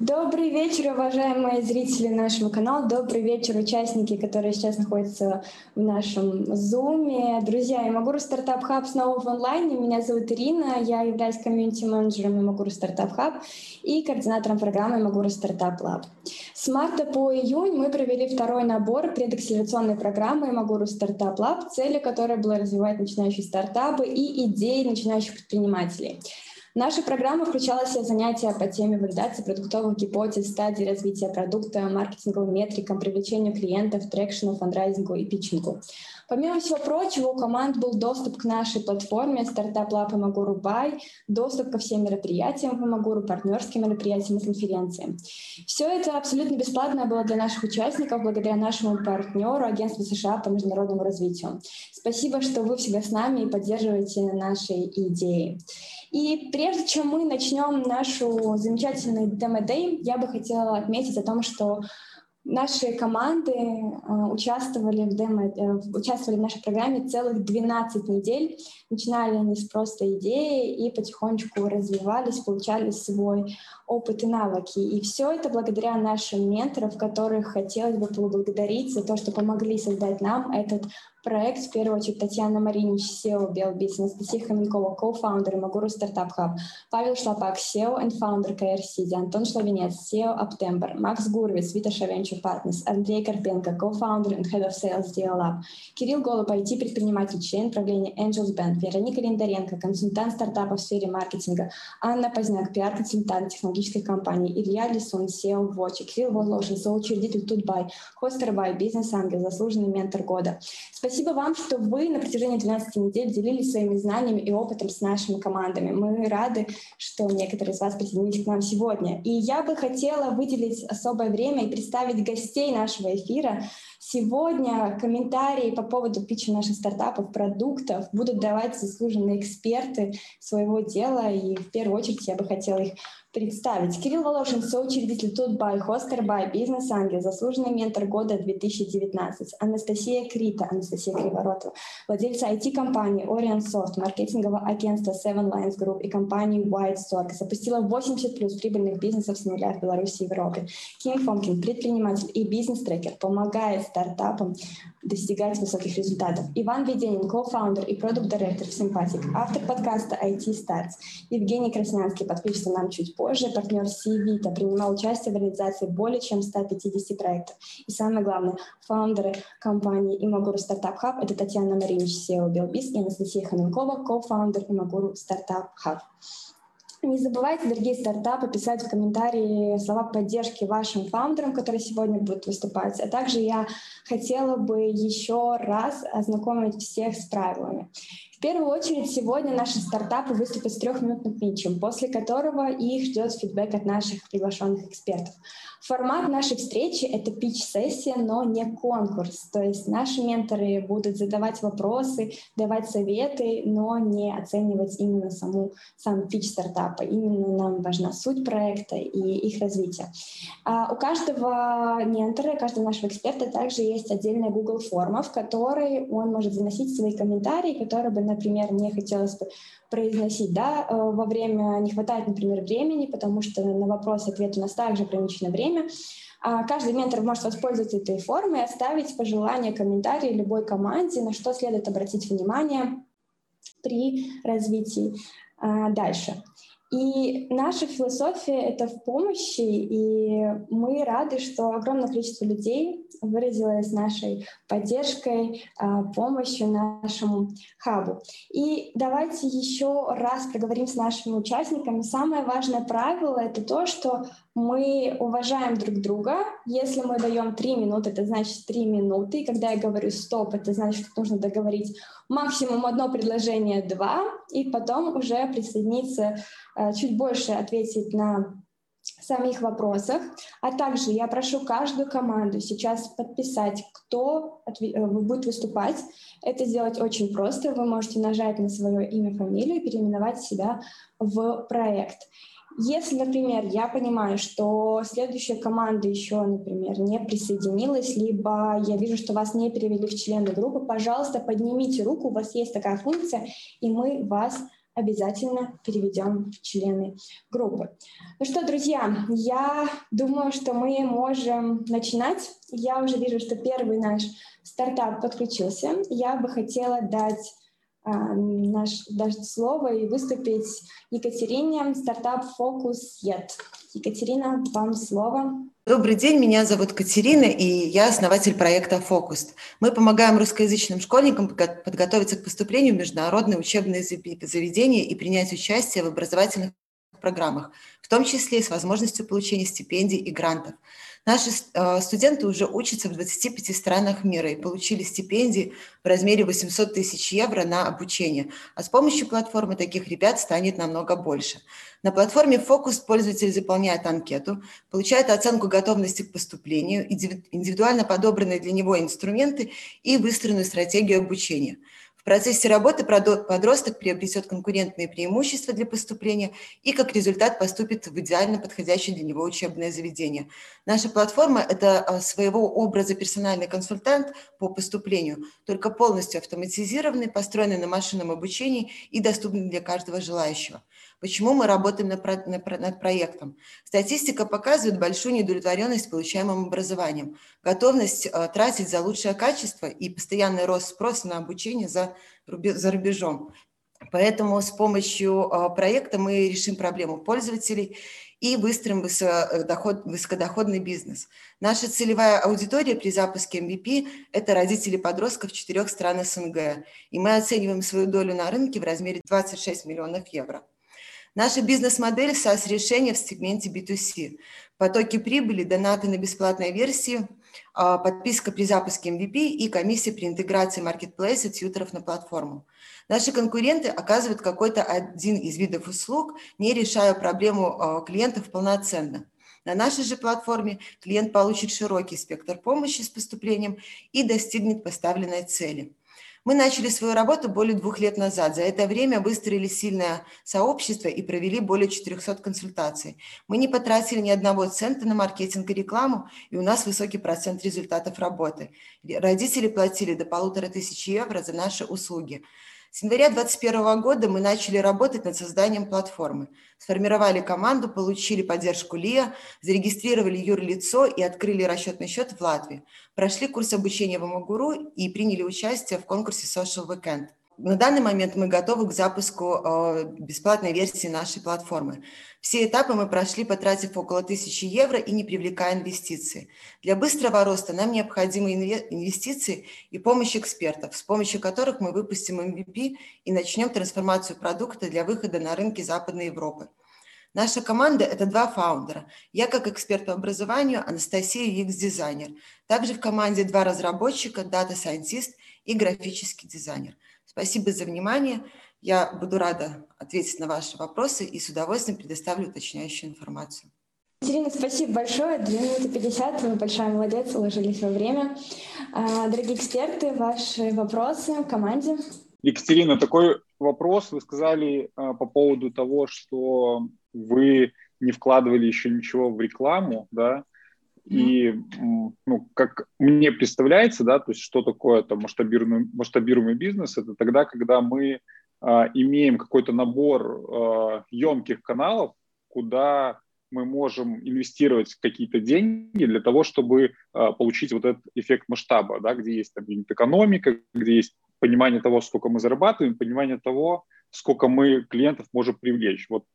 Добрый вечер, уважаемые зрители нашего канала. Добрый вечер, участники, которые сейчас находятся в нашем зуме. Друзья, Imaguru Startup Hub снова в онлайне. Меня зовут Ирина, я являюсь комьюнити-менеджером Imaguru Startup Hub и координатором программы Imaguru Startup Lab. С марта по июнь мы провели второй набор предакселерационной программы Imaguru Startup Lab, целью которой было развивать начинающие стартапы и идеи начинающих предпринимателей. Наша программа включала в себя занятия по теме валидации продуктовых гипотез, стадии развития продукта, маркетинговым метрикам, привлечению клиентов, трекшену, фандрайзингу и питчингу. Помимо всего прочего, у команд был доступ к нашей платформе Startup Lab Imaguru Buy, доступ ко всем мероприятиям в Imaguru, партнерским мероприятиям и конференциям. Все это абсолютно бесплатно было для наших участников благодаря нашему партнеру, Агентству США по международному развитию. Спасибо, что вы всегда с нами и поддерживаете наши идеи. И прежде чем мы начнем нашу замечательную демо-дэй, я бы хотела отметить о том, что наши команды участвовали в нашей программе целых 12 недель. Начинали они с простой идеи и потихонечку развивались, получали свой опыт и навыки. И все это благодаря нашим менторам, которых хотелось бы поблагодарить за то, что помогли создать нам этот проект. В первую очередь Татьяна Маринич, SEO BLBusiness, Анастасия Хоменкова, co-founder Imaguru Startup Hub, Павел Шлапак, SEO and founder KRCD, Антон Шлавинец, SEO Uptember, Макс Гурвиц, Vita Venture Partners, Андрей Карпенко, co-founder and head of sales DLab, Кирилл Голуб, IT-предприниматель, член правления Angels Band, Вероника Линдаренко, консультант стартапов в сфере маркетинга, Анна Поздняк, пиар-консультант технологической компании, Илья Лисун, SEO Watch, Кирилл Волошин, соучредитель Тутбай, Хостербай, бизнес-ангел, заслуженный ментор года. Спасибо вам, что вы на протяжении 12 недель делились своими знаниями и опытом с нашими командами. Мы рады, что некоторые из вас присоединились к нам сегодня. И я бы хотела выделить особое время и представить гостей нашего эфира. Сегодня комментарии по поводу питча наших стартапов, продуктов будут давать заслуженные эксперты своего дела, и в первую очередь я бы хотела их представить. Кирилл Волошин, соучредитель Тутбай, Хостербай, бизнес-ангел, заслуженный ментор года 2019. Анастасия Криворотова, владельца IT-компании Orient Soft, маркетингового агентства Seven Lines Group и компании White Stork, запустила 80+ прибыльных бизнесов с нуля в Беларуси и Европе. Ким Фомкин, предприниматель и бизнес-трекер, помогает стартапам достигать высоких результатов. Иван Веденин, кофаундер и продукт-директор в Sympatic, автор подкаста IT Starts. Евгений Краснянский подключится нам чуть позже, партнер CVita, принимал участие в реализации более чем 150 проектов. И самое главное, фаундеры компании Imaguru Startup Hub — это Татьяна Маринич, SEO BLBusiness, и Анастасия Хоменкова, кофаундер Imaguru Startup Hub. Не забывайте, дорогие стартапы, писать в комментарии слова поддержки вашим фаундерам, которые сегодня будут выступать. А также я хотела бы еще раз ознакомить всех с правилами. В первую очередь сегодня наши стартапы выступят с 3-минутным питчем, после которого их ждет фидбэк от наших приглашенных экспертов. Формат нашей встречи — это питч-сессия, но не конкурс. То есть наши менторы будут задавать вопросы, давать советы, но не оценивать именно сам питч стартапа. Именно нам важна суть проекта и их развитие. У каждого ментора, каждого нашего эксперта также есть отдельная Google форма, в которой он может заносить свои комментарии, которые бы, например, мне хотелось бы произносить, во время, не хватает, например, времени, потому что на вопрос и ответ у нас также ограничено время. Каждый ментор может воспользоваться этой формой и оставить пожелания, комментарии любой команде, на что следует обратить внимание при развитии дальше. И наша философия — это в помощи, и мы рады, что огромное количество людей выразилось нашей поддержкой, помощью нашему хабу. И давайте еще раз проговорим с нашими участниками. Самое важное правило — это то, что мы уважаем друг друга. Если мы даем 3 минуты, это значит 3 минуты. И когда я говорю «стоп», это значит, что нужно договорить максимум 1 предложение, 2, и потом уже присоединиться, чуть больше ответить на самих вопросах. А также я прошу каждую команду сейчас подписать, кто будет выступать. Это сделать очень просто. Вы можете нажать на свое имя, фамилию и переименовать себя в проект. Если, например, я понимаю, что следующая команда еще, например, не присоединилась, либо я вижу, что вас не перевели в члены группы, пожалуйста, поднимите руку, у вас есть такая функция, и мы вас обязательно переведем в члены группы. Ну что, друзья, я думаю, что мы можем начинать. Я уже вижу, что первый наш стартап подключился. Я бы хотела дать слово и выступить Екатерине, стартап Focus Yet. Екатерина, вам слово. Добрый день, меня зовут Катерина, и я основатель проекта Focus. Мы помогаем русскоязычным школьникам подготовиться к поступлению в международные учебные заведения и принять участие в образовательных программах, в том числе и с возможностью получения стипендий и грантов. Наши студенты уже учатся в 25 странах мира и получили стипендии в размере 800 тысяч евро на обучение, а с помощью платформы таких ребят станет намного больше. На платформе Focus пользователь заполняет анкету, получает оценку готовности к поступлению, индивидуально подобранные для него инструменты и выстроенную стратегию обучения. В процессе работы подросток приобретет конкурентные преимущества для поступления и, как результат, поступит в идеально подходящее для него учебное заведение. Наша платформа – это своего образа персональный консультант по поступлению, только полностью автоматизированный, построенный на машинном обучении и доступный для каждого желающего. Почему мы работаем над проектом? Статистика показывает большую неудовлетворенность получаемым образованием, готовность тратить за лучшее качество и постоянный рост спроса на обучение за рубежом. Поэтому с помощью проекта мы решим проблему пользователей и выстроим высокодоходный бизнес. Наша целевая аудитория при запуске MVP – это родители подростков 4 стран СНГ, и мы оцениваем свою долю на рынке в размере 26 миллионов евро. Наша бизнес-модель SaaS-решение в сегменте B2C. Потоки прибыли, донаты на бесплатной версии, подписка при запуске MVP и комиссия при интеграции маркетплейса тьюторов на платформу. Наши конкуренты оказывают какой-то один из видов услуг, не решая проблему клиентов полноценно. На нашей же платформе клиент получит широкий спектр помощи с поступлением и достигнет поставленной цели. Мы начали свою работу более 2 лет назад. За это время выстроили сильное сообщество и провели более 400 консультаций. Мы не потратили ни одного цента на маркетинг и рекламу, и у нас высокий процент результатов работы. Родители платили до 1500 евро за наши услуги. С января 2021 года мы начали работать над созданием платформы. Сформировали команду, получили поддержку ЛИА, зарегистрировали юрлицо и открыли расчетный счет в Латвии. Прошли курс обучения в МГУРУ и приняли участие в конкурсе Social Weekend. На данный момент мы готовы к запуску бесплатной версии нашей платформы. Все этапы мы прошли, потратив около 1000 евро и не привлекая инвестиции. Для быстрого роста нам необходимы инвестиции и помощь экспертов, с помощью которых мы выпустим MVP и начнем трансформацию продукта для выхода на рынки Западной Европы. Наша команда – это 2 фаундера. Я как эксперт по образованию, Анастасия – UX-дизайнер. Также в команде 2 разработчика, дата-сайентист и графический дизайнер. Спасибо за внимание. Я буду рада ответить на ваши вопросы и с удовольствием предоставлю уточняющую информацию. Екатерина, спасибо большое. 2 минуты 50. Вы большая молодец, уложились во время. Дорогие эксперты, ваши вопросы команде? Екатерина, такой вопрос. Вы сказали по поводу того, что вы не вкладывали еще ничего в рекламу, да? И, как мне представляется, да, то есть что такое там масштабируемый бизнес, это тогда, когда мы имеем какой-то набор емких каналов, куда мы можем инвестировать какие-то деньги для того, чтобы получить вот этот эффект масштаба, да, где есть там экономика, где есть понимание того, сколько мы зарабатываем, понимание того, сколько мы клиентов можем привлечь. Вот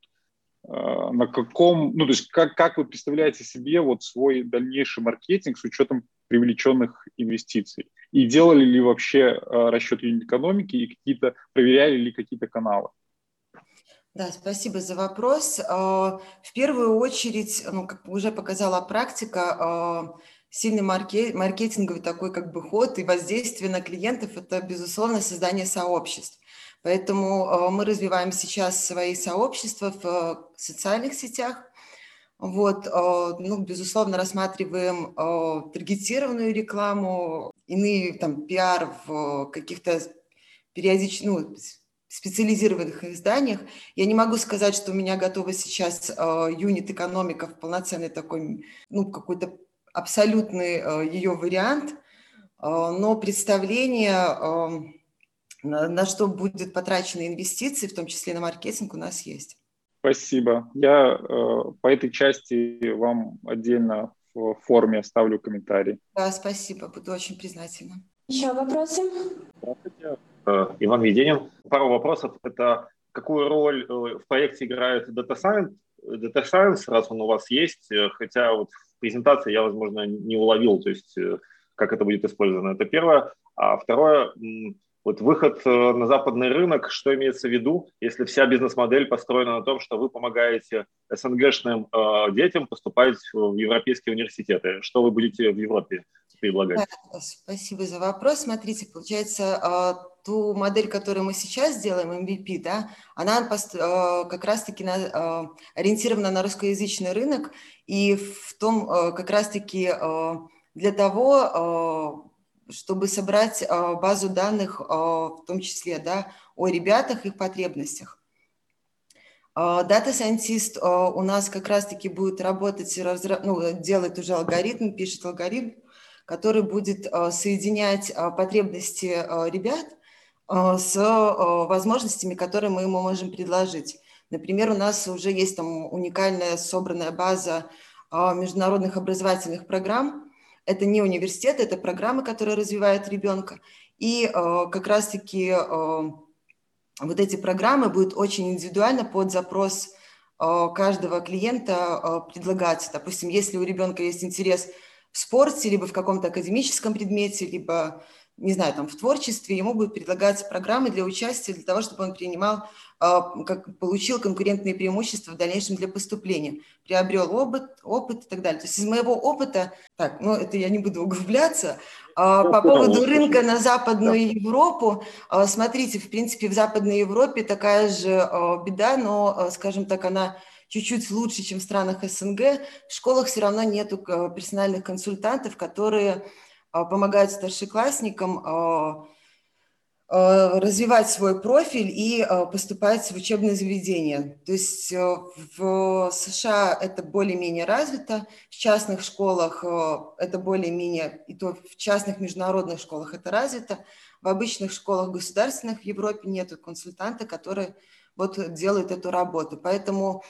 на каком, то есть как вы представляете себе вот свой дальнейший маркетинг с учетом привлеченных инвестиций? И делали ли вообще расчет юнит-экономики и проверяли ли какие-то каналы? Да, спасибо за вопрос. В первую очередь, как уже показала практика, сильный маркетинговый такой ход и воздействие на клиентов – это, безусловно, создание сообществ. Поэтому мы развиваем сейчас свои сообщества в социальных сетях. Безусловно, рассматриваем таргетированную рекламу, иные пиар в каких-то специализированных изданиях. Я не могу сказать, что у меня готова сейчас юнит-экономика в полноценный такой, какой-то абсолютный ее вариант, но представление на что будет потрачены инвестиции, в том числе на маркетинг, у нас есть. Спасибо. Я по этой части вам отдельно в форме оставлю комментарий. Да, спасибо, буду очень признательна. Еще вопросы? Здравствуйте. Иван Веденин. Пару вопросов. Это какую роль в проекте играет Data Science, раз он у вас есть, хотя вот в презентации я, возможно, не уловил, то есть как это будет использовано. Это первое. А второе, вот выход на западный рынок, что имеется в виду, если вся бизнес-модель построена на том, что вы помогаете СНГшным детям поступать в европейские университеты. Что вы будете в Европе предлагать? Да, спасибо за вопрос. Смотрите, получается, ту модель, которую мы сейчас делаем, MVP, да, она как раз-таки ориентирована на русскоязычный рынок, и в том как раз-таки для того, чтобы собрать базу данных, в том числе, да, о ребятах, их потребностях. Data Scientist у нас как раз-таки будет работать, делает уже алгоритм, пишет алгоритм, который будет соединять потребности ребят с возможностями, которые мы ему можем предложить. Например, у нас уже есть там уникальная собранная база международных образовательных программ. Это не университет, это программы, которые развивают ребенка. И как раз-таки вот эти программы будут очень индивидуально под запрос каждого клиента предлагаться. Допустим, если у ребенка есть интерес в спорте, либо в каком-то академическом предмете, либо, не знаю, там, в творчестве, ему будут предлагаться программы для участия, для того, чтобы он получил конкурентные преимущества в дальнейшем для поступления, приобрел опыт и так далее. То есть из моего опыта, это я не буду углубляться, по поводу рынка на Западную Европу, смотрите, в принципе, в Западной Европе такая же беда, но, скажем так, она чуть-чуть лучше, чем в странах СНГ. В школах все равно нету персональных консультантов, которые помогают старшеклассникам развивать свой профиль и поступать в учебные заведения. То есть в США это более-менее развито, в частных школах это более-менее, и то в частных международных школах это развито, в обычных школах государственных в Европе нет консультанта, который вот делает эту работу. Поэтому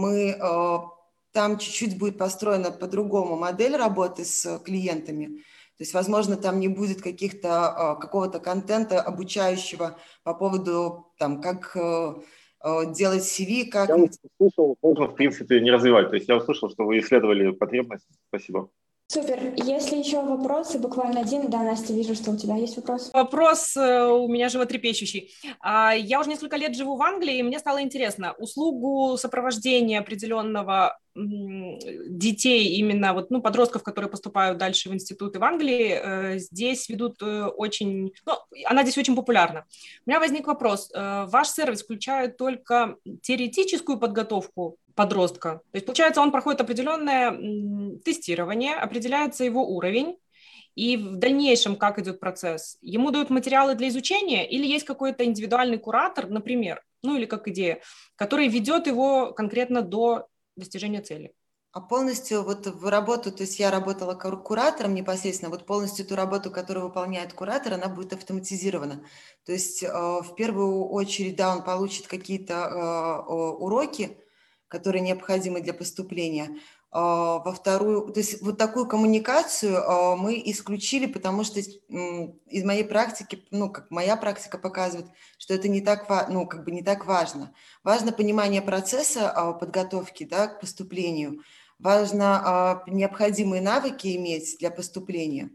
там чуть-чуть будет построена по-другому модель работы с клиентами. То есть, возможно, там не будет какого-то контента обучающего по поводу, как делать CV, как... Я услышал, можно, в принципе, не развивать. То есть я услышал, что вы исследовали потребность. Спасибо. Супер. Если еще вопросы, буквально один. Да, Настя, вижу, что у тебя есть вопрос. Вопрос у меня животрепещущий. Я уже несколько лет живу в Англии, и мне стало интересно, услугу сопровождения определенного детей, именно подростков, которые поступают дальше в институты в Англии, здесь ведут очень... она здесь очень популярна. У меня возник вопрос. Ваш сервис включает только теоретическую подготовку подростка? То есть, получается, он проходит определенное тестирование, определяется его уровень, и в дальнейшем как идет процесс? Ему дают материалы для изучения или есть какой-то индивидуальный куратор, например, или как идея, который ведет его конкретно до достижения цели? А полностью в работу, то есть я работала куратором непосредственно, полностью ту работу, которую выполняет куратор, она будет автоматизирована. То есть в первую очередь, да, он получит какие-то уроки, которые необходимы для поступления. Во вторую, то есть такую коммуникацию мы исключили, потому что из моей практики, моя практика показывает, что это не так важно. Важно понимание процесса подготовки, да, к поступлению. Важно необходимые навыки иметь для поступления.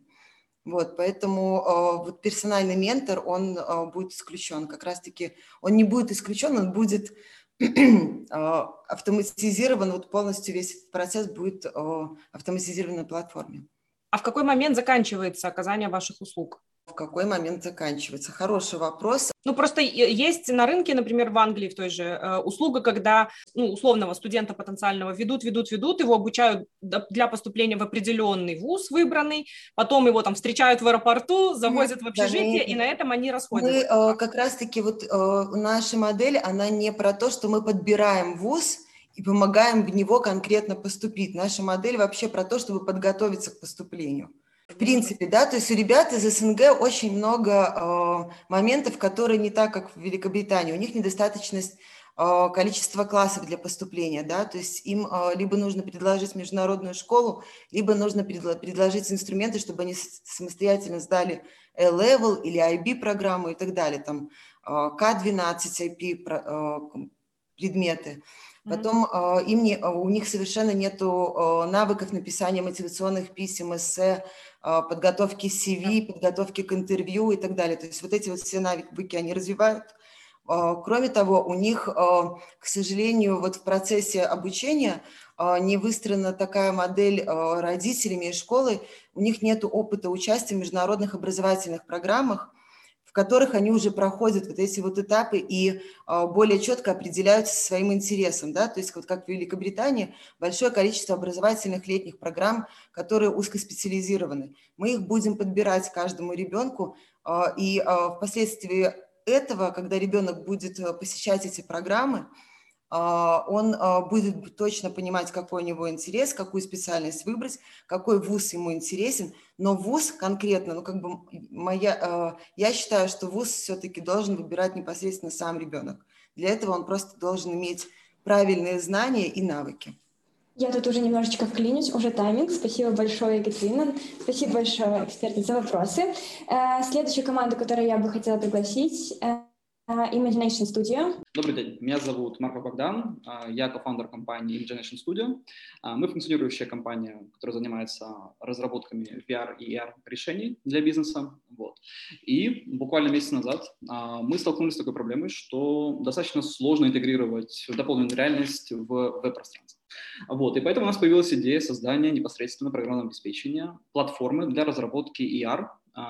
Поэтому персональный ментор, он будет исключен. Как раз-таки он не будет исключен, он будет автоматизирован, полностью весь этот процесс будет автоматизирован на платформе. А в какой момент заканчивается оказание ваших услуг? В какой момент заканчивается? Хороший вопрос. Просто есть на рынке, например, в Англии в той же услуга, когда условного студента потенциального ведут, его обучают для поступления в определенный вуз выбранный, потом его там встречают в аэропорту, завозят в общежитие, и на этом они расходятся. Мы как раз-таки наша модель, она не про то, что мы подбираем вуз и помогаем в него конкретно поступить. Наша модель вообще про то, чтобы подготовиться к поступлению. В принципе, да, то есть у ребят из СНГ очень много моментов, которые не так, как в Великобритании. У них недостаточность количества классов для поступления, да, то есть им либо нужно предложить международную школу, либо нужно предложить инструменты, чтобы они самостоятельно сдали A-Level или IB-программу и так далее, там К-12, IP предметы. Потом у них совершенно нету навыков написания мотивационных писем, эссе, подготовки CV, подготовки к интервью и так далее. То есть вот эти вот все навыки они развивают. Кроме того, у них, к сожалению, вот в процессе обучения не выстроена такая модель родителями и школой, у них нет опыта участия в международных образовательных программах, в которых они уже проходят вот эти вот этапы и более четко определяются своим интересом, да, то есть вот как в Великобритании большое количество образовательных летних программ, которые узкоспециализированы. Мы их будем подбирать каждому ребенку, и впоследствии этого, когда ребенок будет посещать эти программы, он будет точно понимать, какой у него интерес, какую специальность выбрать, какой вуз ему интересен. Но вуз конкретно, я считаю, что вуз все-таки должен выбирать непосредственно сам ребенок. Для этого он просто должен иметь правильные знания и навыки. Я тут уже немножечко вклинюсь, уже тайминг. Спасибо большое, Екатерина. Спасибо большое, эксперты, за вопросы. Следующую команду, которую я бы хотела пригласить, Imagination Studio. Добрый день, меня зовут Марко Богдан, я кофаундер компании Imagination Studio. Мы функционирующая компания, которая занимается разработками VR и AR решений для бизнеса. Вот. И буквально месяц назад мы столкнулись с такой проблемой, что достаточно сложно интегрировать дополненную реальность в веб-пространство. Вот. И поэтому у нас появилась идея создания непосредственно программного обеспечения платформы для разработки AR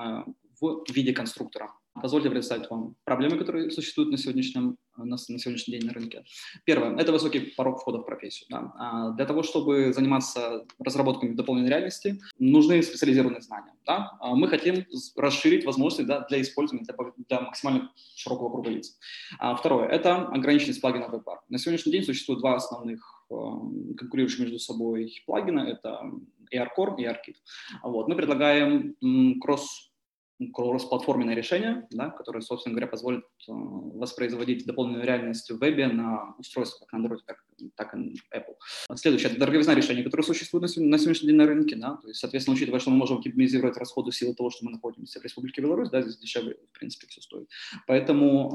в виде конструктора. Позвольте представить вам проблемы, которые существуют на сегодняшний день на рынке. Первое – это высокий порог входа в профессию. Да. Для того, чтобы заниматься разработками дополненной реальности, нужны специализированные знания. Да. Мы хотим расширить возможности, да, для использования для максимально широкого круга лиц. Второе – это ограниченность плагинов WebAR. На сегодняшний день существует два основных конкурирующих между собой плагина – это ARCore и ARKit. Вот. Мы предлагаем кросс-платформенное решение, да, которое, собственно говоря, позволит воспроизводить дополненную реальность в вебе на устройствах как Android, так и Apple. Следующее – это дороговизна решений, которые существуют на сегодняшний день на рынке. Да, то есть, соответственно, учитывая, что мы можем оптимизировать расходы в силу того, что мы находимся в Республике Беларусь, да, здесь дешевле, в принципе, все стоит. Поэтому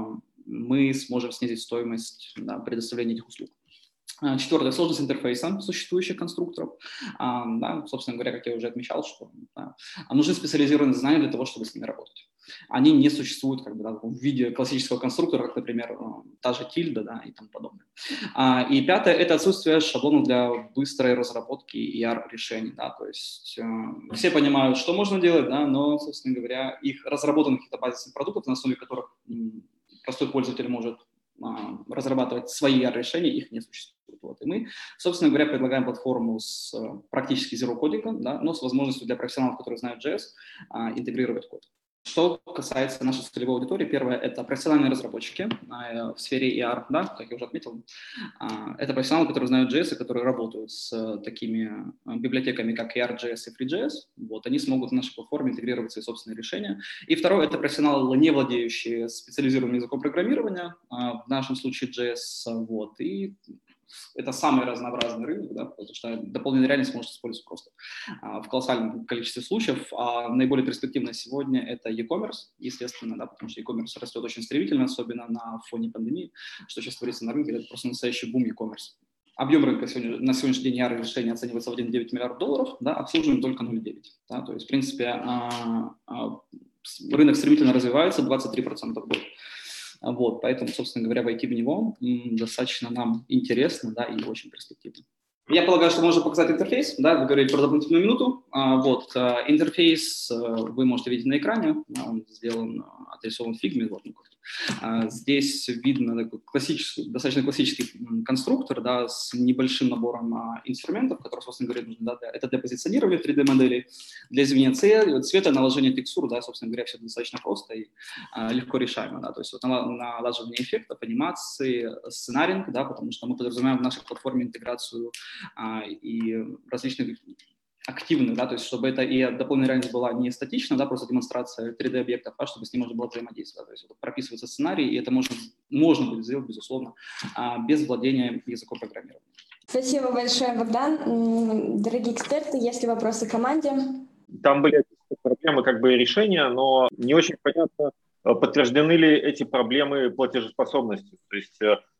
мы сможем снизить стоимость, да, предоставления этих услуг. Четвертое – сложность интерфейса существующих конструкторов. Да, собственно говоря, как я уже отмечал, что нужны специализированные знания для того, чтобы с ними работать. Они не существуют как бы, да, в виде классического конструктора, как, например, та же тильда, да, и тому подобное. И пятое – это отсутствие шаблонов для быстрой разработки ER-решений. Да, то есть все понимают, что можно делать, да, но, собственно говоря, их разработанных каких-то базисных продуктов, на основе которых простой пользователь может разрабатывать свои решения, их не существует. Вот. И мы, собственно говоря, предлагаем платформу с практически zero-кодингом, да, но с возможностью для профессионалов, которые знают JS, интегрировать код. Что касается нашей целевой аудитории, первое – это профессиональные разработчики в сфере ER, да, как я уже отметил. Это профессионалы, которые знают JS и которые работают с такими библиотеками, как ER.js и FreeJS. Вот, они смогут в нашей платформе интегрировать свои собственные решения. И второе – это профессионалы, не владеющие специализированным языком программирования, в нашем случае JS. Вот, и это самый разнообразный рынок, да, потому что дополнительная реальность может использоваться просто в колоссальном количестве случаев. А наиболее перспективно сегодня это e-commerce, естественно, да, потому что e-commerce растет очень стремительно, особенно на фоне пандемии, что сейчас творится на рынке, это просто настоящий бум e-commerce. Объем рынка на сегодняшний день ER-решения оценивается в 1,9 миллиарда долларов, да, обслуживаем только 0,9. Да, то есть, в принципе, рынок стремительно развивается, 23% в год. Вот, поэтому, собственно говоря, войти в него достаточно нам интересно, да, и очень перспективно. Я полагаю, что можно показать интерфейс, да, вы говорите про дополнительную минуту. Вот, интерфейс вы можете видеть на экране, он сделан, отрисован в Figma. Вот, здесь видно такой достаточно классический конструктор, да, с небольшим набором инструментов, которые, собственно говоря, нужны. Да, это для позиционирования 3D-моделей, для изменения цвета, наложения текстур, да, собственно говоря, все достаточно просто и легко решаемо. Да, то есть вот, налаживание эффектов, анимации, сценаринг, да, потому что мы подразумеваем в нашей платформе интеграцию и различных активных, да, то есть чтобы это и дополненная реальность была не статична, да, просто демонстрация 3D-объектов, а чтобы с ним можно было взаимодействовать. То есть вот прописывается сценарий, и это можно будет сделать, безусловно, без владения языком программирования. Спасибо большое, Богдан. Дорогие эксперты, есть ли вопросы к команде? Там были проблемы, как бы решения, но не очень понятно, подтверждены ли эти проблемы платежеспособностью. То есть,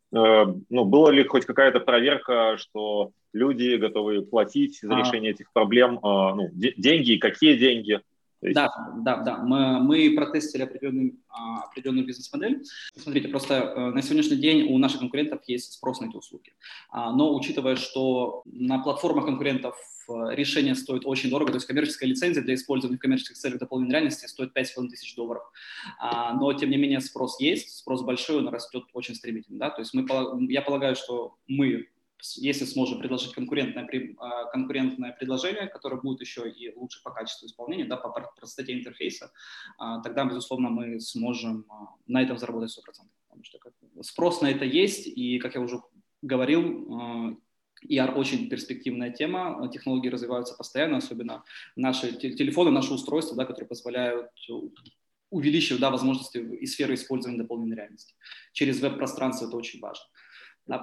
была ли хоть какая-то проверка, что люди готовы платить за решение этих проблем, деньги и какие деньги? Да. Мы протестили определенную бизнес-модель. Смотрите, просто на сегодняшний день у наших конкурентов есть спрос на эти услуги. Но учитывая, что на платформах конкурентов решение стоит очень дорого, то есть коммерческая лицензия для использования в коммерческих целях дополненной реальности стоит $5500. Но, тем не менее, спрос есть, спрос большой, он растет очень стремительно. Да? То есть я полагаю, что мы, если сможем предложить конкурентное предложение, которое будет еще и лучше по качеству исполнения, да, по простоте интерфейса, тогда, безусловно, мы сможем на этом заработать 100%. Потому что спрос на это есть, и, как я уже говорил, ER очень перспективная тема, технологии развиваются постоянно, особенно наши телефоны, наши устройства, да, которые позволяют увеличивать, да, возможности и сферы использования дополненной реальности. Через веб-пространство это очень важно. Да,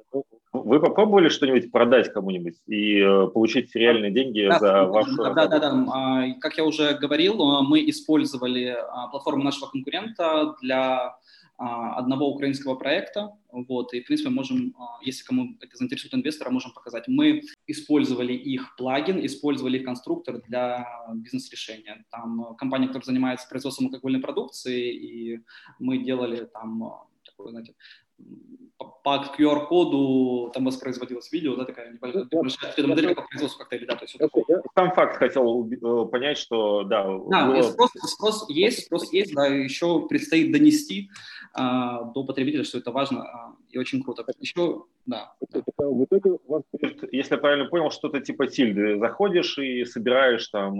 Вы попробовали что-нибудь продать кому-нибудь и получить реальные деньги за вашу работу? Да. Как я уже говорил, мы использовали платформу нашего конкурента для одного украинского проекта, вот, и, в принципе, можем, если кому это заинтересует инвестора, можем показать. Мы использовали их плагин, использовали их конструктор для бизнес-решения. Там компания, которая занимается производством алкогольной продукции, и мы делали там такое, знаете, по QR-коду там воспроизводилось видео, да, такая небольшая модель по производству коктейлей, да, то есть вот такого. Я сам факт хотел понять, что, да. Да, спрос есть, да, еще предстоит донести до потребителя, что это важно и очень круто. Еще, да. В итоге у вас, если я правильно понял, что-то типа тильды. Заходишь и собираешь там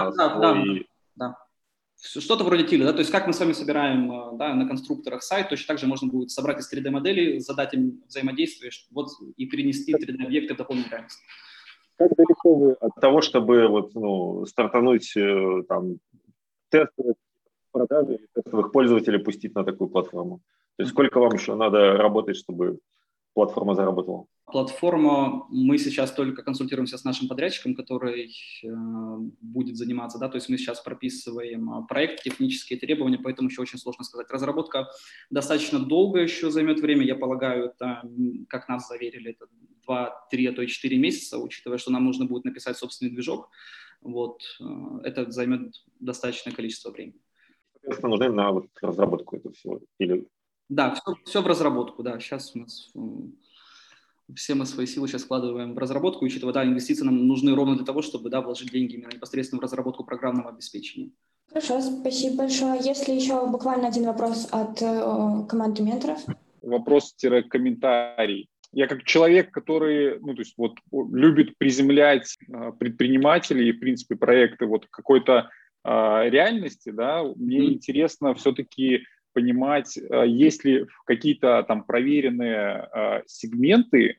Да. Что-то вроде тильды, да, то есть как мы с вами собираем, да, на конструкторах сайт, точно так же можно будет собрать из 3D-моделей, задать им взаимодействие, вот, и перенести 3D-объекты в дополненную реальность. Как далеко вы от того, чтобы стартануть там тестовые продажи и тестовых пользователей пустить на такую платформу? То есть сколько вам еще надо работать, чтобы платформа заработала? Платформа, мы сейчас только консультируемся с нашим подрядчиком, который будет заниматься, да, то есть мы сейчас прописываем проект, технические требования, поэтому еще очень сложно сказать. Разработка достаточно долго еще займет время, я полагаю, это, как нас заверили, это 2-3, а то и 4 месяца, учитывая, что нам нужно будет написать собственный движок, вот, это займет достаточное количество времени. Соответственно, нужны на разработку этого всего? Или... Да, все в разработку, да, сейчас у нас... Все мы свои силы сейчас вкладываем в разработку, учитывая, да, инвестиции нам нужны ровно для того, чтобы, да, вложить деньги именно непосредственно в разработку программного обеспечения. Хорошо, спасибо большое. Есть ли еще буквально один вопрос от команды менторов? Вопрос-комментарий. Я как человек, который, любит приземлять предпринимателей и, в принципе, проекты какой-то реальности, да, мне интересно все-таки понимать, есть ли какие-то там проверенные сегменты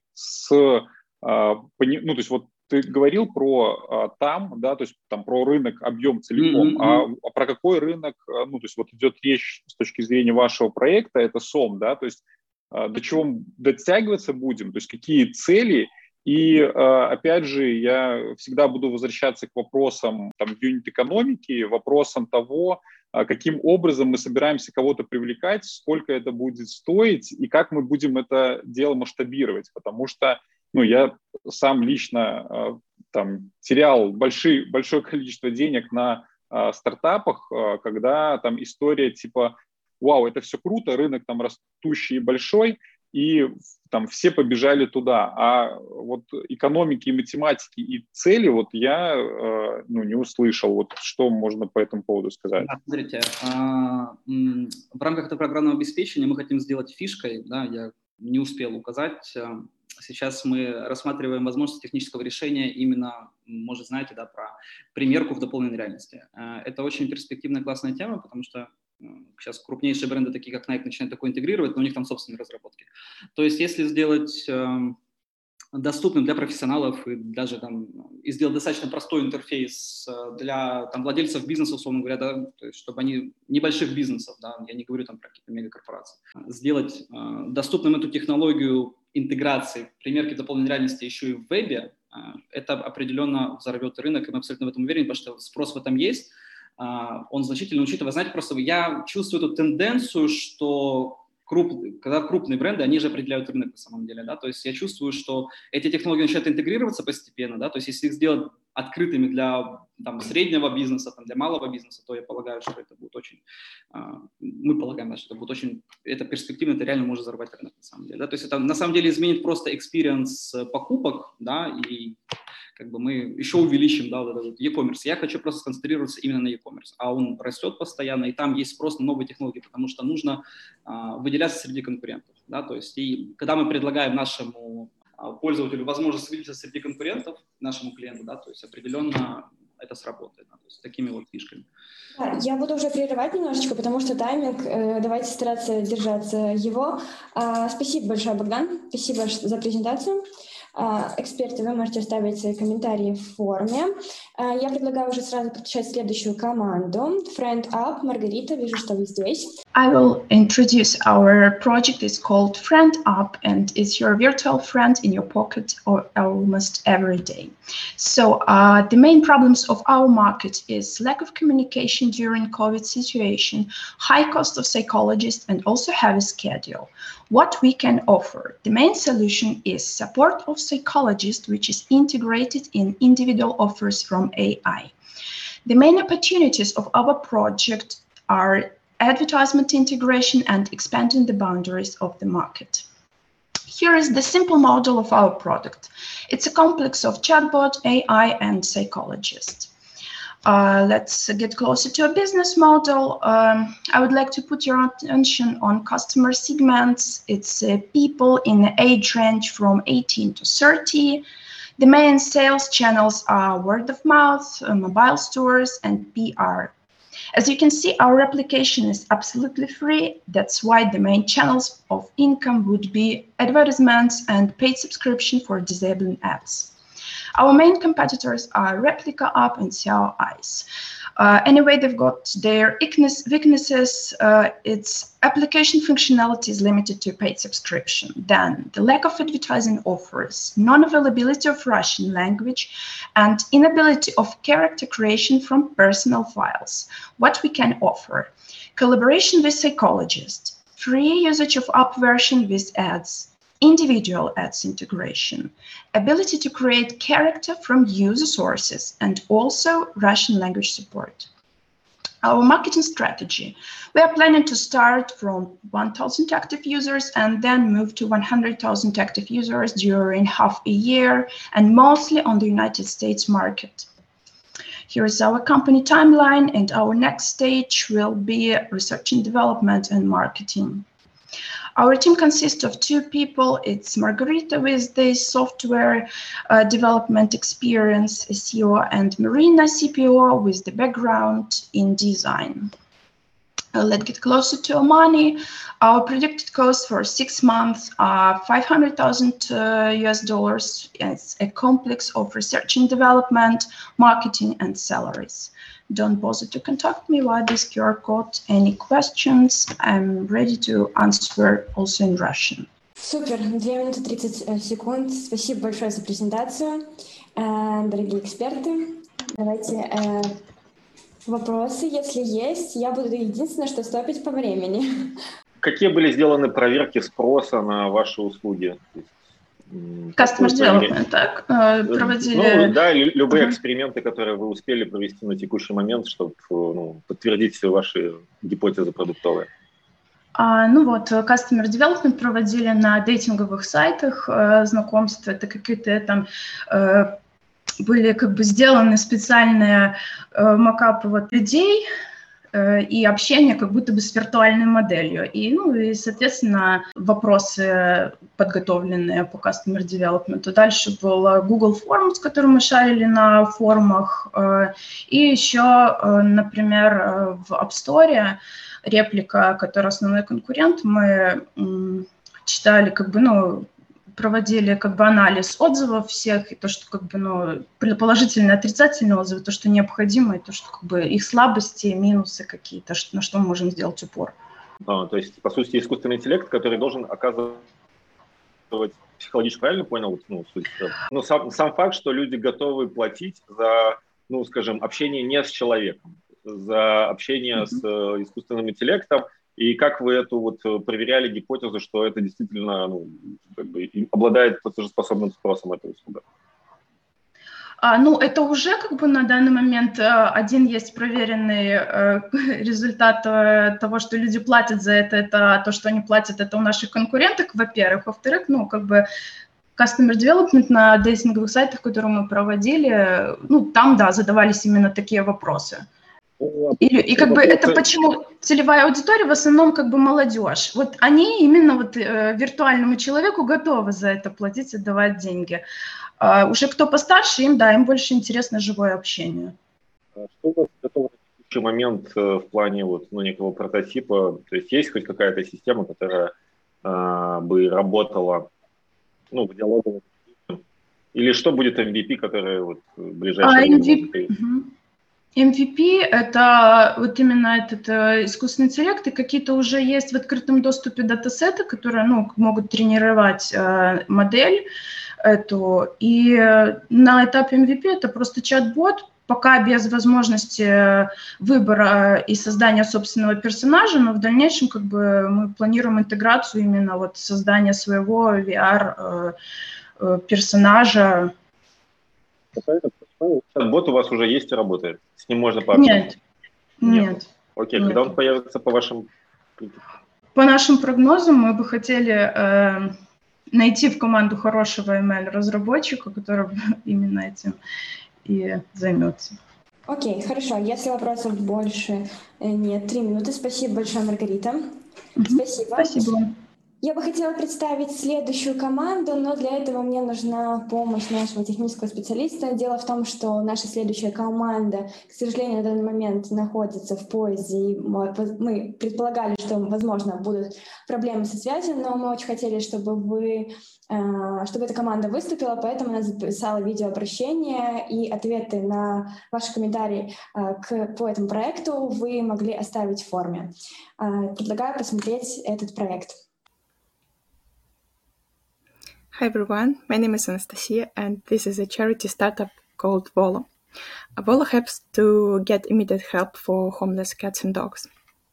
ты говорил про да, то есть там про рынок, объем целиком, а про какой рынок, идет речь с точки зрения вашего проекта, это СОМ, да, то есть до чего мы дотягиваться будем, то есть какие цели. И, опять же, я всегда буду возвращаться к вопросам юнит-экономики, вопросам того, каким образом мы собираемся кого-то привлекать, сколько это будет стоить и как мы будем это дело масштабировать. Потому что я сам лично терял большое количество денег на стартапах, когда там история типа «Вау, это все круто, рынок там растущий и большой», и там все побежали туда. А вот экономики, и математики, и цели я не услышал. Что можно по этому поводу сказать? Да, смотрите, в рамках этого программного обеспечения мы хотим сделать фишкой, да, я не успел указать. Сейчас мы рассматриваем возможность технического решения именно, может, знаете, да, про примерку в дополненной реальности. Это очень перспективная, классная тема, потому что сейчас крупнейшие бренды, такие как Nike, начинают такое интегрировать, но у них там собственные разработки. То есть если сделать доступным для профессионалов и даже там и сделать достаточно простой интерфейс для там владельцев бизнеса, условно говоря, да, то есть чтобы они небольших бизнесов, да, я не говорю там про какие-то мегакорпорации, сделать доступным эту технологию интеграции, примерки дополненной реальности еще и в вебе, это определенно взорвет рынок, и мы абсолютно в этом уверены, потому что спрос в этом есть, он значительно учитывает. Знаете, просто я чувствую эту тенденцию, что когда крупные бренды, они же определяют рынок на самом деле, да, то есть я чувствую, что эти технологии начинают интегрироваться постепенно, да, то есть если их сделать открытыми для там, среднего бизнеса, там, для малого бизнеса, то я полагаю, что это будет очень, мы полагаем, что это будет очень, это перспективно, это реально может взорвать рынок на самом деле, да, то есть это на самом деле изменит просто экспириенс покупок, да, и как бы мы еще увеличим, да, вот этот e-commerce. Я хочу просто сконцентрироваться именно на e-commerce, а он растет постоянно, и там есть спрос на новые технологии, потому что нужно выделяться среди конкурентов, да, то есть и когда мы предлагаем нашему пользователю возможность выделиться среди конкурентов, нашему клиенту, да, то есть определенно это сработает, да, то есть такими вот фишками. Да, я буду уже прерывать немножечко, потому что тайминг, давайте стараться держаться его. Спасибо большое, Богдан, спасибо за презентацию. Эксперты, вы можете оставить свои комментарии в форме. Я предлагаю уже сразу подключать следующую команду. Friend Up, Маргарита, вижу, что вы здесь. I will introduce our project. It's called Friend Up, and it's your virtual friend in your pocket or almost every day. So the main problems of our market is lack of communication during COVID situation, high cost of psychologists, and also heavy schedule. What we can offer? The main solution is support of psychologists, which is integrated in individual offers from AI. The main opportunities of our project are advertisement integration and expanding the boundaries of the market. Here is the simple model of our product. It's a complex of chatbot, AI, and psychologist. Let's get closer to a business model. I would like to put your attention on customer segments. It's people in the age range from 18 to 30. The main sales channels are word of mouth, mobile stores, and PR. As you can see, our application is absolutely free. That's why the main channels of income would be advertisements and paid subscription for disabling ads. Our main competitors are Replica App and Xiao Eyes. Anyway, they've got their weaknesses. Its application functionality is limited to paid subscription. Then the lack of advertising offers, non-availability of Russian language, and inability of character creation from personal files. What we can offer? Collaboration with psychologists, free usage of app version with ads, individual ads integration, ability to create character from user sources, and also Russian language support. Our marketing strategy. We are planning to start from 1,000 active users and then move to 100,000 active users during half a year and mostly on the United States market. Here is our company timeline, and our next stage will be research and development and marketing. Our team consists of 2 people. It's Margarita with the software development experience, SEO, and Marina, CPO, with the background in design. Let's get closer to our money. Our predicted cost for 6 months are $500,000 US. It's a complex of research and development, marketing, and salaries. Don't bother to contact me via this QR code. Any questions? I'm ready to answer also in Russian. Супер, 2 минуты 30 секунд. Спасибо большое за презентацию, дорогие эксперты. Давайте вопросы, если есть. Я буду единственное, что стопить по времени. Какие были сделаны проверки спроса на ваши услуги? Customer development, так? Проводили... Ну, да, любые эксперименты, которые вы успели провести на текущий момент, чтобы подтвердить все ваши гипотезы продуктовые. Ну вот, Customer Development проводили на дейтинговых сайтах знакомства. Это какие-то там были как бы сделаны специальные макапы вот людей, и общение как будто бы с виртуальной моделью. И, соответственно, вопросы подготовленные по Customer Development. Дальше был Google Forms, который мы шарили на форумах. И еще, например, в App Store Реплика, который основной конкурент, мы читали как бы, проводили как бы анализ отзывов всех, и то, что как бы, ну, положительные, отрицательные отзывы, то, что необходимо, и то, что как бы их слабости, минусы какие-то, на что мы можем сделать упор. То есть, по сути, искусственный интеллект, который должен оказывать психологически, правильно понял? Ну, суть, ну, сам факт, что люди готовы платить за, ну, скажем, общение не с человеком, за общение с искусственным интеллектом. И как вы эту вот проверяли гипотезу, что это действительно, ну, как бы обладает платежеспособным спросом, эта услуга? Ну, это уже как бы на данный момент один есть проверенный результат того, что люди платят за это то, что они платят, это у наших конкурентов, во-первых. Во-вторых, ну, как бы customer development на дейтинговых сайтах, которые мы проводили, ну, там, да, задавались именно такие вопросы. И как бы это почему целевая аудитория в основном как бы молодежь. Вот они именно вот виртуальному человеку готовы за это платить, отдавать деньги. Уже кто постарше, им больше интересно живое общение. Что у вас готово на текущий момент в плане вот, ну, некого прототипа? То есть хоть какая-то система, которая бы работала, ну, в диалоге? Или что будет MVP, который вот в ближайшее время может появиться? MVP – это вот именно этот искусственный интеллект, и какие-то уже есть в открытом доступе датасеты, которые, ну, могут тренировать модель эту. И на этапе MVP это просто чат-бот, пока без возможности выбора и создания собственного персонажа, но в дальнейшем как бы мы планируем интеграцию именно вот создания своего VR-персонажа. Чат-бот у вас уже есть и работает? С ним можно пообщаться? Нет. Окей, нет. когда он появится по вашим... По нашим прогнозам мы бы хотели найти в команду хорошего ML-разработчика, который именно этим и займется. Окей, хорошо. Если вопросов больше нет, 3 минуты. Спасибо большое, Маргарита. Спасибо. Спасибо. Я бы хотела представить следующую команду, но для этого мне нужна помощь нашего технического специалиста. Дело в том, что наша следующая команда, к сожалению, на данный момент находится в поезде, и мы предполагали, что, возможно, будут проблемы со связью, но мы очень хотели, чтобы эта команда выступила, поэтому она записала видеообращение, и ответы на ваши комментарии по этому проекту вы могли оставить в форме. Предлагаю посмотреть этот проект. Hi everyone, my name is Anastasia and this is a charity startup called Volo. Volo helps to get immediate help for homeless cats and dogs.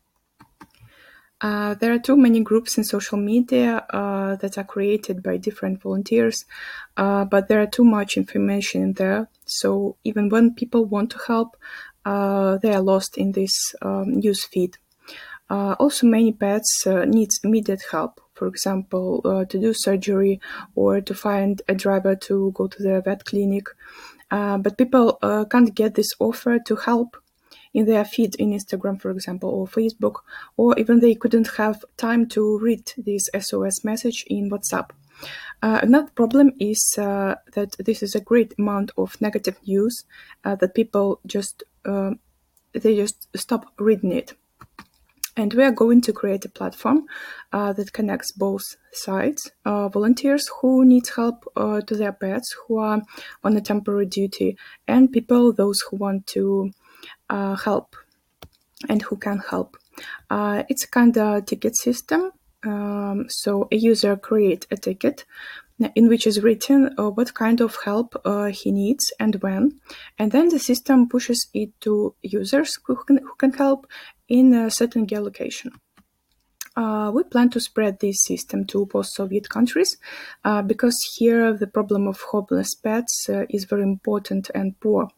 There are too many groups in social media that are created by different volunteers, but there are too much information in there. So even when people want to help, they are lost in this news feed. Also, many pets need immediate help, for example, to do surgery or to find a driver to go to the vet clinic. But people can't get this offer to help in their feed in Instagram, for example, or Facebook, or even they couldn't have time to read this SOS message in WhatsApp. Another problem is that this is a great amount of negative news that people just stop reading it. And we are going to create a platform that connects both sides, volunteers who need help to their pets, who are on a temporary duty, and people, those who want to help and who can help. It's a kind of ticket system. So a user creates a ticket in which is written what kind of help he needs and when. And then the system pushes it to users who can help in a certain geolocation. We plan to spread this system to post-Soviet countries because here the problem of homeless pets is very important and poor.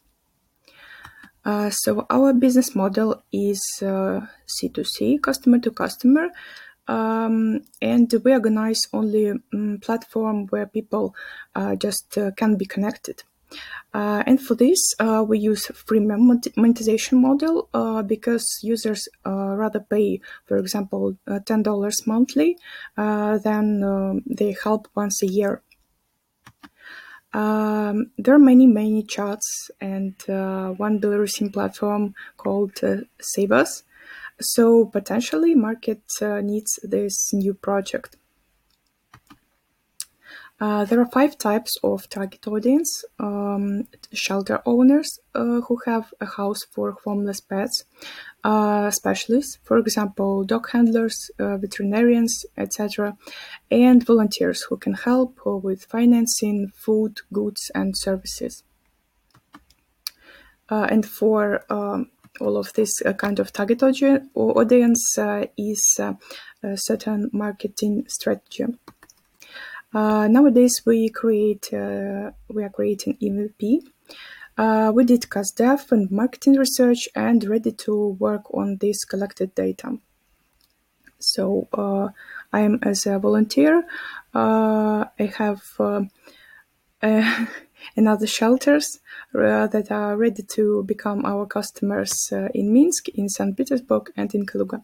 So our business model is C2C, customer to customer, and we organize only platform where people just can be connected. And for this, we use freemium monetization model because users rather pay, for example, $10 monthly than they help once a year. There are many chats and one Belarusian platform called Save Us. So potentially market needs this new project. There are 5 types of target audience: shelter owners who have a house for homeless pets, specialists, for example, dog handlers, veterinarians, etc., and volunteers who can help with financing, food, goods, and services. And for all of this kind of target audience is a certain marketing strategy. Nowadays, we are creating MVP. We did cost dev and marketing research and ready to work on this collected data. So I am as a volunteer. I have another shelters that are ready to become our customers in Minsk, in St. Petersburg, and in Kaluga.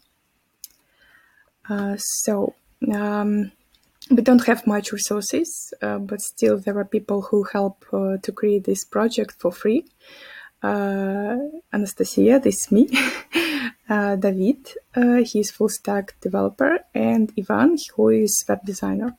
We don't have much resources, but still there are people who help to create this project for free. Anastasia, this is me. David, he's full stack developer, and Ivan, who is web designer.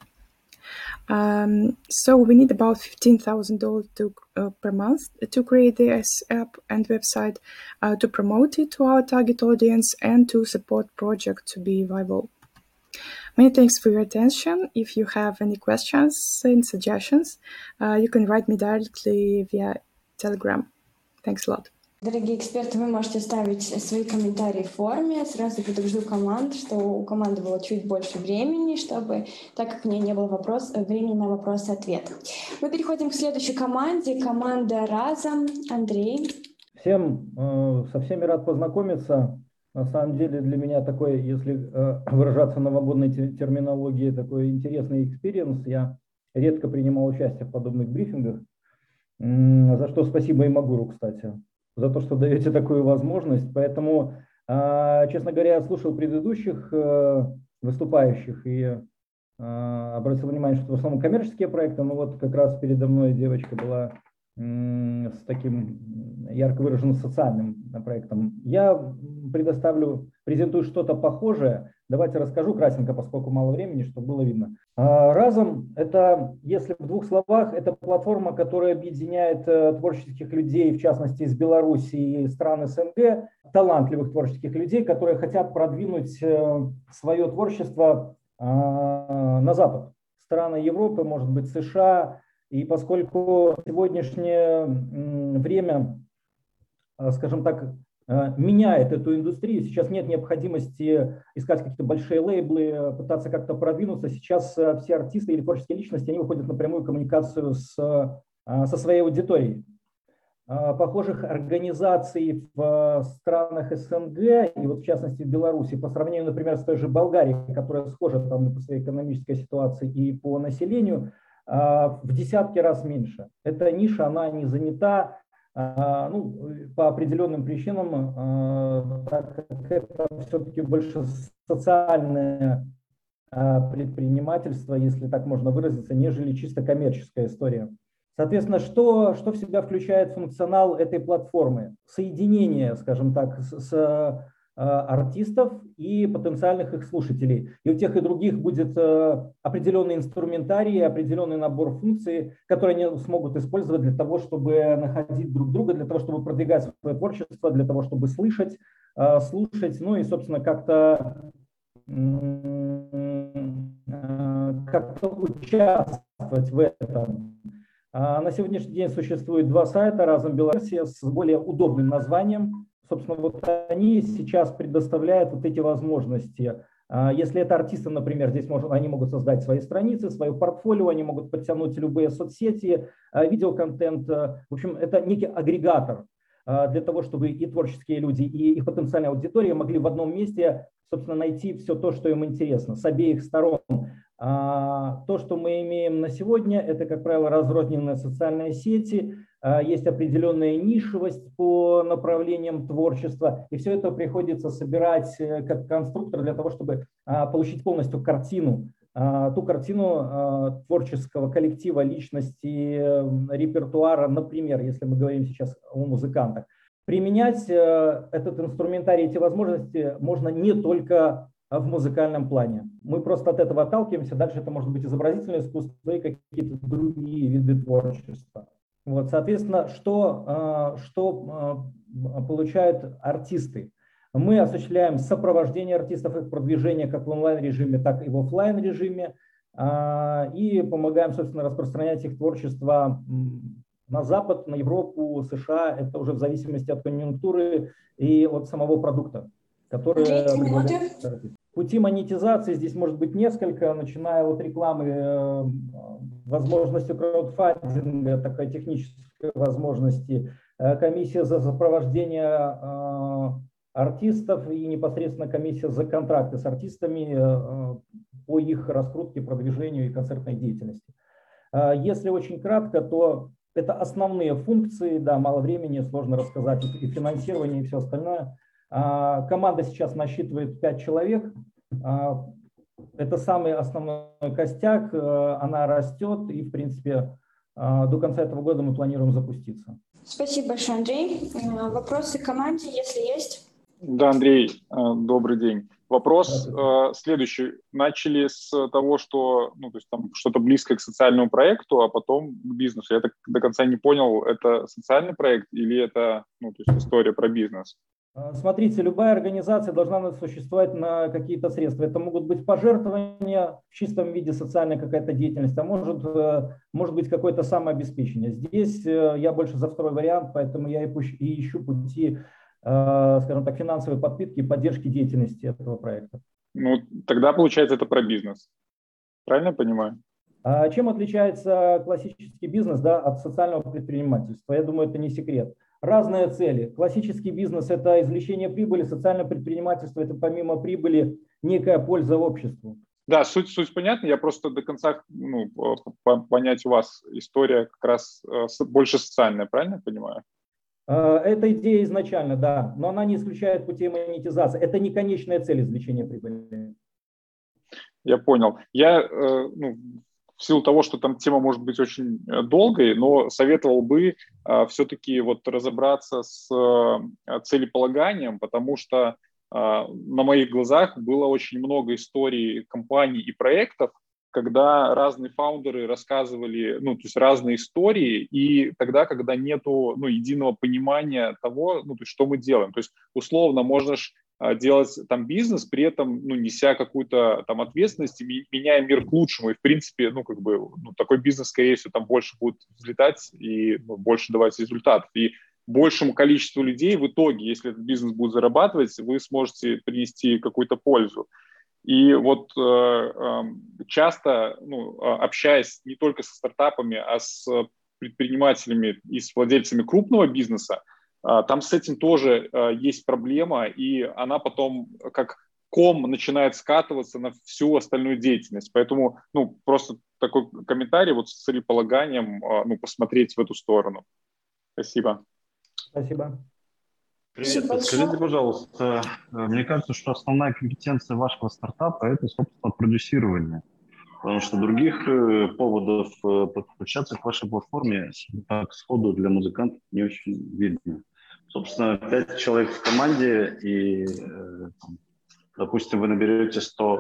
So we need about $15,000 per month to create this app and website, to promote it to our target audience, and to support project to be viable. Many thanks for your attention. If you have any questions and suggestions, you can write me directly via Telegram. Thanks a lot. Дорогие эксперты, вы можете ставить свои комментарии в форме. Сразу предупрежу команд, что у команды было чуть больше времени, чтобы, так как у нее не было времени на вопросы-ответы. Мы переходим к следующей команде. Команда Разом. Андрей. Всем, со всеми рад познакомиться. На самом деле для меня такой, если выражаться новомодной терминологией, такой интересный экспириенс. Я редко принимал участие в подобных брифингах, за что спасибо и Магуру, кстати, за то, что даете такую возможность. Поэтому, честно говоря, я слушал предыдущих выступающих и обратил внимание, что в основном коммерческие проекты, но вот как раз передо мной девочка была с таким ярко выраженным социальным проектом. Я презентую что-то похожее. Давайте расскажу кратенько, поскольку мало времени, чтобы было видно. Разом, это, если в двух словах, это платформа, которая объединяет творческих людей, в частности из Беларуси и стран СНГ, талантливых творческих людей, которые хотят продвинуть свое творчество на Запад. Страны Европы, может быть, США. И поскольку сегодняшнее время, скажем так, меняет эту индустрию, сейчас нет необходимости искать какие-то большие лейблы, пытаться как-то продвинуться. Сейчас все артисты или творческие личности, они выходят на прямую коммуникацию со своей аудиторией. Похожих организаций в странах СНГ, и вот в частности в Беларуси, по сравнению, например, с той же Болгарией, которая схожа там по своей экономической ситуации и по населению, в десятки раз меньше. Эта ниша, она не занята, по определенным причинам, так как это все-таки больше социальное предпринимательство, если так можно выразиться, нежели чисто коммерческая история. Соответственно, что в себя включает функционал этой платформы? Соединение, скажем так, с артистов и потенциальных их слушателей. И у тех и других будет определенный инструментарий, определенный набор функций, которые они смогут использовать для того, чтобы находить друг друга, для того, чтобы продвигать свое творчество, для того, чтобы слышать, слушать, ну и, собственно, как-то участвовать в этом. На сегодняшний день существует 2 сайта, Разом Беларусь, с более удобным названием. Собственно, вот они сейчас предоставляют вот эти возможности. Если это артисты, например, здесь они могут создать свои страницы, свое портфолио, они могут подтянуть любые соцсети, видеоконтент. В общем, это некий агрегатор для того, чтобы и творческие люди, и их потенциальная аудитория могли в одном месте, собственно, найти все то, что им интересно, с обеих сторон. То, что мы имеем на сегодня, это, как правило, разрозненные социальные сети, есть определенная нишевость по направлениям творчества, и все это приходится собирать как конструктор для того, чтобы получить полностью картину, ту картину творческого коллектива, личности, репертуара, например, если мы говорим сейчас о музыкантах. Применять этот инструментарий, эти возможности можно не только в музыкальном плане. Мы просто от этого отталкиваемся. Дальше это может быть изобразительное искусство и какие-то другие виды творчества. Вот, соответственно, что получают артисты? Мы осуществляем сопровождение артистов, их продвижение как в онлайн-режиме, так и в офлайн-режиме, и помогаем, собственно, распространять их творчество на Запад, на Европу, США. Это уже в зависимости от конъюнктуры и от самого продукта, который предлагает. Пути монетизации здесь может быть несколько, начиная от рекламы, возможностью краудфандинга, такой технической возможности, комиссия за сопровождение артистов и непосредственно комиссия за контракты с артистами по их раскрутке, продвижению и концертной деятельности. Если очень кратко, то это основные функции, да, мало времени, сложно рассказать, и финансирование, и все остальное. Команда сейчас насчитывает 5 человек. Это самый основной костяк, она растет, и, в принципе, до конца этого года мы планируем запуститься. Спасибо большое, Андрей. Вопросы к команде, если есть? Да, Андрей, добрый день. Вопрос следующий. Начали с того, что то есть там что-то близкое к социальному проекту, а потом к бизнесу. Я так до конца не понял, это социальный проект или это то есть история про бизнес? Смотрите, любая организация должна существовать на какие-то средства. Это могут быть пожертвования в чистом виде, социальная какая-то деятельность, а может быть какое-то самообеспечение. Здесь я больше за второй вариант, поэтому я и ищу пути, скажем так, финансовой подпитки и поддержки деятельности этого проекта. Ну, тогда, получается, это про бизнес. Правильно я понимаю? Чем отличается классический бизнес, да, от социального предпринимательства? Я думаю, это не секрет. Разные цели. Классический бизнес – это извлечение прибыли, социальное предпринимательство – это помимо прибыли некая польза обществу. Да, суть понятна. Я просто до конца понять у вас история как раз больше социальная, правильно я понимаю? Это идея изначально, да, но она не исключает путей монетизации. Это не конечная цель извлечения прибыли. Я понял. Я, в силу того, что там тема может быть очень долгой, но советовал бы все-таки вот разобраться с целеполаганием, потому что на моих глазах было очень много историй компаний и проектов, когда разные фаундеры рассказывали, то есть разные истории, и тогда, когда нету, единого понимания того, то есть что мы делаем. То есть условно можно делать там бизнес, при этом, неся какую-то там ответственность, меняя мир к лучшему. И в принципе, такой бизнес, скорее всего, там больше будет взлетать и больше давать результатов. И большему количеству людей в итоге, если этот бизнес будет зарабатывать, вы сможете принести какую-то пользу. И вот часто, общаясь не только со стартапами, а с предпринимателями и с владельцами крупного бизнеса, там с этим тоже есть проблема, и она потом как ком начинает скатываться на всю остальную деятельность. Поэтому, просто такой комментарий вот с целеполаганием, посмотреть в эту сторону. Спасибо. Спасибо. Привет, подскажите, пожалуйста, мне кажется, что основная компетенция вашего стартапа – это, собственно, продюсирование. Потому что других поводов подключаться к вашей платформе так сходу для музыкантов не очень видно. Собственно, 5 человек в команде, и, допустим, вы наберете 100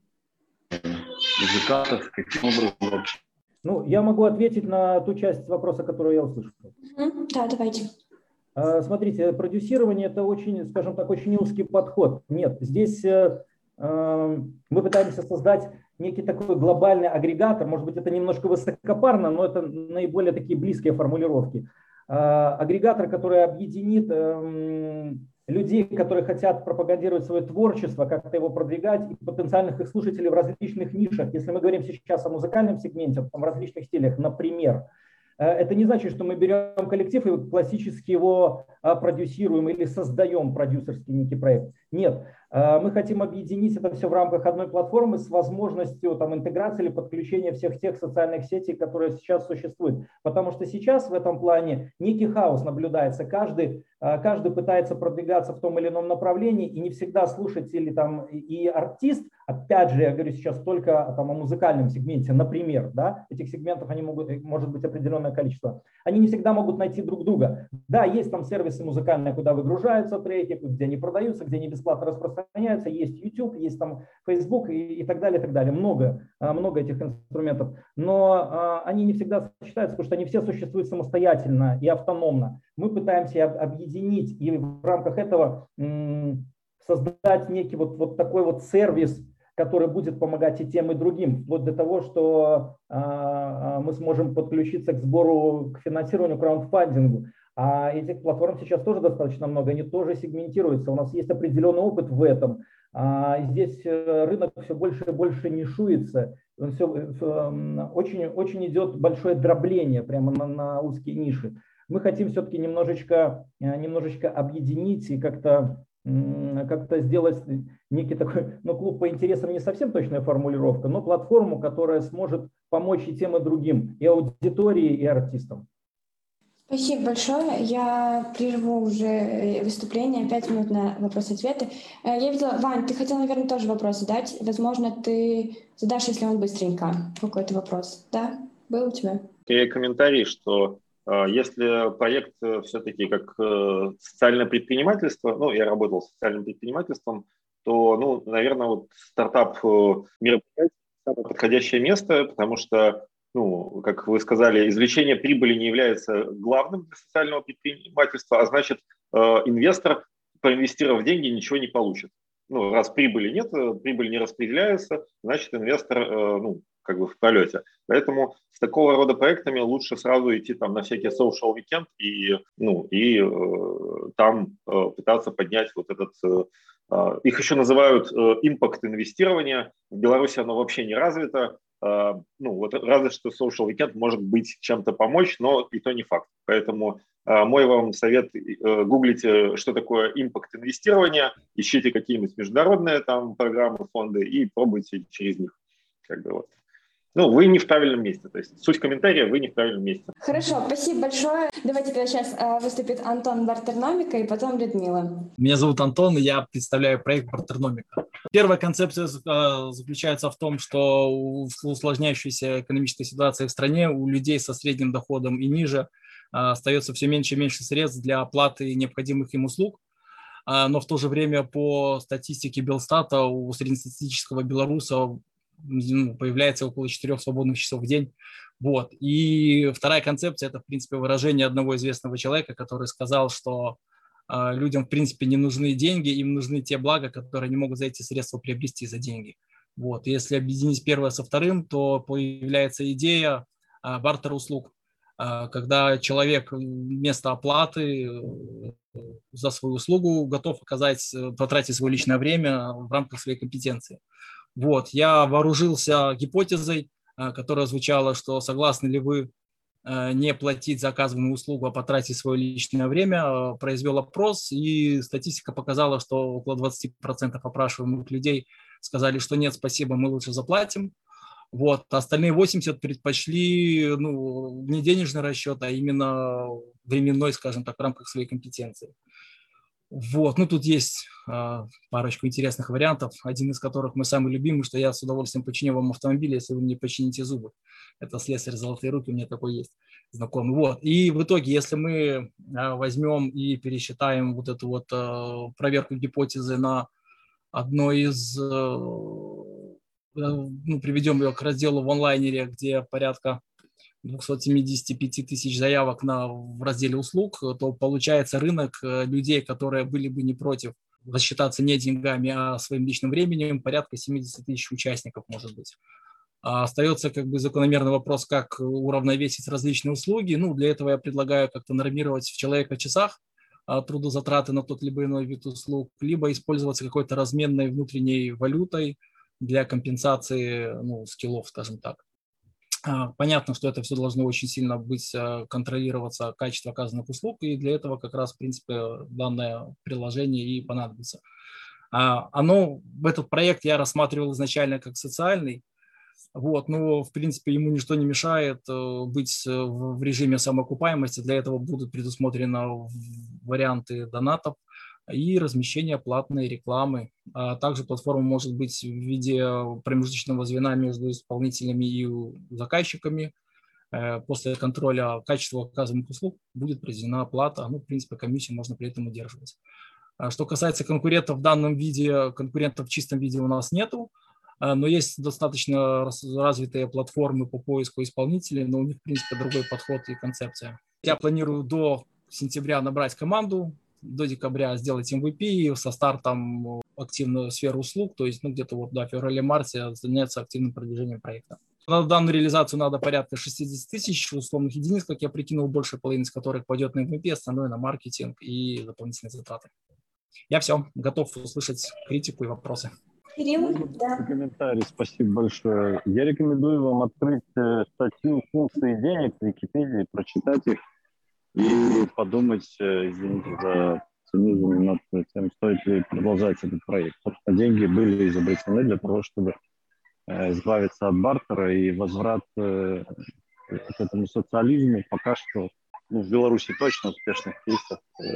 музыкантов, каким образом вообще? Я могу ответить на ту часть вопроса, которую я услышал. Да, давайте. Смотрите, продюсирование – это очень, скажем так, очень узкий подход. Нет, здесь мы пытаемся создать некий такой глобальный агрегатор, может быть, это немножко высокопарно, но это наиболее такие близкие формулировки. Агрегатор, который объединит людей, которые хотят пропагандировать свое творчество, как-то его продвигать, и потенциальных их слушателей в различных нишах. Если мы говорим сейчас о музыкальном сегменте, в различных стилях, например, это не значит, что мы берем коллектив и классически его продюсируем или создаем продюсерский некий проект. Нет, мы хотим объединить это все в рамках одной платформы с возможностью интеграции или подключения всех тех социальных сетей, которые сейчас существуют. Потому что сейчас в этом плане некий хаос наблюдается. Каждый пытается продвигаться в том или ином направлении, и не всегда слушатель и артист, опять же, я говорю сейчас только о музыкальном сегменте, например, да, этих сегментов может быть определенное количество, они не всегда могут найти друг друга. Да, есть там сервисы, сервисы музыкальные, куда выгружаются треки, где они продаются, где они бесплатно распространяются. Есть YouTube, есть там Facebook и так далее, и так далее. Много этих инструментов. Но они не всегда сочетаются, потому что они все существуют самостоятельно и автономно. Мы пытаемся объединить и в рамках этого создать некий вот такой вот сервис, который будет помогать и тем, и другим, вплоть до того, что мы сможем подключиться к сбору, к финансированию, краундфандингу. А этих платформ сейчас тоже достаточно много, они тоже сегментируются. У нас есть определенный опыт в этом. Здесь рынок все больше и больше нишуется. Очень, очень идет большое дробление прямо на узкие ниши. Мы хотим все-таки немножечко объединить и как-то сделать некий такой, клуб по интересам, не совсем точная формулировка, но платформу, которая сможет помочь и тем, и другим, и аудитории, и артистам. Спасибо большое. Я прерву уже выступление, 5 минут на вопросы-ответы. Я видела, Вань, ты хотел, наверное, тоже вопрос задать. Возможно, ты задашь, если он быстренько, какой-то вопрос. Да? Был у тебя? И комментарий, что если проект все-таки как социальное предпринимательство, я работал с социальным предпринимательством, то, наверное, вот стартап мероприятие самое подходящее место, потому что, как вы сказали, извлечение прибыли не является главным для социального предпринимательства, а значит, инвестор, проинвестировав деньги, ничего не получит. Раз прибыли нет, прибыль не распределяется, значит, инвестор, в полете. Поэтому с такого рода проектами лучше сразу идти там на всякий social weekend и там пытаться поднять вот этот, их еще называют импакт инвестирования. В Беларуси оно вообще не развито. Разве что social weekend может быть чем-то помочь, но и то не факт. Поэтому мой вам совет: гуглите, что такое импакт инвестирования, ищите какие-нибудь международные там программы, фонды и пробуйте через них. Вы не в правильном месте. То есть суть комментария: вы не в правильном месте. Хорошо, спасибо большое. Давайте тогда сейчас выступит Антон Бартерномика и потом Людмила. Меня зовут Антон, и я представляю проект Бартерномика. Первая концепция заключается в том, что в усложняющейся экономической ситуации в стране у людей со средним доходом и ниже остается все меньше и меньше средств для оплаты необходимых им услуг. Но в то же время по статистике Белстата у среднестатистического белоруса появляется около 4 свободных часов в день. И вторая концепция – это, в принципе, выражение одного известного человека, который сказал, что людям, в принципе, не нужны деньги, им нужны те блага, которые они могут за эти средства приобрести за деньги. Если объединить первое со вторым, то появляется идея бартера услуг, когда человек вместо оплаты за свою услугу готов потратить свое личное время в рамках своей компетенции. Я вооружился гипотезой, которая звучала, что согласны ли вы не платить за оказываемую услугу, а потратить свое личное время, произвел опрос, и статистика показала, что около 20% опрашиваемых людей сказали, что нет, спасибо, мы лучше заплатим. Остальные 80% предпочли не денежный расчет, а именно временной, скажем так, в рамках своей компетенции. Тут есть парочку интересных вариантов, один из которых мой самый любимый, что я с удовольствием починю вам автомобиль, если вы мне почините зубы. Это слесарь «Золотые руки», у меня такой есть знакомый. И в итоге, если мы возьмем и пересчитаем эту проверку гипотезы на одной из, приведем ее к разделу в онлайнере, где порядка 275 тысяч заявок в разделе услуг, то получается рынок людей, которые были бы не против рассчитаться не деньгами, а своим личным временем, порядка 70 тысяч участников, может быть. Остается закономерный вопрос, как уравновесить различные услуги. Для этого я предлагаю как-то нормировать в человека-часах трудозатраты на тот либо иной вид услуг, либо использоваться какой-то разменной внутренней валютой для компенсации скиллов, скажем так. Понятно, что это все должно очень сильно контролироваться, качество оказанных услуг, и для этого как раз, в принципе, данное приложение и понадобится. Этот проект я рассматривал изначально как социальный, но, в принципе, ему ничто не мешает быть в режиме самоокупаемости. Для этого будут предусмотрены варианты донатов и размещения платной рекламы. Также платформа может быть в виде промежуточного звена между исполнителями и заказчиками. после контроля качества оказываемых услуг будет произведена оплата. Ну, в принципе, комиссию можно при этом удерживать. Что касается конкурентов в данном виде, конкурентов в чистом виде у нас нету, но есть достаточно развитые платформы по поиску исполнителей, но у них, в принципе, другой подход и концепция. Я планирую до сентября набрать команду, до декабря сделать MVP со стартом активную сферу услуг, то есть где-то вот до февраля-марта заняться активным продвижением проекта. На данную реализацию надо порядка 60 тысяч условных единиц, как я прикинул, большая половина из которых пойдет на MVP, остальное на маркетинг и дополнительные затраты. Я все, готов услышать критику и вопросы. Кирилл, да. Комментарий, спасибо большое. Я рекомендую вам открыть статью «Функции денег» в Википедии, прочитать их и подумать, извините за цинизм, над тем, стоит ли продолжать этот проект. Собственно, деньги были изобретены для того, чтобы избавиться от бартера, и возврат к этому социализму пока что, в Беларуси точно успешных кейсов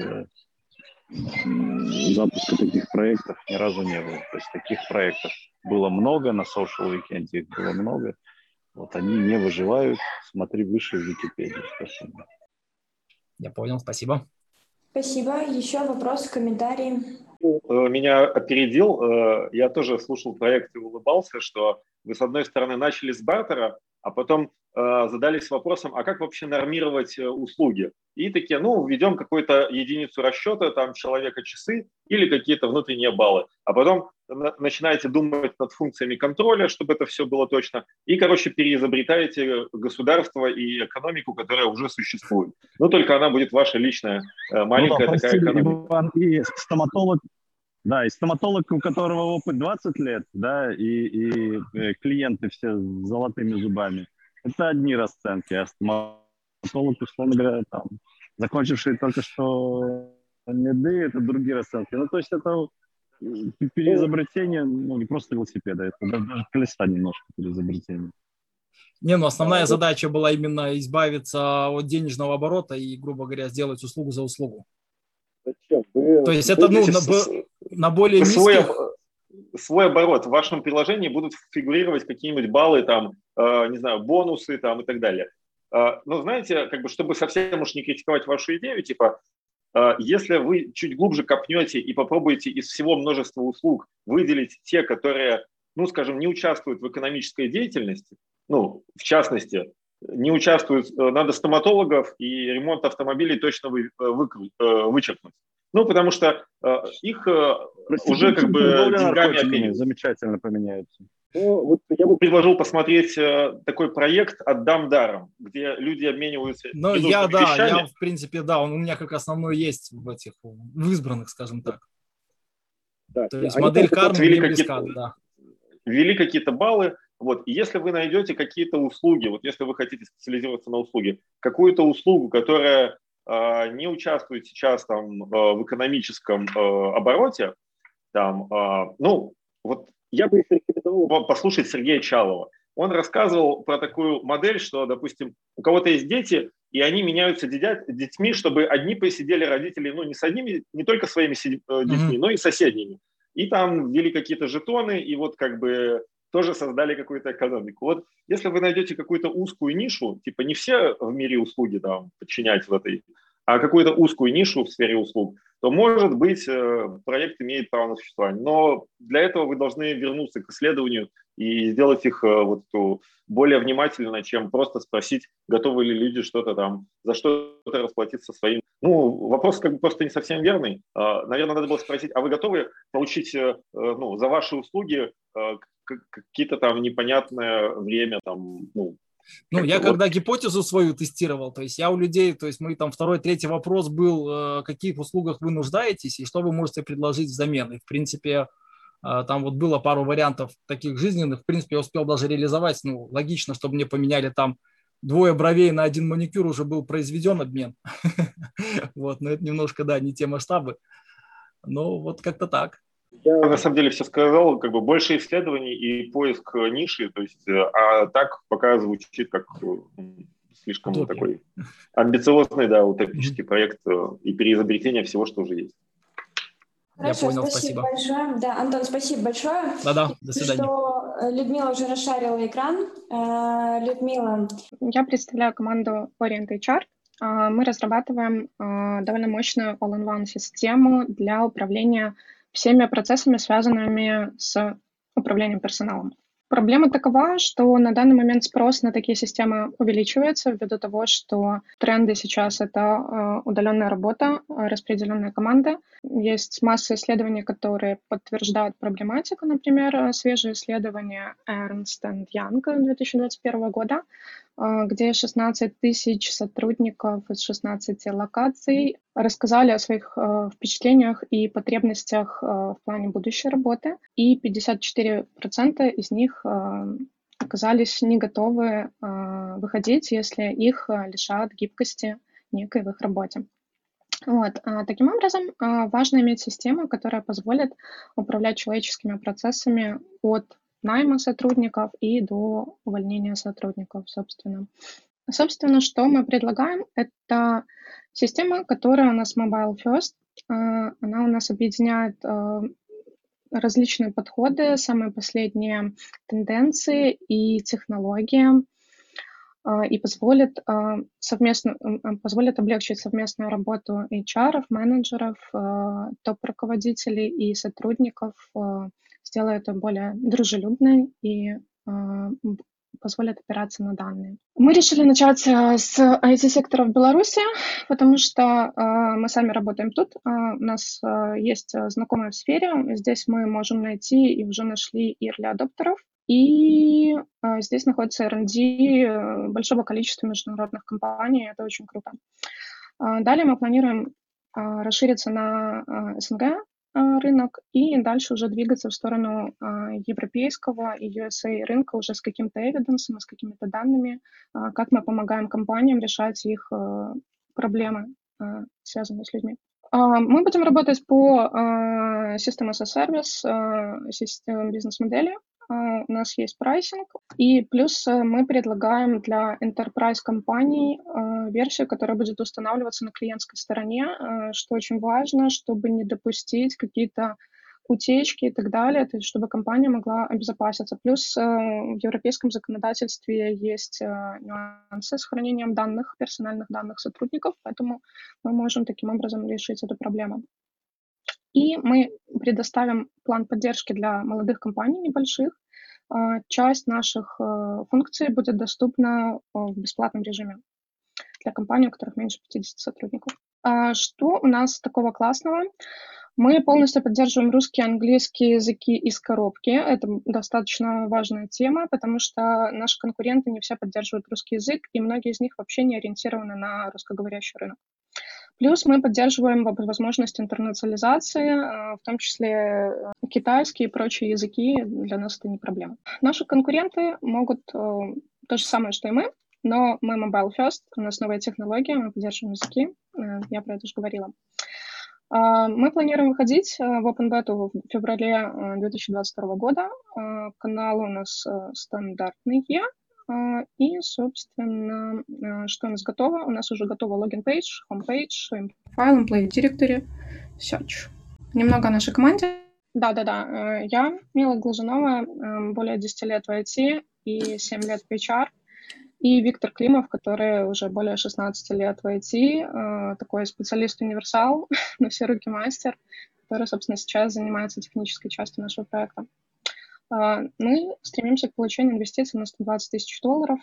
запуска таких проектов ни разу не было. То есть таких проектов было много, на Social Weekend их было много. Вот они не выживают. Смотри выше в Википедии. Спасибо. Я понял, спасибо. Спасибо. Еще вопросы, комментарии? Меня опередил. Я тоже слушал проект и улыбался, что вы, с одной стороны, начали с бартера, а потом задались вопросом, а как вообще нормировать услуги? И такие, введем какую-то единицу расчета, там, человека часы или какие-то внутренние баллы. А потом начинаете думать над функциями контроля, чтобы это все было точно. И, переизобретаете государство и экономику, которая уже существует. Только она будет ваша личная, маленькая такая экономика. Иван, и стоматолог, у которого опыт 20 лет, да, и клиенты все с золотыми зубами. Это одни расценки, а стоматолог, условно говоря, закончивший только что меды, это другие расценки. То есть это переизобретение, не просто велосипеда, это даже колеса немножко переизобретение. Основная задача была именно избавиться от денежного оборота и, грубо говоря, сделать услугу за услугу. То есть это на более низких... Свой оборот. В вашем приложении будут фигурировать какие-нибудь баллы, бонусы и так далее. Но знаете, чтобы совсем уж не критиковать вашу идею, если вы чуть глубже копнете и попробуете из всего множества услуг выделить те, которые, не участвуют в экономической деятельности, в частности, не участвуют, надо стоматологов и ремонт автомобилей точно вычеркнуть. Потому что их уже деньгами опередят. Замечательно поменяются. Я бы предложил посмотреть такой проект «Отдам даром», где люди обмениваются вещами. Я, в принципе, он у меня как основной есть в избранных, скажем так. Да. То есть модель кармы мне близка, да. Ввели какие-то баллы. И если вы найдете какие-то услуги, если вы хотите специализироваться на услуге, какую-то услугу, которая не участвует сейчас в экономическом обороте, я бы рекомендовал послушать Сергея Чалова. Он рассказывал про такую модель, что, допустим, у кого-то есть дети, и они меняются детьми, чтобы одни посидели родители, не только своими детьми, но и соседними. И там ввели какие-то жетоны, и тоже создали какую-то экономику. Если вы найдете какую-то узкую нишу, не все в мире услуги подчинять в этой, а какую-то узкую нишу в сфере услуг, то, может быть, проект имеет право на существование. Но для этого вы должны вернуться к исследованию и сделать их более внимательно, чем просто спросить, готовы ли люди что-то за что-то расплатиться своим. Вопрос просто не совсем верный. Наверное, надо было спросить, а вы готовы получить за ваши услуги какие-то непонятное время, я когда гипотезу свою тестировал, то есть я у людей, то есть мы второй, третий вопрос был, в каких услугах вы нуждаетесь и что вы можете предложить взамен. И, в принципе, там было пару вариантов таких жизненных, в принципе, я успел даже реализовать, логично, чтобы мне поменяли 2 бровей на 1 маникюр, уже был произведен обмен. Но это немножко, не те масштабы, но как-то так. Я на самом деле все сказал, больше исследований и поиск ниши, то есть, а так пока звучит как слишком такой амбициозный, утопический проект и переизобретение всего, что уже есть. Хорошо, спасибо большое. Да, Антон, спасибо большое. Да, до свидания. Что Людмила уже расшарила экран. Людмила. Я представляю команду Orient HR. Мы разрабатываем довольно мощную all-in-one систему для управления всеми процессами, связанными с управлением персоналом. Проблема такова, что на данный момент спрос на такие системы увеличивается ввиду того, что тренды сейчас — это удаленная работа, распределенные команды. Есть масса исследований, которые подтверждают проблематику. Например, свежее исследование Ernst & Young 2021 года, где 16 тысяч сотрудников из 16 локаций рассказали о своих впечатлениях и потребностях в плане будущей работы, и 54% из них оказались не готовы выходить, если их лишат гибкости некой в их работе. Вот. Таким образом, важно иметь систему, которая позволит управлять человеческими процессами от найма сотрудников и до увольнения сотрудников, собственно. Собственно, что мы предлагаем, это система, которая у нас mobile first. Она у нас объединяет различные подходы, самые последние тенденции и технологии, и позволит облегчить совместную работу HR, менеджеров, топ-руководителей и сотрудников, сделает ее более дружелюбной и позволит опираться на данные. Мы решили начать с IT-сектора в Беларуси, потому что мы сами работаем тут, у нас есть знакомые в сфере, здесь мы можем найти и уже нашли early адоптеров, и здесь находится R&D большого количества международных компаний, это очень круто. Далее мы планируем расшириться на СНГ рынок и дальше уже двигаться в сторону европейского и USA рынка уже с каким-то эвиденсом, с какими-то данными, как мы помогаем компаниям решать их проблемы, связанные с людьми. Мы будем работать по System as a Service, системе бизнес-модели. У нас есть прайсинг, и плюс мы предлагаем для enterprise компаний версию, которая будет устанавливаться на клиентской стороне, что очень важно, чтобы не допустить какие-то утечки и так далее, то есть чтобы компания могла обезопаситься. Плюс в европейском законодательстве есть нюансы с хранением данных, персональных данных сотрудников, поэтому мы можем таким образом решить эту проблему. И мы предоставим план поддержки для молодых компаний небольших. Часть наших функций будет доступна в бесплатном режиме для компаний, у которых меньше 50 сотрудников. Что у нас такого классного? Мы полностью поддерживаем русский и английский языки из коробки. Это достаточно важная тема, потому что наши конкуренты не все поддерживают русский язык, и многие из них вообще не ориентированы на русскоговорящий рынок. Плюс мы поддерживаем возможность интернационализации, в том числе китайский и прочие языки, для нас это не проблема. Наши конкуренты могут то же самое, что и мы, но мы mobile first, у нас новая технология, мы поддерживаем языки, я про это уже говорила. Мы планируем выходить в Open Beta в феврале 2022 года. Каналы у нас стандартные. И, собственно, что у нас готово? У нас уже готова логин-пейдж, хом-пейдж, файл, employee directory, search. Немного о нашей команде. Да. Я, Мила Глазунова, более 10 лет в IT и 7 лет в HR. И Виктор Климов, который уже более 16 лет в IT, такой специалист-универсал, на все руки мастер, который, собственно, сейчас занимается технической частью нашего проекта. Мы стремимся к получению инвестиций на $120 тысяч,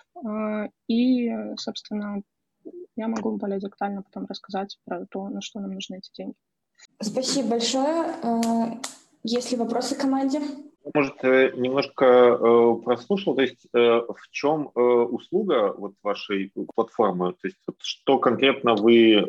и, собственно, я могу более детально потом рассказать про то, на что нам нужны эти деньги. Спасибо большое. Есть ли вопросы к команде? Может, немножко прослушал, то есть в чем услуга вот вашей платформы, то есть вот, что конкретно вы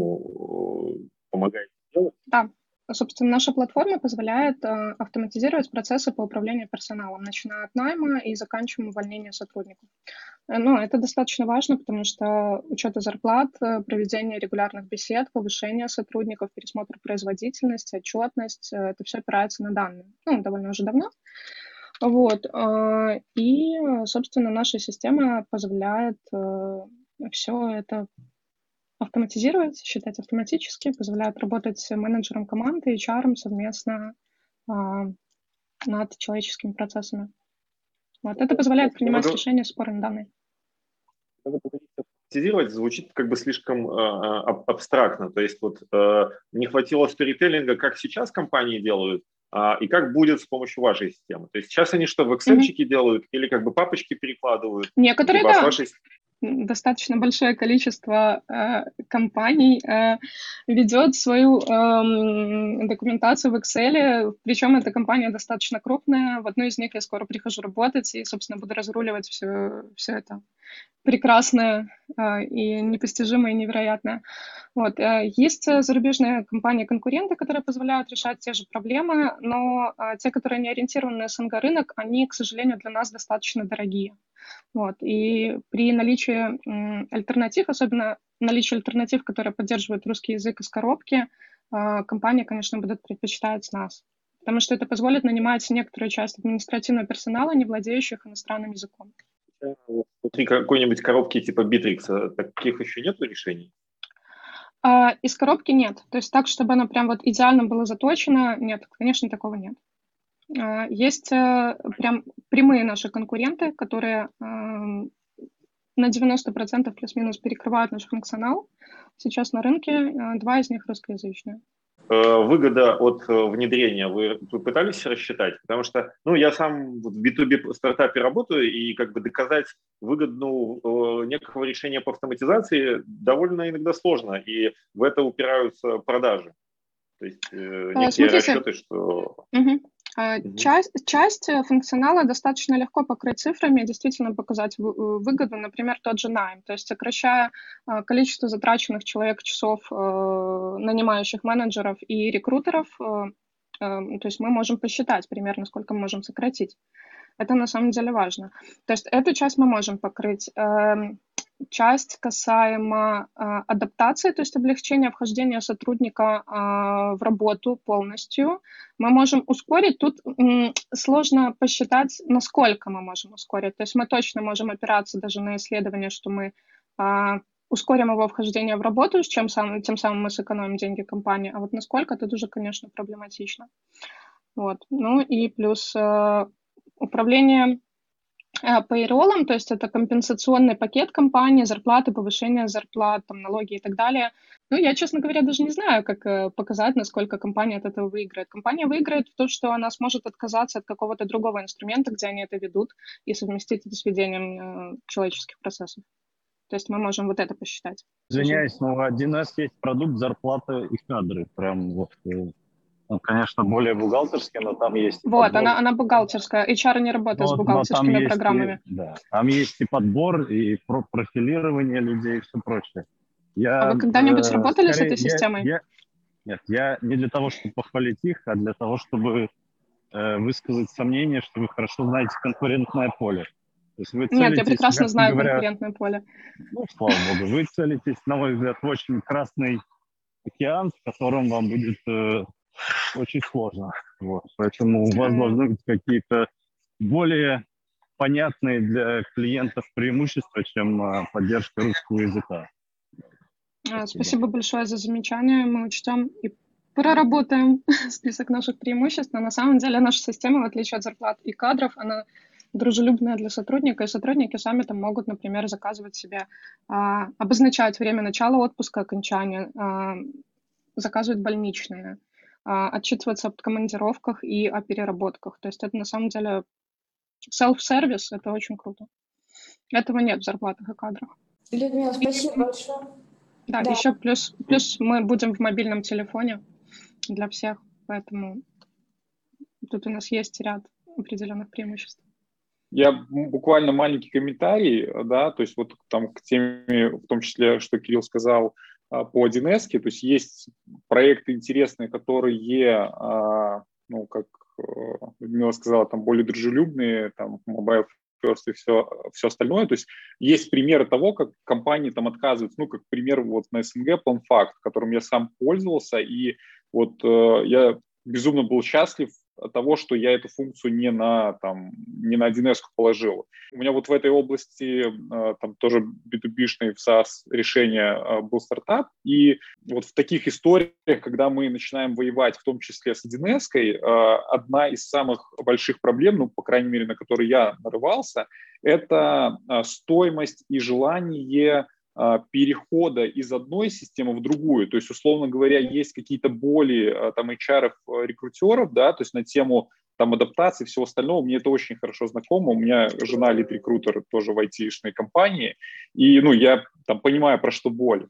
помогаете делать? Да. Собственно, наша платформа позволяет автоматизировать процессы по управлению персоналом, начиная от найма и заканчивая увольнением сотрудников. Но это достаточно важно, потому что учет зарплат, проведение регулярных бесед, повышение сотрудников, пересмотр производительности, отчетность, это все опирается на данные. Довольно уже давно. Вот. И, собственно, наша система позволяет все это автоматизировать, считать автоматически, позволяет работать менеджером команды и HR совместно над человеческими процессами. Вот. Это позволяет принимать решения с упором на данные. Автоматизировать звучит как бы слишком абстрактно. То есть вот не хватило сторителлинга, как сейчас компании делают, и как будет с помощью вашей системы. То есть сейчас они что, в Excel-чике делают или как бы папочки перекладывают? Некоторые, да. Достаточно большое количество компаний ведет свою документацию в Excel, причем эта компания достаточно крупная. В одной из них я скоро прихожу работать и, собственно, буду разруливать все это прекрасное и непостижимое, и невероятное. Вот. Есть зарубежные компании-конкуренты, которые позволяют решать те же проблемы, но те, которые не ориентированы на СНГ рынок, они, к сожалению, для нас достаточно дорогие. Вот. И при наличии альтернатив, особенно наличии альтернатив, которые поддерживают русский язык из коробки, компании, конечно, будут предпочитать нас, потому что это позволит нанимать некоторую часть административного персонала, не владеющих иностранным языком. Внутри какой-нибудь коробки типа Bittrex, таких еще нет решений? Из коробки нет. То есть так, чтобы она прям вот идеально была заточена, нет, конечно, такого нет. Есть прям прямые наши конкуренты, которые на 90% плюс-минус перекрывают наш функционал. Сейчас на рынке 2 из них русскоязычные. Выгода от внедрения вы пытались рассчитать? Потому что, я сам в B2B стартапе работаю, и как бы доказать выгоду некого решения по автоматизации довольно иногда сложно, и в это упираются продажи. То есть некие расчеты, что... Часть функционала достаточно легко покрыть цифрами и действительно показать выгоду, например, тот же найм. То есть сокращая количество затраченных человек-часов, нанимающих менеджеров и рекрутеров, то есть мы можем посчитать примерно, сколько мы можем сократить. Это на самом деле важно. То есть эту часть мы можем покрыть. Часть касаемо адаптации, то есть облегчения вхождения сотрудника в работу полностью, мы можем ускорить. Тут сложно посчитать, насколько мы можем ускорить. То есть мы точно можем опираться даже на исследование, что мы ускорим его вхождение в работу, тем самым мы сэкономим деньги компании. А вот насколько, тут уже, конечно, проблематично. Вот. Ну и плюс управление payroll, то есть это компенсационный пакет компании, зарплаты, повышение зарплат, там, налоги и так далее. Я, честно говоря, даже не знаю, как показать, насколько компания от этого выиграет. Компания выиграет в том, что она сможет отказаться от какого-то другого инструмента, где они это ведут, и совместить это с ведением человеческих процессов. То есть мы можем вот это посчитать. Извиняюсь, но у 1С есть продукт зарплаты и кадры. Прям вот... Он, конечно, более бухгалтерский, но там есть... Вот, она бухгалтерская. HR не работает с бухгалтерскими программами. Там есть и подбор, и профилирование людей, и все прочее. А вы когда-нибудь работали с этой системой? Нет, я не для того, чтобы похвалить их, а для того, чтобы высказать сомнение, что вы хорошо знаете конкурентное поле. То есть вы целитесь, нет, я прекрасно знаю конкурентное поле. Слава богу, вы целитесь, на мой взгляд, в очень красный океан, в котором вам будет... очень сложно. Вот. Поэтому у вас должны быть какие-то более понятные для клиентов преимущества, чем поддержка русского языка. Спасибо большое за замечание. Мы учтем и проработаем список наших преимуществ. Но на самом деле наша система, в отличие от зарплат и кадров, она дружелюбная для сотрудника, и сотрудники сами там могут, например, заказывать себе, обозначать время начала отпуска, окончания, заказывать больничные, отчитываться об командировках и о переработках. То есть это на самом деле self-service, это очень круто. Этого нет в зарплатах и кадрах. Людмила, спасибо большое. Да, еще плюс мы будем в мобильном телефоне для всех, поэтому тут у нас есть ряд определенных преимуществ. Я буквально маленький комментарий, да, то есть вот там к теме, в том числе, что Кирилл сказал, по 1С, то есть есть проекты интересные, которые, как Людмила сказала, там более дружелюбные, там mobile first и все остальное. То есть есть примеры того, как компании там отказываются, как пример вот на СНГ PlanFact, которым я сам пользовался, и вот я безумно был счастлив того, что я эту функцию не на 1С положил. У меня вот в этой области там тоже B2B-шный в SaaS решение был стартап, и вот в таких историях, когда мы начинаем воевать, в том числе с 1С-кой, одна из самых больших проблем, ну, по крайней мере, на которые я нарывался, это стоимость и желание перехода из одной системы в другую. То есть, условно говоря, есть какие-то боли там HR-ов, рекрутеров, да, то есть на тему там адаптации и всего остального. Мне это очень хорошо знакомо. У меня жена лид-рекрутер тоже в IT-шной компании, и, ну, я там понимаю, про что боль.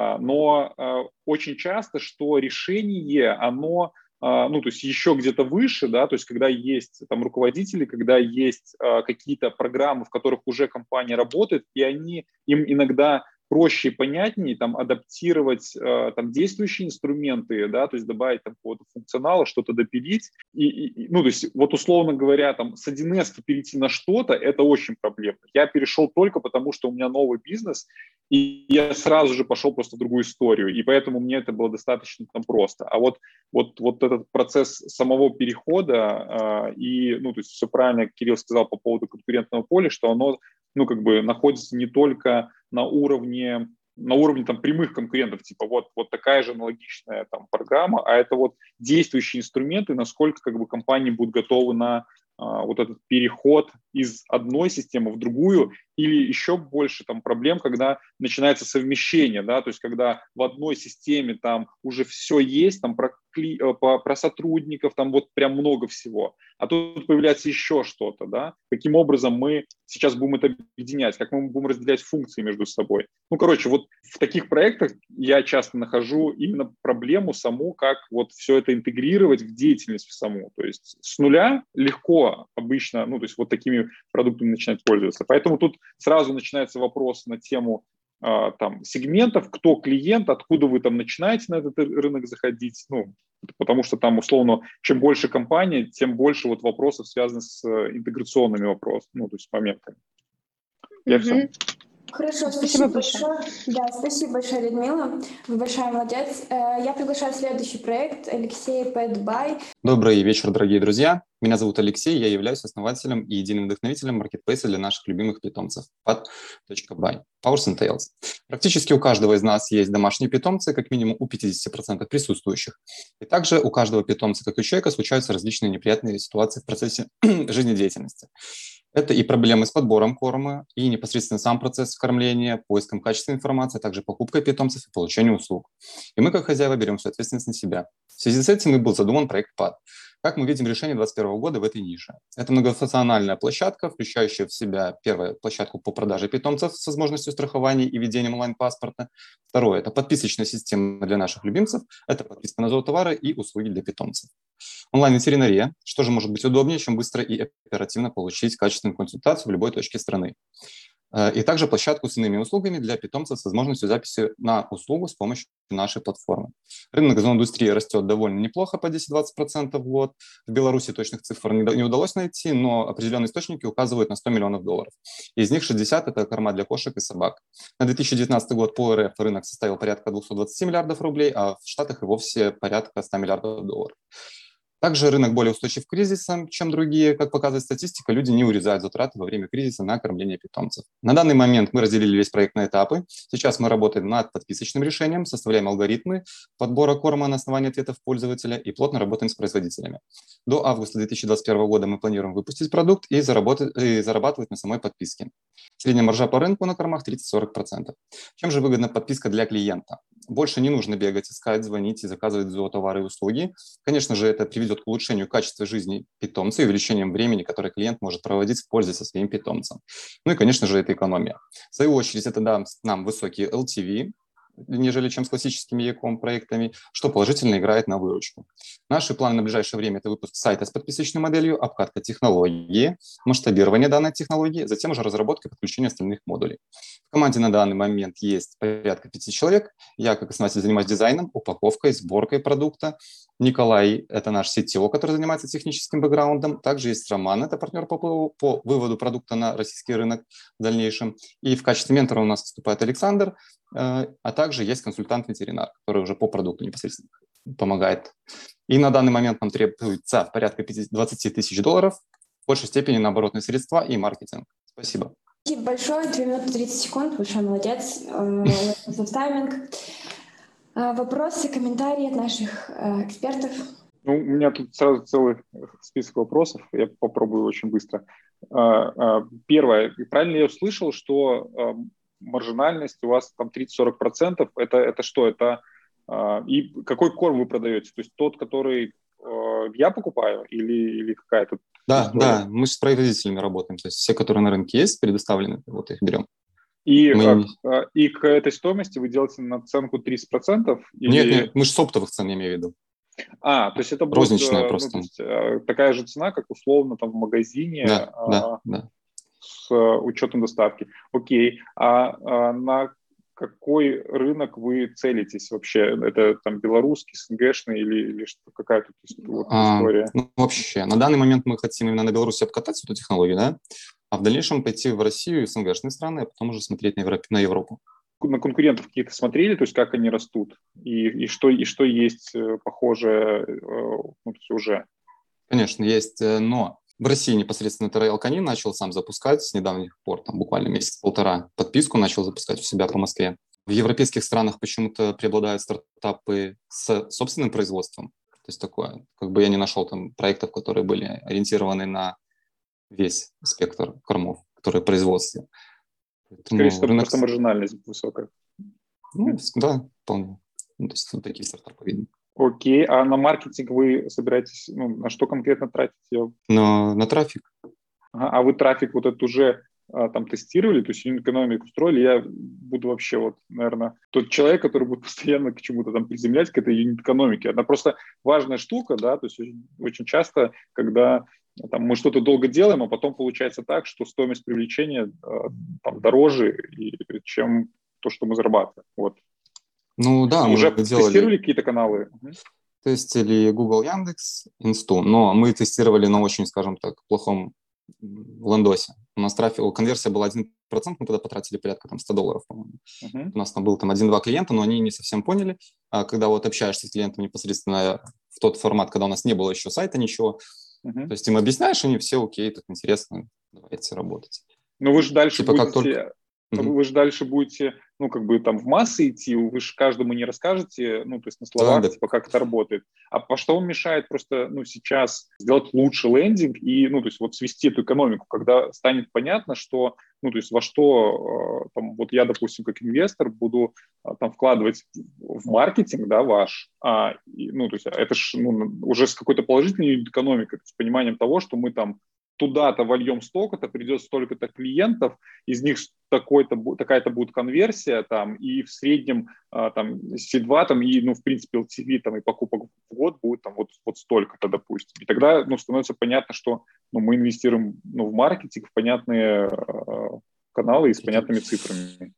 Но очень часто, что решение, оно ну, то есть еще где-то выше, да, то есть когда есть там руководители, когда есть какие-то программы, в которых уже компания работает, и им иногда проще и понятнее там адаптировать там действующие инструменты, да, то есть добавить там какого-то функционала, что-то допилить. Ну, то есть вот условно говоря, там с 1С перейти на что-то, это очень проблемно. Я перешел только потому, что у меня новый бизнес, и я сразу же пошел просто в другую историю, и поэтому мне это было достаточно там просто. А вот этот процесс самого перехода, и, ну, то есть все правильно Кирилл сказал по поводу конкурентного поля, что оно, ну, как бы находится не только на уровне там прямых конкурентов, типа вот такая же аналогичная там программа, а это вот действующие инструменты, насколько как бы компании будут готовы на вот этот переход из одной системы в другую, или еще больше там проблем, когда начинается совмещение, да, то есть когда в одной системе там уже все есть, там про сотрудников, там вот прям много всего, а тут появляется еще что-то, да, каким образом мы сейчас будем это объединять, как мы будем разделять функции между собой. Ну, короче, вот в таких проектах я часто нахожу именно проблему саму, как вот все это интегрировать в деятельность в саму, то есть с нуля легко обычно, ну, то есть вот такими продуктами начинать пользоваться, поэтому тут сразу начинается вопрос на тему там сегментов, кто клиент, откуда вы там начинаете на этот рынок заходить, ну, потому что там условно, чем больше компания, тем больше вот вопросов связанных с интеграционными вопросами, ну, то есть моментами. Я все. Хорошо, спасибо большое. Да, спасибо большое, Людмила. Вы большая молодец. Я приглашаю следующий проект Алексей PetBuy. Добрый вечер, дорогие друзья. Меня зовут Алексей, я являюсь основателем и единым вдохновителем маркетплейса для наших любимых питомцев Pet.by, Powers and Tails. Практически у каждого из нас есть домашние питомцы, как минимум у 50% присутствующих. И также у каждого питомца, как и у человека, случаются различные неприятные ситуации в процессе жизнедеятельности. Это и проблемы с подбором корма, и непосредственно сам процесс кормления, поиском качественной информации, а также покупкой питомцев и получением услуг. И мы, как хозяева, берем всю ответственность на себя. В связи с этим и был задуман проект PAD. Как мы видим решение 2021 года в этой нише? Это многофункциональная площадка, включающая в себя, первое, площадку по продаже питомцев с возможностью страхования и ведением онлайн-паспорта. Второе, это подписочная система для наших любимцев, это подписка на зоотовары и услуги для питомцев. Онлайн-ветеринария. Что же может быть удобнее, чем быстро и оперативно получить качественную консультацию в любой точке страны? И также площадку с иными услугами для питомцев с возможностью записи на услугу с помощью нашей платформы. Рынок зооиндустрии растет довольно неплохо, по 10-20% в год. В Беларуси точных цифр не удалось найти, но определенные источники указывают на $100 миллионов. Из них 60 – это корма для кошек и собак. На 2019 год по РФ рынок составил порядка 220 миллиардов рублей, а в Штатах и вовсе порядка $100 миллиардов. Также рынок более устойчив к кризисам, чем другие. Как показывает статистика, люди не урезают затраты во время кризиса на кормление питомцев. На данный момент мы разделили весь проект на этапы. Сейчас мы работаем над подписочным решением, составляем алгоритмы подбора корма на основании ответов пользователя и плотно работаем с производителями. До августа 2021 года мы планируем выпустить продукт и зарабатывать на самой подписке. Средняя маржа по рынку на кормах 30-40%. Чем же выгодна подписка для клиента? Больше не нужно бегать, искать, звонить и заказывать зоотовары и услуги. Конечно же, это приведет к улучшению качества жизни питомца и увеличению времени, которое клиент может проводить в пользе со своим питомцем. Ну и, конечно же, это экономия. В свою очередь, это даст нам высокий LTV, нежели чем с классическими e-com проектами, что положительно играет на выручку. Наши планы на ближайшее время – это выпуск сайта с подписочной моделью, обкатка технологии, масштабирование данной технологии, затем уже разработка и подключение остальных модулей. В команде на данный момент есть порядка 5 человек. Я, как основатель, занимаюсь дизайном, упаковкой, сборкой продукта. Николай – это наш CTO, который занимается техническим бэкграундом. Также есть Роман – это партнер по выводу продукта на российский рынок в дальнейшем. И в качестве ментора у нас выступает Александр, а также есть консультант-ветеринар, который уже по продукту непосредственно помогает И на данный момент нам требуется порядка 20 тысяч долларов, в большей степени на оборотные средства и маркетинг. Спасибо. Спасибо большое. 2 минуты 30 секунд. Большой молодец. За тайминг. Вопросы, комментарии от наших экспертов? Ну, у меня тут сразу целый список вопросов. Я попробую очень быстро. Первое. Правильно я услышал, что маржинальность у вас там 30-40%? Это что? Это и какой корм вы продаете? То есть тот, который я покупаю, или какая-то Да, история? да, мы с производителями работаем. То есть все, которые на рынке есть, предоставлены, вот их берем. И к этой стоимости вы делаете наценку 30%? Нет, мы же с оптовых цен, я имею в виду. То есть это будет розничная просто. Ну, то есть, такая же цена, как условно там в магазине, да. С учетом доставки. Окей. А на какой рынок вы целитесь вообще? Это там белорусский, СНГшный или что, какая-то история? Вообще, на данный момент мы хотим именно на Беларуси обкатать эту технологию, да? А в дальнейшем пойти в Россию и СНГшные страны, а потом уже смотреть на Европу. На конкурентов каких-то смотрели, то есть как они растут, и что есть похожее уже? Конечно, есть, но в России непосредственно Royal Canin начал сам запускать с недавних пор, там буквально месяц-полтора, подписку начал запускать у себя по Москве. В европейских странах почему-то преобладают стартапы с собственным производством. То есть такое, как бы я не нашел там проектов, которые были ориентированы на весь спектр кормов, которые в производстве. Скорее всего, просто маржинальность высокая. Да, вполне. То есть вот такие стартапы видны. Окей, а на маркетинг вы собираетесь, на что конкретно тратите? На трафик. А вы трафик вот этот уже там тестировали, то есть юнит-экономику строили? Я буду вообще наверное, тот человек, который будет постоянно к чему-то там приземлять, к этой юнит-экономике. Она просто важная штука, да, то есть очень часто, когда там, мы что-то долго делаем, а потом получается так, что стоимость привлечения там дороже, чем то, что мы зарабатываем. Вот. Ну да, мы уже делали... тестировали какие-то каналы? Тестили Google, Яндекс, Инсту, но мы тестировали на очень, скажем так, плохом лендосе. У нас конверсия была 1%, мы тогда потратили порядка там, $100, по-моему. У нас там был там 1-2 клиента, но они не совсем поняли. А когда вот общаешься с клиентом непосредственно в тот формат, когда у нас не было еще сайта, ничего, то есть им объясняешь, они все окей, так интересно, давайте работать. Но вы же дальше будете... Вы же дальше будете, там в массы идти, вы же каждому не расскажете, то есть на словах, как это работает. А по что вам мешает просто, сейчас сделать лучше лендинг и, то есть вот свести эту экономику, когда станет понятно, что, то есть во что, вот я, допустим, как инвестор буду там вкладывать в маркетинг, да, ваш, то есть это же, уже с какой-то положительной экономикой, с пониманием того, что мы там туда-то вольем столько-то, придет столько-то клиентов, из них такая-то будет конверсия, там, и в среднем там, C2, там, и, в принципе, LTV там, и покупок в год будет там, вот столько-то, допустим. И тогда становится понятно, что мы инвестируем в маркетинг, в понятные каналы и с понятными цифрами.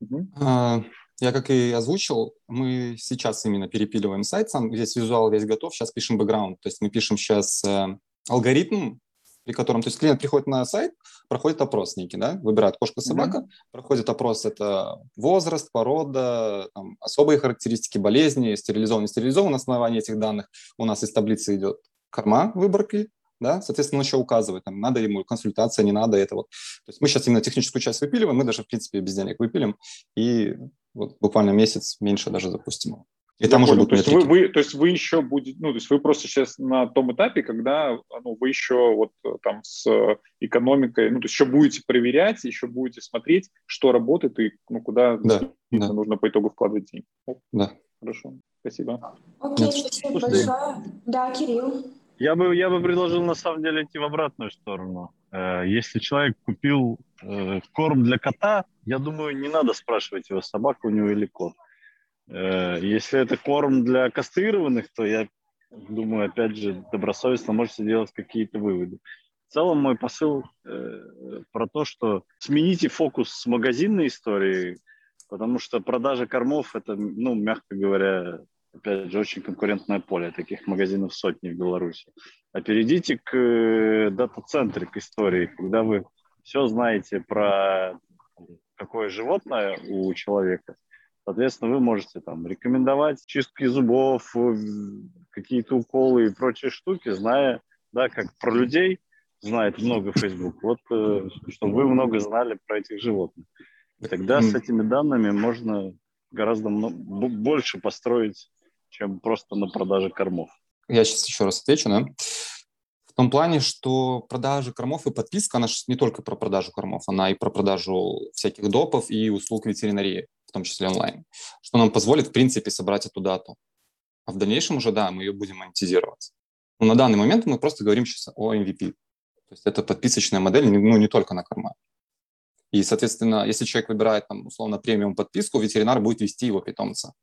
Я как и озвучил, мы сейчас именно перепиливаем сайт, сам весь визуал, весь готов, сейчас пишем бэкграунд, то есть мы пишем сейчас алгоритм, при котором, то есть клиент приходит на сайт, проходит опрос некий, да, выбирает кошка-собака, проходит опрос, это возраст, порода, там, особые характеристики болезни, стерилизован, не стерилизован, на основании этих данных у нас из таблицы идет корма выборки, да, соответственно, он еще указывает, там, надо ему консультация, не надо этого. То есть мы сейчас именно техническую часть выпиливаем, мы даже, в принципе, без денег выпилим, и вот буквально месяц меньше даже запустим его. И там уже будут то есть вы еще будете, то есть вы просто сейчас на том этапе, когда вы еще вот там с экономикой, то есть еще будете проверять, еще будете смотреть, что работает и куда нужно по итогу вкладывать деньги. Да. Хорошо, спасибо. Окей, спасибо большое. Да, Кирилл. Я бы предложил на самом деле идти в обратную сторону. Если человек купил корм для кота, я думаю, не надо спрашивать его, собака у него или кот. Если это корм для кастрированных, то я думаю, опять же, добросовестно можете делать какие-то выводы. В целом мой посыл про то, что смените фокус с магазинной истории, потому что продажа кормов – это, мягко говоря, опять же, очень конкурентное поле. Таких магазинов сотни в Беларуси. А перейдите к дата-центре, к истории, когда вы все знаете про какое животное у человека, Соответственно, вы можете там рекомендовать чистки зубов, какие-то уколы и прочие штуки, зная, да, как про людей знает много Facebook, вот чтобы вы много знали про этих животных. И тогда с этими данными можно гораздо больше построить, чем просто на продаже кормов. Я сейчас еще раз отвечу, да? В том плане, что продажа кормов и подписка, она же не только про продажу кормов, она и про продажу всяких допов и услуг ветеринарии, в том числе онлайн, что нам позволит, в принципе, собрать эту дату. А в дальнейшем уже, да, мы ее будем монетизировать. Но на данный момент мы просто говорим сейчас о MVP. То есть это подписочная модель, ну, не только на корма. И, соответственно, если человек выбирает, там, условно, премиум подписку, ветеринар будет вести его питомца.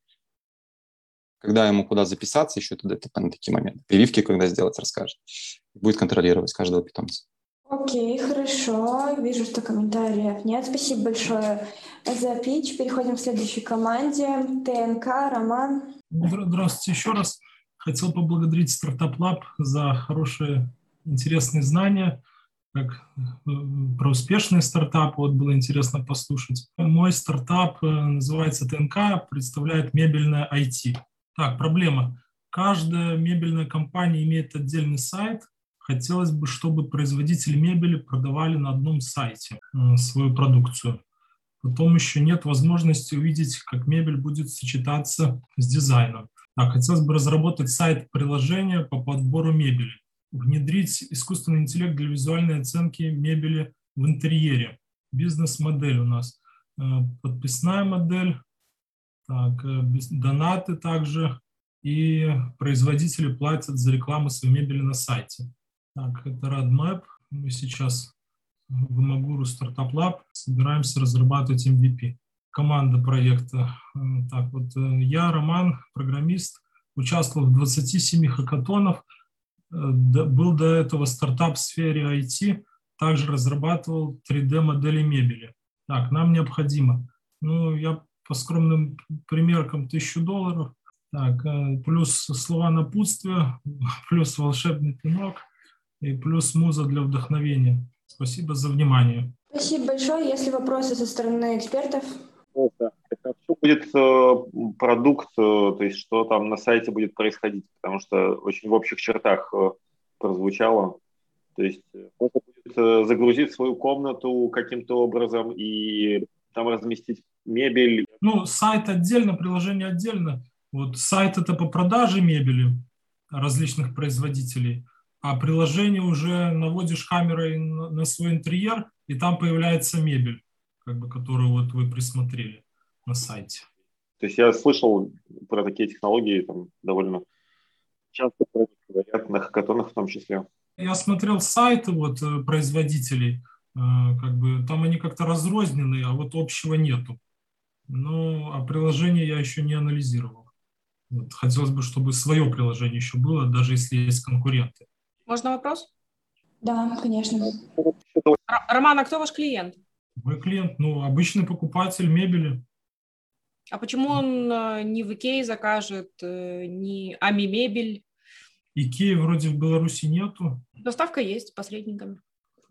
Когда ему куда записаться, еще это на такие моменты. Прививки, когда сделать, расскажет. Будет контролировать каждого питомца. Окей, хорошо. Вижу, что комментариев нет. Спасибо большое за питч. Переходим к следующей команде. ТНК, Роман. Здравствуйте еще раз. Хотел поблагодарить Startup Lab за хорошие, интересные знания про успешные стартапы. Вот было интересно послушать. Мой стартап называется ТНК, представляет мебельное IT. Так, проблема. Каждая мебельная компания имеет отдельный сайт. Хотелось бы, чтобы производители мебели продавали на одном сайте свою продукцию. Потом еще нет возможности увидеть, как мебель будет сочетаться с дизайном. Так, хотелось бы разработать сайт-приложение по подбору мебели. Внедрить искусственный интеллект для визуальной оценки мебели в интерьере. Бизнес-модель у нас. Подписная модель. Так, донаты также. И производители платят за рекламу своей мебели на сайте. Так, это Roadmap. Мы сейчас в Imaguru Startup Lab собираемся разрабатывать MVP. Команда проекта. Так, вот я, Роман, программист, участвовал в 27 хакатонах. Был до этого стартап в сфере IT. Также разрабатывал 3D-модели мебели. Так, нам необходимо. Ну, я по скромным примеркам $1000. Так, плюс слова напутствия, плюс волшебный пинок и плюс муза для вдохновения. Спасибо за внимание. Спасибо большое. Есть ли вопросы со стороны экспертов? Это что будет продукт, то есть что там на сайте будет происходить? Потому что очень в общих чертах прозвучало. То есть кто-то будет загрузить свою комнату каким-то образом и там разместить мебель. Ну, сайт отдельно, приложение отдельно. Вот сайт это по продаже мебели различных производителей, а приложение уже наводишь камерой на свой интерьер, и там появляется мебель, которую вот вы присмотрели на сайте. То есть я слышал про такие технологии там довольно часто говорят на хакатонах в том числе. Я смотрел сайты вот производителей, там они как-то разрозненные, а вот общего нету. Ну, а приложение я еще не анализировал. Вот, хотелось бы, чтобы свое приложение еще было, даже если есть конкуренты. Можно вопрос? Да, конечно. Роман, а кто ваш клиент? Мой клиент, обычный покупатель мебели. А почему он не в Икее закажет, не Ами Мебель? Икеи вроде в Беларуси нету. Доставка есть посредниками.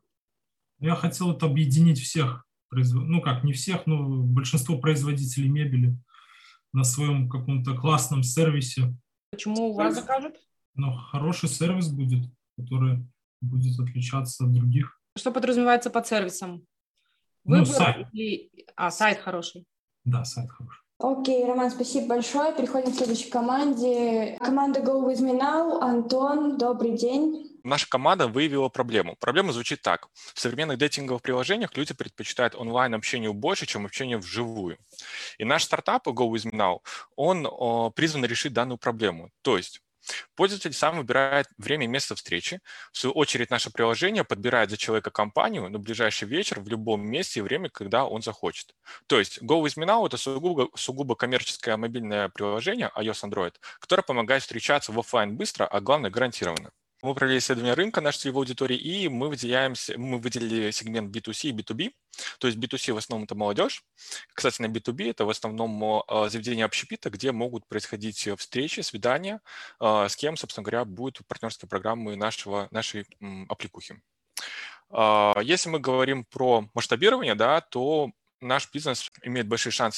Я хотел это объединить всех, не всех, но большинство производителей мебели на своем каком-то классном сервисе. Почему у вас закажут? Хороший сервис будет, который будет отличаться от других. Что подразумевается под сервисом? Сайт. Сайт хороший. Да, сайт хороший. Окей, Роман, спасибо большое. Переходим к следующей команде. Команда Go With Me Now. Антон, добрый день. Наша команда выявила проблему. Проблема звучит так. В современных дейтинговых приложениях люди предпочитают онлайн-общению больше, чем общение вживую. И наш стартап Go With Me Now, он призван решить данную проблему. То есть пользователь сам выбирает время и место встречи. В свою очередь, наше приложение подбирает за человека компанию на ближайший вечер в любом месте и время, когда он захочет. То есть Go With Me Now – это сугубо коммерческое мобильное приложение iOS, Android, которое помогает встречаться в офлайн быстро, а главное – гарантированно. Мы провели исследование рынка нашей целевой аудитории, и мы выделили сегмент B2C и B2B. То есть B2C в основном это молодежь. Кстати, на B2B это в основном заведения общепита, где могут происходить встречи, свидания, с кем, собственно говоря, будут партнерские программы нашей аппликухи. Если мы говорим про масштабирование, то наш бизнес имеет большие шансы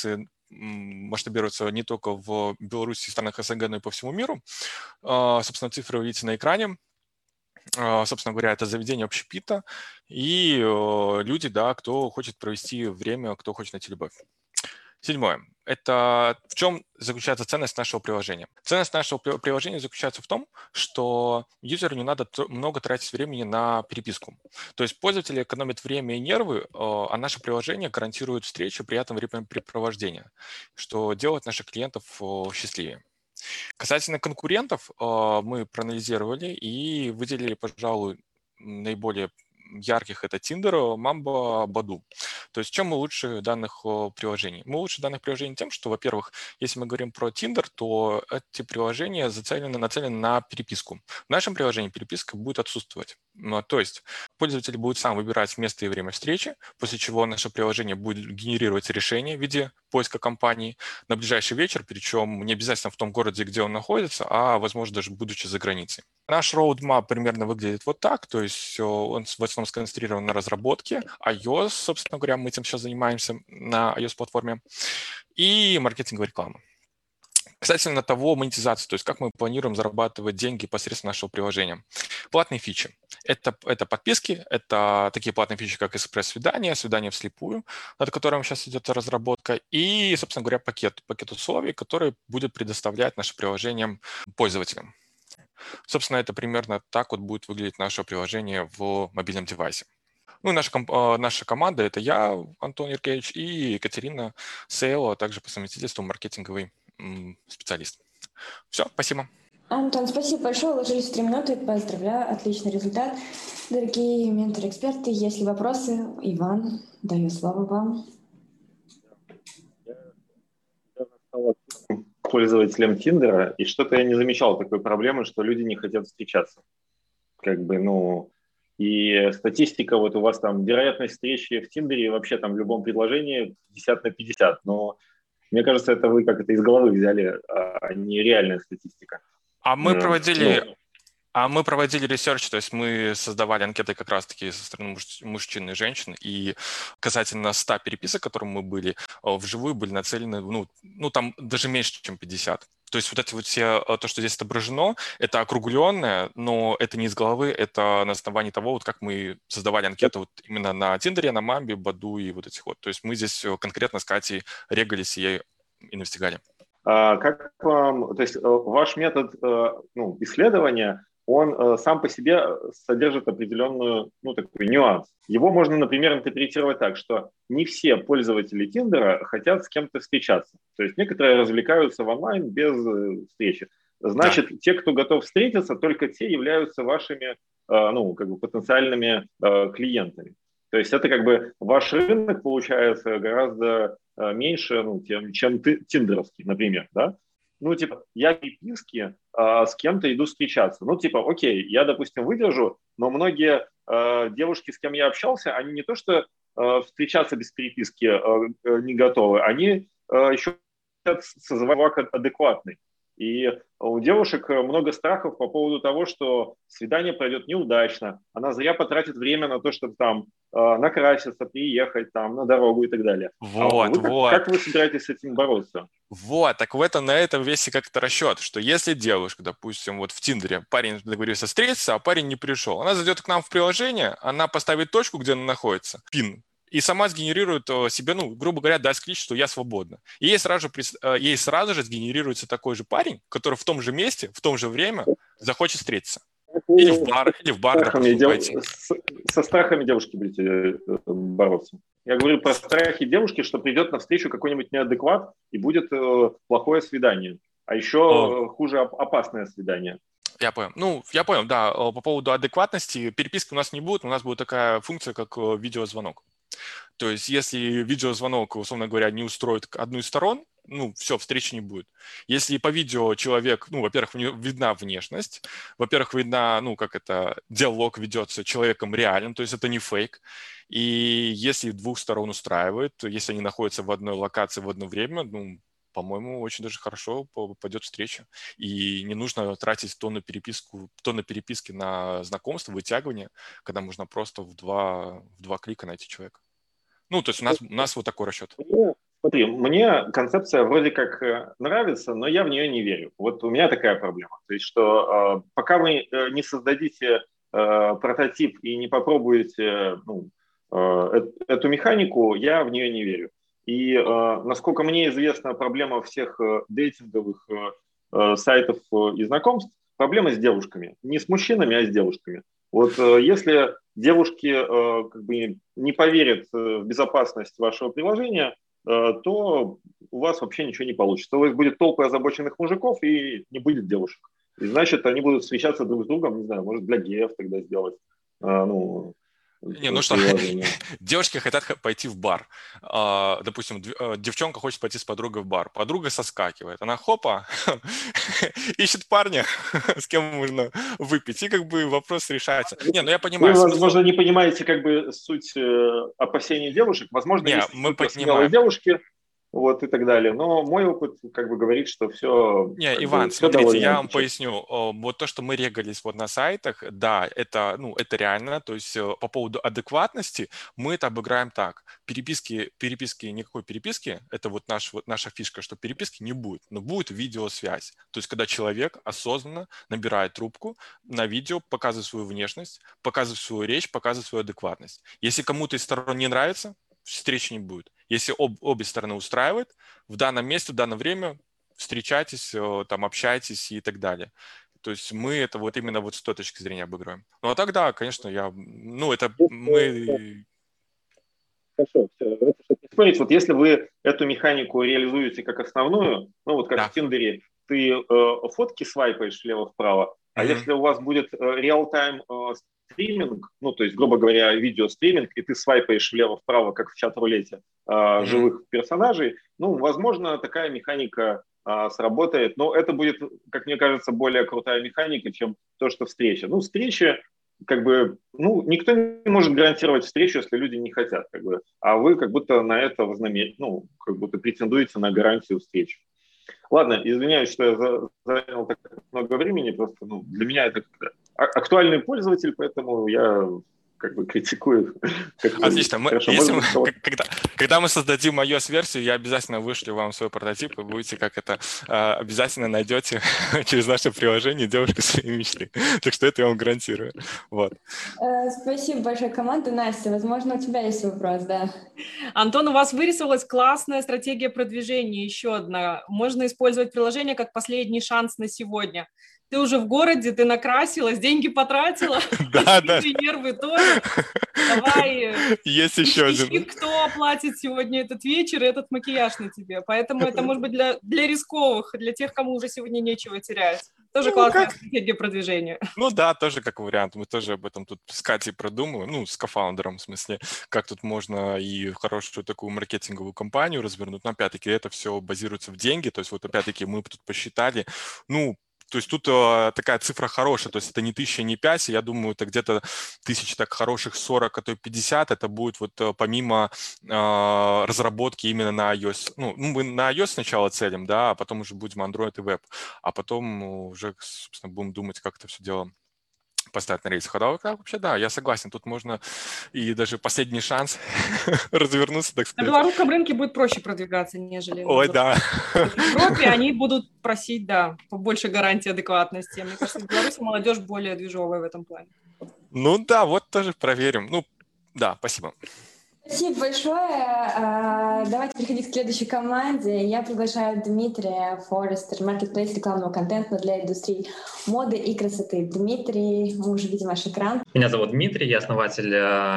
масштабируется не только в Беларуси и странах СНГ, но и по всему миру. Собственно, цифры вы видите на экране. Собственно говоря, это заведение общепита и люди, да, кто хочет провести время, кто хочет найти любовь. 7. Это в чем заключается ценность нашего приложения? Ценность нашего приложения заключается в том, что юзеру не надо много тратить времени на переписку. То есть пользователи экономят время и нервы, а наше приложение гарантирует встречу, приятное времяпрепровождение, что делает наших клиентов счастливее. Касательно конкурентов, мы проанализировали и выделили, пожалуй, наиболее ярких — это Tinder, Mambo, Badoo. То есть чем мы лучше данных приложений? Мы лучше данных приложений тем, что, во-первых, если мы говорим про Tinder, то эти приложения нацелены на переписку. В нашем приложении переписка будет отсутствовать. То есть пользователь будет сам выбирать место и время встречи, после чего наше приложение будет генерировать решение в виде поиска компании на ближайший вечер, причем не обязательно в том городе, где он находится, а, возможно, даже будучи за границей. Наш roadmap примерно выглядит вот так, то есть он в основном сконцентрирован на разработке, iOS, собственно говоря, мы этим сейчас занимаемся на iOS-платформе, и маркетинговой рекламы. Касательно того, монетизации, то есть как мы планируем зарабатывать деньги посредством нашего приложения. Платные фичи. Это подписки, это такие платные фичи, как экспресс-свидание, свидание вслепую, над которым сейчас идет разработка, и, собственно говоря, пакет условий, который будет предоставлять наше приложение пользователям. Собственно, это примерно так вот будет выглядеть наше приложение в мобильном девайсе. Ну, наша команда — это я, Антон Юркевич, и Екатерина Сейло, а также по совместительству маркетинговый специалист. Все, спасибо. Антон, спасибо большое. Уложились в 3 минуты. Поздравляю, отличный результат. Дорогие менторы-эксперты, есть ли вопросы? Иван, даю слово вам. Я стал пользователем Тиндера, и что-то я не замечал такой проблемы, что люди не хотят встречаться. И статистика, вот у вас там вероятность встречи в Тиндере вообще там в любом предложении 50/50, но мне кажется, это вы как-то из головы взяли, а не реальная статистика. Мы проводили ресерч, то есть мы создавали анкеты как раз-таки со стороны мужчин и женщин, и касательно 100 переписок, которым мы были, вживую были нацелены, там даже меньше, чем 50. То есть вот эти вот все, то, что здесь отображено, это округленное, но это не из головы, это на основании того, вот как мы создавали анкеты вот именно на Тиндере, на Мамбе, Баду и вот этих вот. То есть мы здесь конкретно с Катей регались и инвестигали. Как вам, то есть ваш метод исследования, он сам по себе содержит определенную, такой нюанс. Его можно, например, интерпретировать так, что не все пользователи Тиндера хотят с кем-то встречаться. То есть некоторые развлекаются в онлайн без встречи. Значит, те, кто готов встретиться, только те являются вашими, потенциальными клиентами. То есть это ваш рынок получается гораздо меньше, чем тиндеровский, например, да? Я в переписке с кем-то иду встречаться. Окей, я, допустим, выдержу, но многие девушки, с кем я общался, они не то что встречаться без переписки не готовы, они еще хотят создавать адекватный. И у девушек много страхов по поводу того, что свидание пройдет неудачно, она зря потратит время на то, чтобы там накраситься, приехать там на дорогу и так далее. Как вы собираетесь с этим бороться? Так на этом весь и как-то расчет, что если девушка, допустим, вот в Тиндере парень договорился встретиться, а парень не пришел, она зайдет к нам в приложение, она поставит точку, где она находится, пин, и сама сгенерирует себе, грубо говоря, даст клич, что я свободна. И ей сразу же сгенерируется такой же парень, который в том же месте, в том же время захочет встретиться. Или в бар. Со страхами девушки будете бороться. Я говорю про страхи девушки, что придет навстречу какой-нибудь неадекват и будет плохое свидание. А еще хуже опасное свидание. Я понял, да. По поводу адекватности, переписки у нас не будет, у нас будет такая функция, как видеозвонок. То есть если видеозвонок, условно говоря, не устроит одну из сторон, все, встречи не будет. Если по видео человек, во-первых, видна внешность, во-первых, видна, диалог ведется человеком реальным, то есть это не фейк. И если 2 сторон устраивает, если они находятся в одной локации в одно время, по-моему, очень даже хорошо пойдет встреча. И не нужно тратить то на переписки на знакомство, вытягивание, когда можно просто в два клика найти человека. То есть у нас вот такой расчет. Смотри, мне концепция вроде как нравится, но я в нее не верю. Вот у меня такая проблема. То есть, что пока вы не создадите прототип и не попробуете эту механику, я в нее не верю. И, насколько мне известна, проблема всех дейтинговых сайтов и знакомств, проблема с девушками. Не с мужчинами, а с девушками. Вот если девушки как бы не поверят в безопасность вашего приложения, то у вас вообще ничего не получится. У вас будет толпа озабоченных мужиков и не будет девушек. И значит, они будут встречаться друг с другом, не знаю, может, для геев тогда сделать. Не, ну что, девушки хотят пойти в бар. Допустим, девчонка хочет пойти с подругой в бар. Подруга соскакивает. Она хопа, ищет парня, с кем можно выпить. И как бы вопрос решается. Не, ну я понимаю. Вы, возможно, не понимаете как бы суть опасений девушек. Возможно, есть смелые девушки, вот и так далее. Но мой опыт как бы говорит, что все... Не, Иван, смотрите, я вам поясню. Вот то, что мы регались вот на сайтах, да, это реально. То есть по поводу адекватности мы это обыграем так. Переписки, никакой переписки, это вот наша фишка, что переписки не будет, но будет видеосвязь. То есть когда человек осознанно набирает трубку, на видео показывает свою внешность, показывает свою речь, показывает свою адекватность. Если кому-то из сторон не нравится, встречи не будет. Если обе стороны устраивают, в данном месте, в данное время встречайтесь, там, общайтесь и так далее. То есть мы это вот именно вот с той точки зрения обыграем. Ну, а тогда, конечно, мы... Хорошо, все. Спорить, вот если вы эту механику реализуете как основную, ну, вот как в Тиндере, ты фотки свайпаешь влево-вправо, а если у вас будет реал-тайм стриминг, ну, то есть, грубо говоря, видеостриминг, и ты свайпаешь влево-вправо, как в чат-рулете, живых персонажей, ну, возможно, такая механика сработает, но это будет, как мне кажется, более крутая механика, чем то, что встреча. Ну, встреча, как бы, ну, никто не может гарантировать встречу, если люди не хотят, как бы, а вы как будто на это как будто претендуете на гарантию встречи. Ладно, извиняюсь, что я занял так много времени, просто для меня это актуальный пользователь, поэтому я как бы критикую. Отлично. Когда мы создадим iOS-версию, я обязательно вышлю вам свой прототип, вы будете обязательно найдете через наше приложение девушку своей мечты. Так что это я вам гарантирую. Вот. Спасибо большое, команда. Настя, возможно, у тебя есть вопрос, да? Антон, у вас вырисовалась классная стратегия продвижения, еще одна. Можно использовать приложение как последний шанс на сегодня. Ты уже в городе, ты накрасилась, деньги потратила, нервы тоже. Давай, есть еще один. Кто оплатит сегодня этот вечер и этот макияж на тебе. Поэтому это может быть для рисковых, для тех, кому уже сегодня нечего терять. Тоже классная стратегия продвижения. Ну да, тоже как вариант. Мы тоже об этом тут с Катей продумываем, с кофаундером в смысле, как тут можно и хорошую такую маркетинговую кампанию развернуть. Но опять-таки это все базируется в деньги. То есть вот опять-таки мы тут посчитали, то есть тут такая цифра хорошая, то есть это не 1000, не 5, я думаю, это где-то 1000 так хороших 40, а то и 50, это будет вот помимо разработки именно на iOS. Мы на iOS сначала целим, да, а потом уже будем Android и Web, а потом уже, собственно, будем думать, как это все дело поставить на рельсы. Вообще, да, я согласен, тут можно и даже последний шанс развернуться, так сказать. На белорусском рынке будет проще продвигаться, нежели... Ой, да. В Европе они будут просить, побольше гарантии адекватности. Мне кажется, в Беларуси молодежь более движовая в этом плане. Ну да, вот тоже проверим. Да, спасибо. Спасибо большое. Давайте переходить к следующей команде. Я приглашаю Дмитрия Форестер, маркетплейс рекламного контента для индустрии моды и красоты. Дмитрий, мы уже видим ваш экран. Меня зовут Дмитрий, я основатель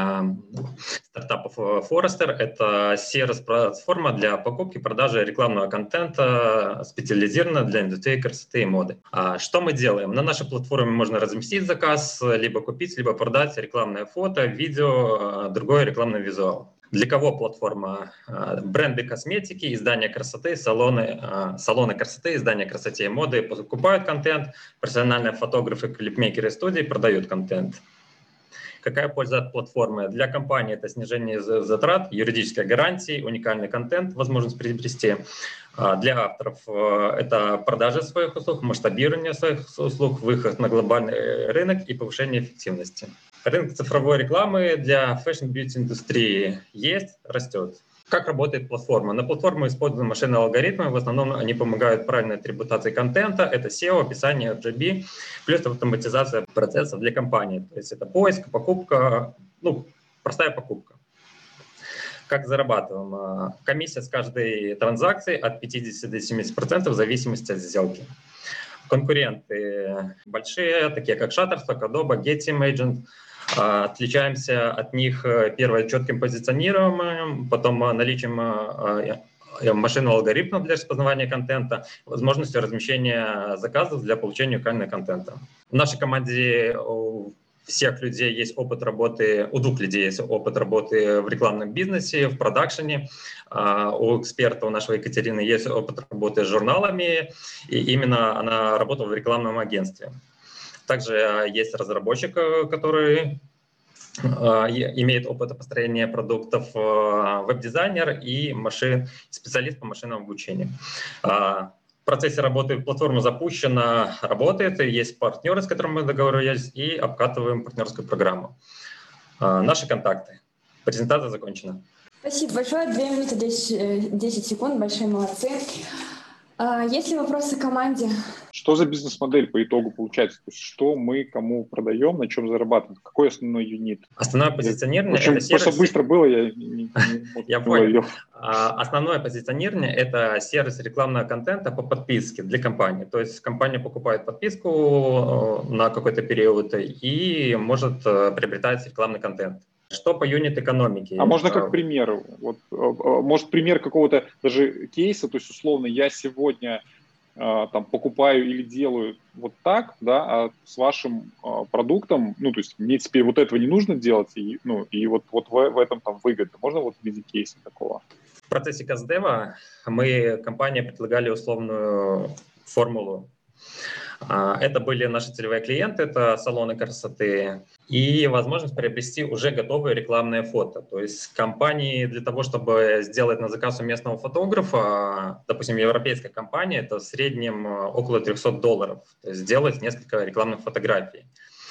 стартапов Forester. Это CRS-платформа для покупки и продажи рекламного контента, специализированная для индустрии красоты и моды. Что мы делаем? На нашей платформе можно разместить заказ, либо купить, либо продать рекламное фото, видео, другой рекламный визуал. Для кого платформа? Бренды косметики, издания красоты, салоны красоты, издания красоты и моды покупают контент, профессиональные фотографы, клипмейкеры студии продают контент. Какая польза от платформы? Для компании это снижение затрат, юридическая гарантия, уникальный контент, возможность приобрести. Для авторов это продажа своих услуг, масштабирование своих услуг, выход на глобальный рынок и повышение эффективности. Рынок цифровой рекламы для фэшн-бьюти-индустрии есть, растет. Как работает платформа? На платформе используют машинные алгоритмы, в основном они помогают правильной атрибутации контента, это SEO, описание, RGB, плюс автоматизация процессов для компании. То есть это поиск, покупка, простая покупка. Как зарабатываем? Комиссия с каждой транзакции от 50 до 70% в зависимости от сделки. Конкуренты большие, такие как Shutterstock, Adobe, Getty Images. Отличаемся от них, первое, четким позиционированием, потом наличием машинного алгоритма для распознавания контента, возможностью размещения заказов для получения уникального контента. В нашей команде у всех людей есть опыт работы, у 2 людей есть опыт работы в рекламном бизнесе, в продакшене. У эксперта, у нашего Екатерины, есть опыт работы с журналами, и именно она работала в рекламном агентстве. Также есть разработчик, который имеет опыт построения продуктов, веб-дизайнер и специалист по машинному обучению. В процессе работы платформа запущена, работает, есть партнеры, с которыми мы договорились, и обкатываем партнерскую программу. Наши контакты. Презентация закончена. Спасибо большое. 2 минуты 10 секунд. Большие молодцы. Есть ли вопросы к команде? Что за бизнес-модель по итогу получается? То есть что мы кому продаем, на чем зарабатываем? Какой основной юнит? Основное позиционирование... В общем, просто быстро было, я понял. Основное позиционирование – это сервис рекламного контента по подписке для компании. То есть компания покупает подписку на какой-то период и может приобретать рекламный контент. Что по юнит-экономике? А можно как пример? Может, пример какого-то даже кейса, то есть, условно, я сегодня покупаю или делаю вот так, да, а с вашим продуктом, то есть мне теперь вот этого не нужно делать, и вот в этом выгода. Можно в виде кейса такого? В процессе Каздева компания предлагали условную формулу. Это были наши целевые клиенты, это салоны красоты, и возможность приобрести уже готовые рекламные фото. То есть компании для того, чтобы сделать на заказ у местного фотографа, допустим, европейская компания, это в среднем около $300. То есть сделать несколько рекламных фотографий.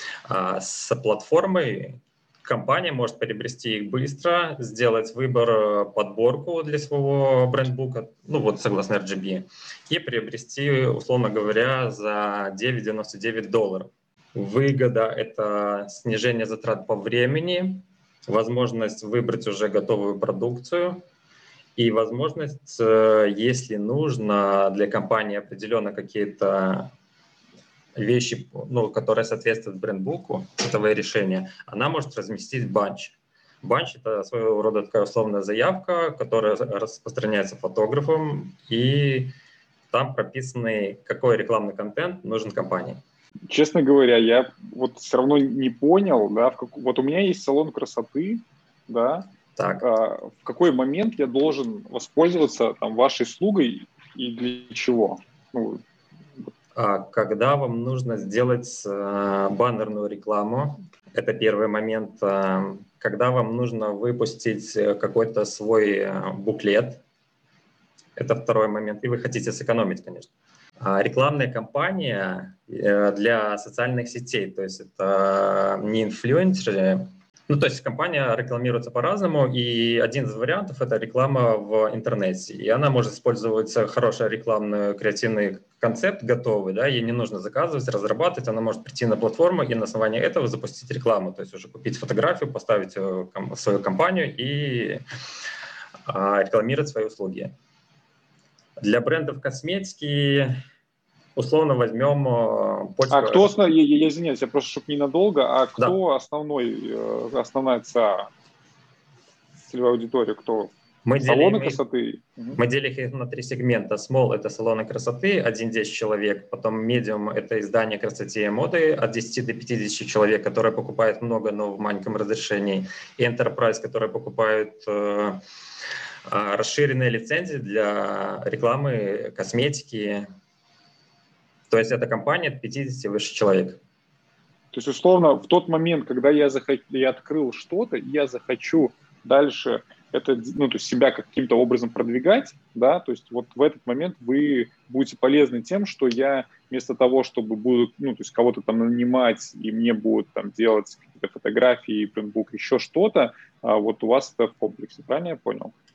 С платформой компания может приобрести их быстро, сделать выбор, подборку для своего брендбука, согласно RGB, и приобрести, условно говоря, за $9.99. Выгода – это снижение затрат по времени, возможность выбрать уже готовую продукцию и возможность, если нужно, для компании определенно какие-то вещи, которые соответствуют брендбуку этого решения, она может разместить банч. Банч – это своего рода такая условная заявка, которая распространяется фотографом, и там прописанный, какой рекламный контент нужен компании. Честно говоря, я все равно не понял, да, у меня есть салон красоты, да, так. В какой момент я должен воспользоваться вашей услугой и для чего? Когда вам нужно сделать баннерную рекламу, это первый момент. Когда вам нужно выпустить какой-то свой буклет, это второй момент. И вы хотите сэкономить, конечно. Рекламная кампания для социальных сетей, то есть это не инфлюенсеры. То есть компания рекламируется по-разному, и один из вариантов – это реклама в интернете. И она может использовать хороший рекламный креативный концепт готовый, да, ей не нужно заказывать, разрабатывать, она может прийти на платформу и на основании этого запустить рекламу, то есть уже купить фотографию, поставить свою компанию и рекламировать свои услуги. Для брендов косметики условно возьмем... кто я извиняюсь, я просто, чтобы ненадолго, кто основная целевая аудитория, кто? Салоны красоты? Мы делим их на 3 сегмента. Small – это салоны красоты, 1-10 человек. Потом Medium – это издание красоты и моды, от 10 до 50 человек, которые покупают много, но в маленьком разрешении. И Enterprise, которые покупают расширенные лицензии для рекламы, косметики. То есть это компания от 50 и выше человек. То есть, условно, в тот момент, когда я открыл что-то, я захочу дальше это, то есть себя каким-то образом продвигать, да, то есть вот в этот момент вы будете полезны тем, что я вместо того, чтобы буду, то есть кого-то нанимать, и мне будут делать какие-то фотографии, брендбук, еще что-то, вот у вас это в комплексе, правильно я понял?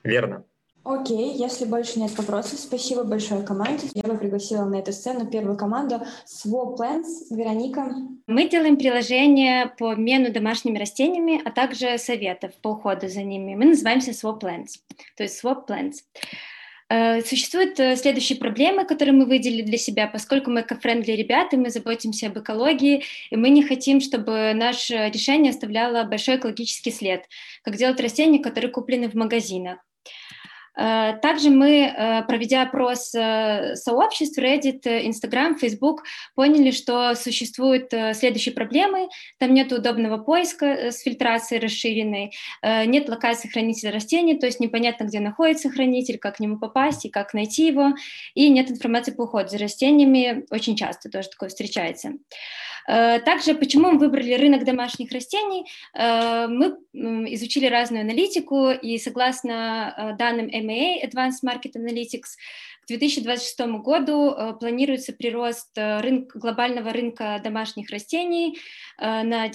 Верно. Окей, если больше нет вопросов, спасибо большое команде. Я бы пригласила на эту сцену первую команду Swap Plants. Вероника. Мы делаем приложение по обмену домашними растениями, а также советов по уходу за ними. Мы называемся Swap Plants, то есть Swap Plants. Существуют следующие проблемы, которые мы выделили для себя, поскольку мы эко-френдли ребята, мы заботимся об экологии, и мы не хотим, чтобы наше решение оставляло большой экологический след, как делают растения, которые куплены в магазинах. Также мы, проведя опрос сообществ Reddit, Instagram, Facebook, поняли, что существуют следующие проблемы. Там нет удобного поиска с фильтрацией расширенной, нет локации хранителя растений, то есть непонятно, где находится хранитель, как к нему попасть и как найти его, и нет информации по уходу за растениями, очень часто тоже такое встречается. Также, почему мы выбрали рынок домашних растений? Мы изучили разную аналитику, и согласно данным EMEA, Advanced Market Analytics, к 2026 году планируется прирост глобального рынка домашних растений на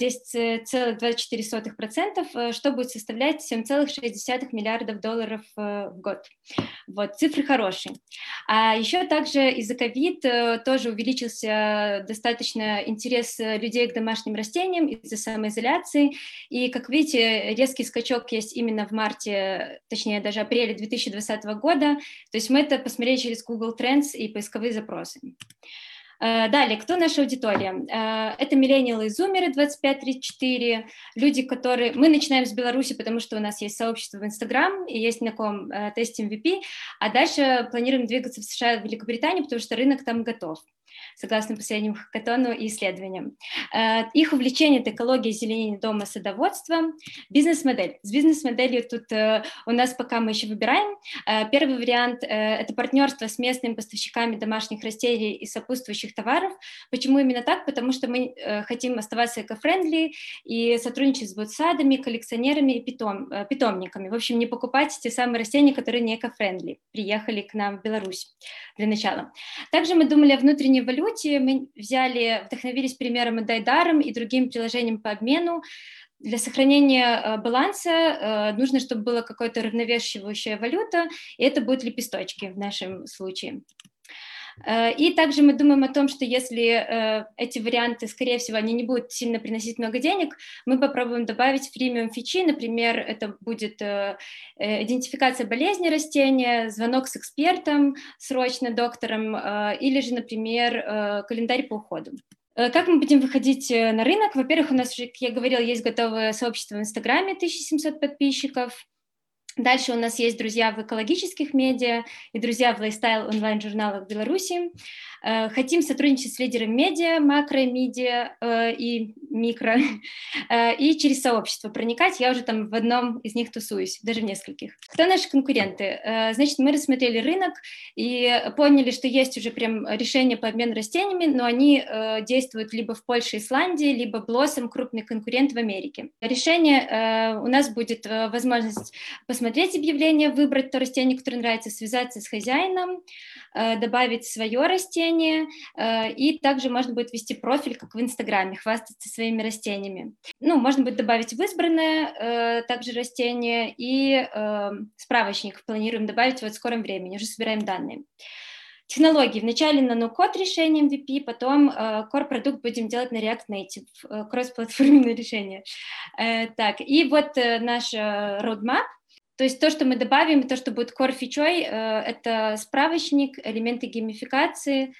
10,24%, что будет составлять $7,6 миллиардов в год. Вот, цифры хорошие. А еще также из-за COVID тоже увеличился достаточно интерес людей к домашним растениям из-за самоизоляции. И, как видите, резкий скачок есть именно в марте, точнее даже апреле 2020 года. То есть мы это посмотрели через Google Trends и поисковые запросы. Далее, кто наша аудитория? Это миллениалы и зумеры 25-34, люди, которые... Мы начинаем с Беларуси, потому что у нас есть сообщество в Instagram и есть на ком тестим VP, а дальше планируем двигаться в США и в Великобританию, потому что рынок там готов, согласно последнему хакатону и исследованиям. Их увлечение – это экология, озеленение дома, садоводство. Бизнес-модель. С бизнес-моделью тут у нас пока мы еще выбираем. Первый вариант – это партнерство с местными поставщиками домашних растений и сопутствующих товаров. Почему именно так? Потому что мы хотим оставаться эко-френдли и сотрудничать с ботсадами, коллекционерами и питомниками. В общем, не покупать те самые растения, которые не эко-френдли. Приехали к нам в Беларусь для начала. Также мы думали о внутренней валюте, мы вдохновились примером Дайдаром и другим приложением по обмену. Для сохранения баланса нужно, чтобы была какая-то равновешивающая валюта, и это будут лепесточки в нашем случае. И также мы думаем о том, что если эти варианты, скорее всего, они не будут сильно приносить много денег, мы попробуем добавить фримиум фичи, например, это будет идентификация болезни растения, звонок с экспертом, срочно доктором, или же, например, календарь по уходу. Как мы будем выходить на рынок? Во-первых, у нас уже, как я говорила, есть готовое сообщество в Инстаграме, 1700 подписчиков. Дальше у нас есть друзья в экологических медиа и друзья в лайфстайл онлайн-журналах в Беларуси. Хотим сотрудничать с лидерами медиа, макро, медиа и микро, и через сообщество проникать. Я уже там в одном из них тусуюсь, даже в нескольких. Кто наши конкуренты? Значит, мы рассмотрели рынок и поняли, что есть уже прям решения по обмену растениями, но они действуют либо в Польше и Исландии, либо Blossom, крупный конкурент в Америке. Решение у нас будет возможность посмотреть объявление, выбрать то растение, которое нравится, связаться с хозяином, добавить свое растение, и также можно будет вести профиль, как в Инстаграме, хвастаться своими растениями. Ну, можно будет добавить в избранное также растение, и справочник планируем добавить в скором времени, уже собираем данные. Технологии. Вначале на ноу-код решением VP, потом core-продукт будем делать на React Native, кросс-платформенное решение. Так, и вот наш roadmap. То есть то, что мы добавим, то, что будет core-фичой, это справочник, элементы геймификации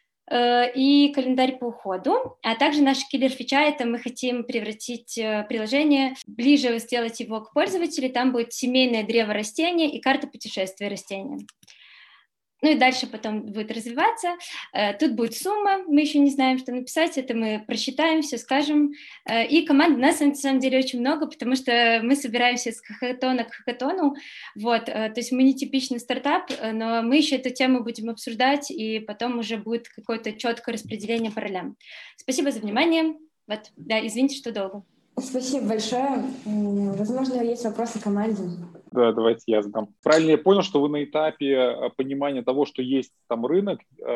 и календарь по уходу. А также наша киллер-фича — это мы хотим превратить приложение, ближе сделать его к пользователю. Там будет семейное древо растения и карта путешествия растения. Ну и дальше потом будет развиваться. Тут будет сумма, мы еще не знаем, что написать, это мы просчитаем, все скажем. И команд у нас на самом деле очень много, потому что мы собираемся с хакатона к хакатону. Вот, то есть мы не типичный стартап, но мы еще эту тему будем обсуждать, и потом уже будет какое-то четкое распределение по ролям. Спасибо за внимание. Вот, да, извините, что долго. Спасибо большое. Возможно, есть вопросы к команде. Да, давайте я задам. Правильно я понял, что вы на этапе понимания того, что есть там рынок,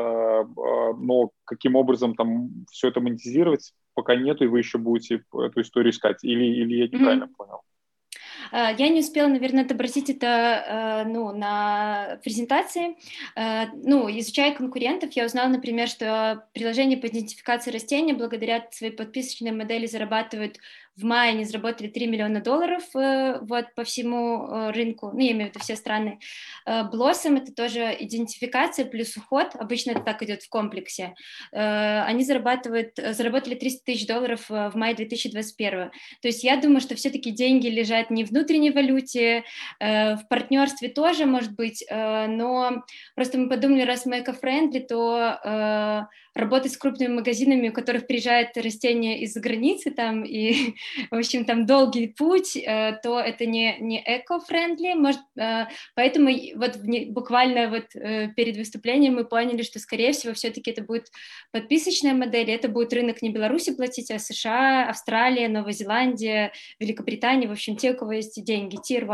но каким образом там все это монетизировать, пока нету, и вы еще будете эту историю искать? Или я неправильно понял? Я не успела, наверное, отобразить это на презентации. Изучая конкурентов, я узнала, например, что приложение по идентификации растений благодаря своей подписочной модели зарабатывают. В мае они заработали $3 миллиона по всему рынку, я имею в виду все страны. Blossom — это тоже идентификация плюс уход, обычно это так идет в комплексе. Они заработали $300 тысяч в мае 2021. То есть я думаю, что все-таки деньги лежат не в внутренней валюте, в партнерстве тоже, может быть, но просто мы подумали, раз мы эко-френдли, то работать с крупными магазинами, у которых приезжают растения из-за границы, и, в общем, там долгий путь, то это не эко-френдли, поэтому буквально перед выступлением мы поняли, что, скорее всего, все-таки это будет подписочная модель, это будет рынок не Беларуси платить, а США, Австралия, Новая Зеландия, Великобритания, в общем, те, у кого есть деньги, Tier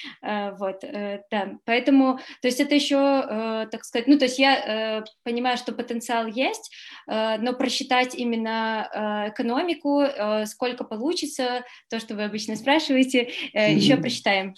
1. Да, поэтому, то есть это еще, так сказать, то есть я понимаю, что потенциал есть, но просчитать именно экономику, сколько получится, то, что вы обычно спрашиваете, еще просчитаем.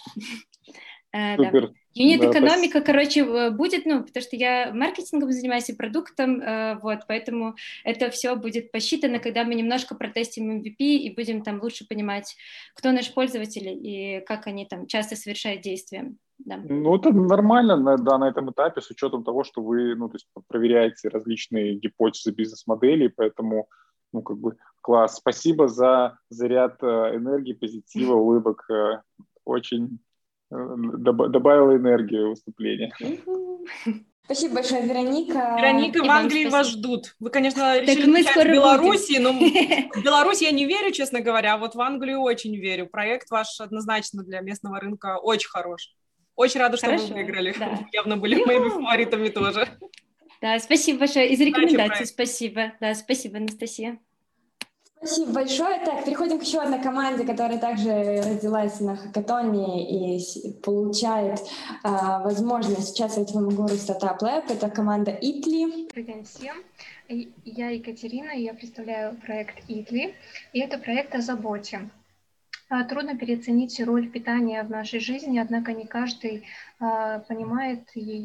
Супер. Юнит-экономика, будет, потому что я маркетингом занимаюсь и продуктом, поэтому это все будет посчитано, когда мы немножко протестим MVP и будем там лучше понимать, кто наш пользователь и как они там часто совершают действия. Да. Это нормально, на этом этапе, с учетом того, что вы, проверяете различные гипотезы бизнес-моделей, поэтому, класс. Спасибо за заряд энергии, позитива, улыбок. Очень добавила энергию выступления. Спасибо большое, Вероника. Вероника, в Англии вас ждут. Вы, конечно, решили начать в Беларуси, но в Беларусь я не верю, честно говоря, а вот в Англию очень верю. Проект ваш однозначно для местного рынка очень хорош. Очень рада, что вы выиграли. Да. Явно были моими фаворитами тоже. Да, спасибо большое. Из рекомендаций спасибо. Да, спасибо, Анастасия. Спасибо большое. Так, переходим к еще одной команде, которая также родилась на хакатоне и получает возможность участвовать в Amaguru Startup Lab. Это команда Итли. Добрый день всем. Я Екатерина, я представляю проект Итли, и это проект о заботе. Трудно переоценить роль питания в нашей жизни, однако не каждый понимает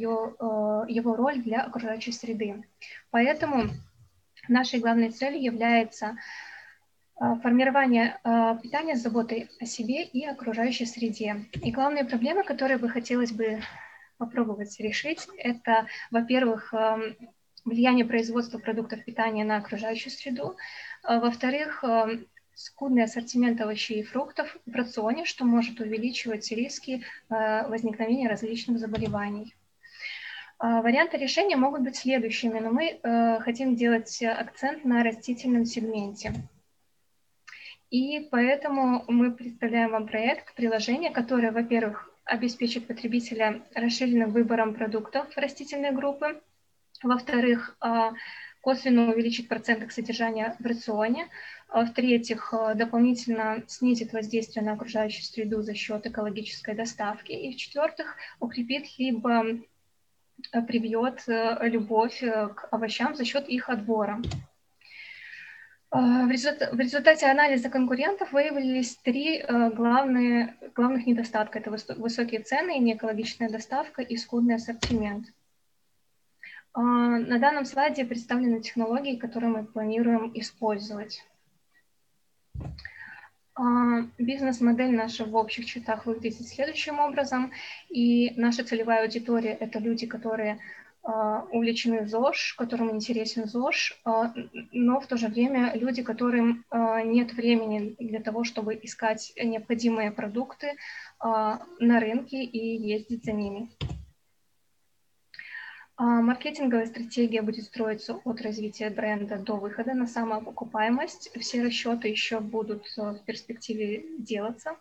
его роль для окружающей среды. Поэтому нашей главной целью является формирование питания с заботой о себе и окружающей среде. И главные проблемы, которые бы хотелось бы попробовать решить, это, во-первых, влияние производства продуктов питания на окружающую среду, во-вторых, скудный ассортимент овощей и фруктов в рационе, что может увеличивать риски возникновения различных заболеваний. Варианты решения могут быть следующими, но мы хотим делать акцент на растительном сегменте. И поэтому мы представляем вам проект, приложение, которое, во-первых, обеспечит потребителя расширенным выбором продуктов растительной группы, во-вторых, косвенно увеличит процент их содержания в рационе, в-третьих, дополнительно снизит воздействие на окружающую среду за счет экологической доставки, и в-четвертых, укрепит либо привьет любовь к овощам за счет их отбора. В результате анализа конкурентов выявились три главных недостатка. Это высокие цены, неэкологичная доставка и скудный ассортимент. На данном слайде представлены технологии, которые мы планируем использовать. Бизнес-модель наша в общих чертах выглядит следующим образом. И наша целевая аудитория – это люди, которые увлечены ЗОЖ, которым интересен ЗОЖ, но в то же время люди, которым нет времени для того, чтобы искать необходимые продукты на рынке и ездить за ними. Маркетинговая стратегия будет строиться от развития бренда до выхода на самоокупаемость. Все расчеты еще будут в перспективе делаться.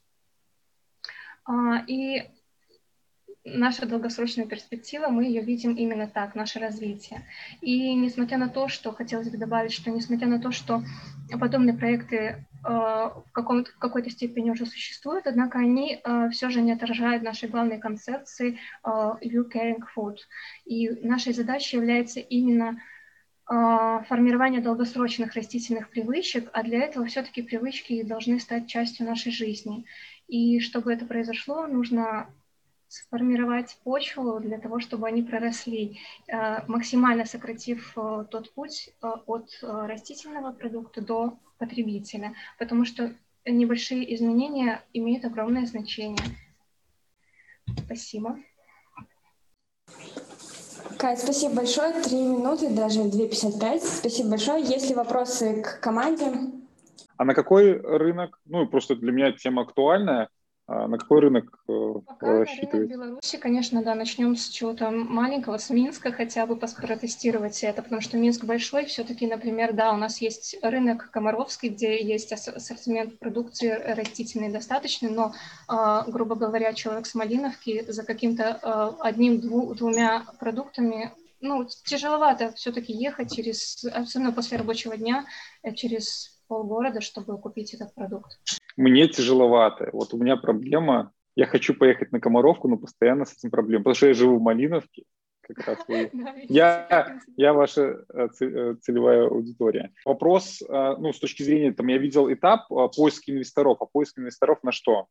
И наша долгосрочная перспектива, мы ее видим именно так, наше развитие. И несмотря на то, что, хотелось бы добавить, что несмотря на то, что подобные проекты в какой-то степени уже существуют, однако они все же не отражают нашей главной концепции You Caring Food. И нашей задачей является именно формирование долгосрочных растительных привычек, а для этого все-таки привычки должны стать частью нашей жизни. И чтобы это произошло, нужно сформировать почву для того, чтобы они проросли, максимально сократив тот путь от растительного продукта до потребителя, потому что небольшие изменения имеют огромное значение. Спасибо. Кать, спасибо большое. 3 минуты, даже 2:55. Спасибо большое. Есть ли вопросы к команде? А на какой рынок, ну, просто для меня тема актуальная, на какой рынок Пока рассчитываете? на рынок Беларуси, конечно, да, начнем с чего-то маленького, с Минска хотя бы протестировать это, потому что Минск большой, все-таки, например, да, у нас есть рынок Комаровский, где есть ассортимент продукции растительный достаточный, но, грубо говоря, человек с Малиновки за каким-то одним-двумя продуктами, ну, тяжеловато все-таки ехать особенно после рабочего дня, через полгорода, чтобы купить этот продукт. Мне тяжеловато. Вот у меня проблема. Я хочу поехать на Комаровку, но постоянно с этим проблема. Потому что я живу в Малиновке. Как раз вы. Я ваша целевая аудитория. Вопрос, ну, с точки зрения, там, я видел этап поиска инвесторов. А поиск инвесторов на что?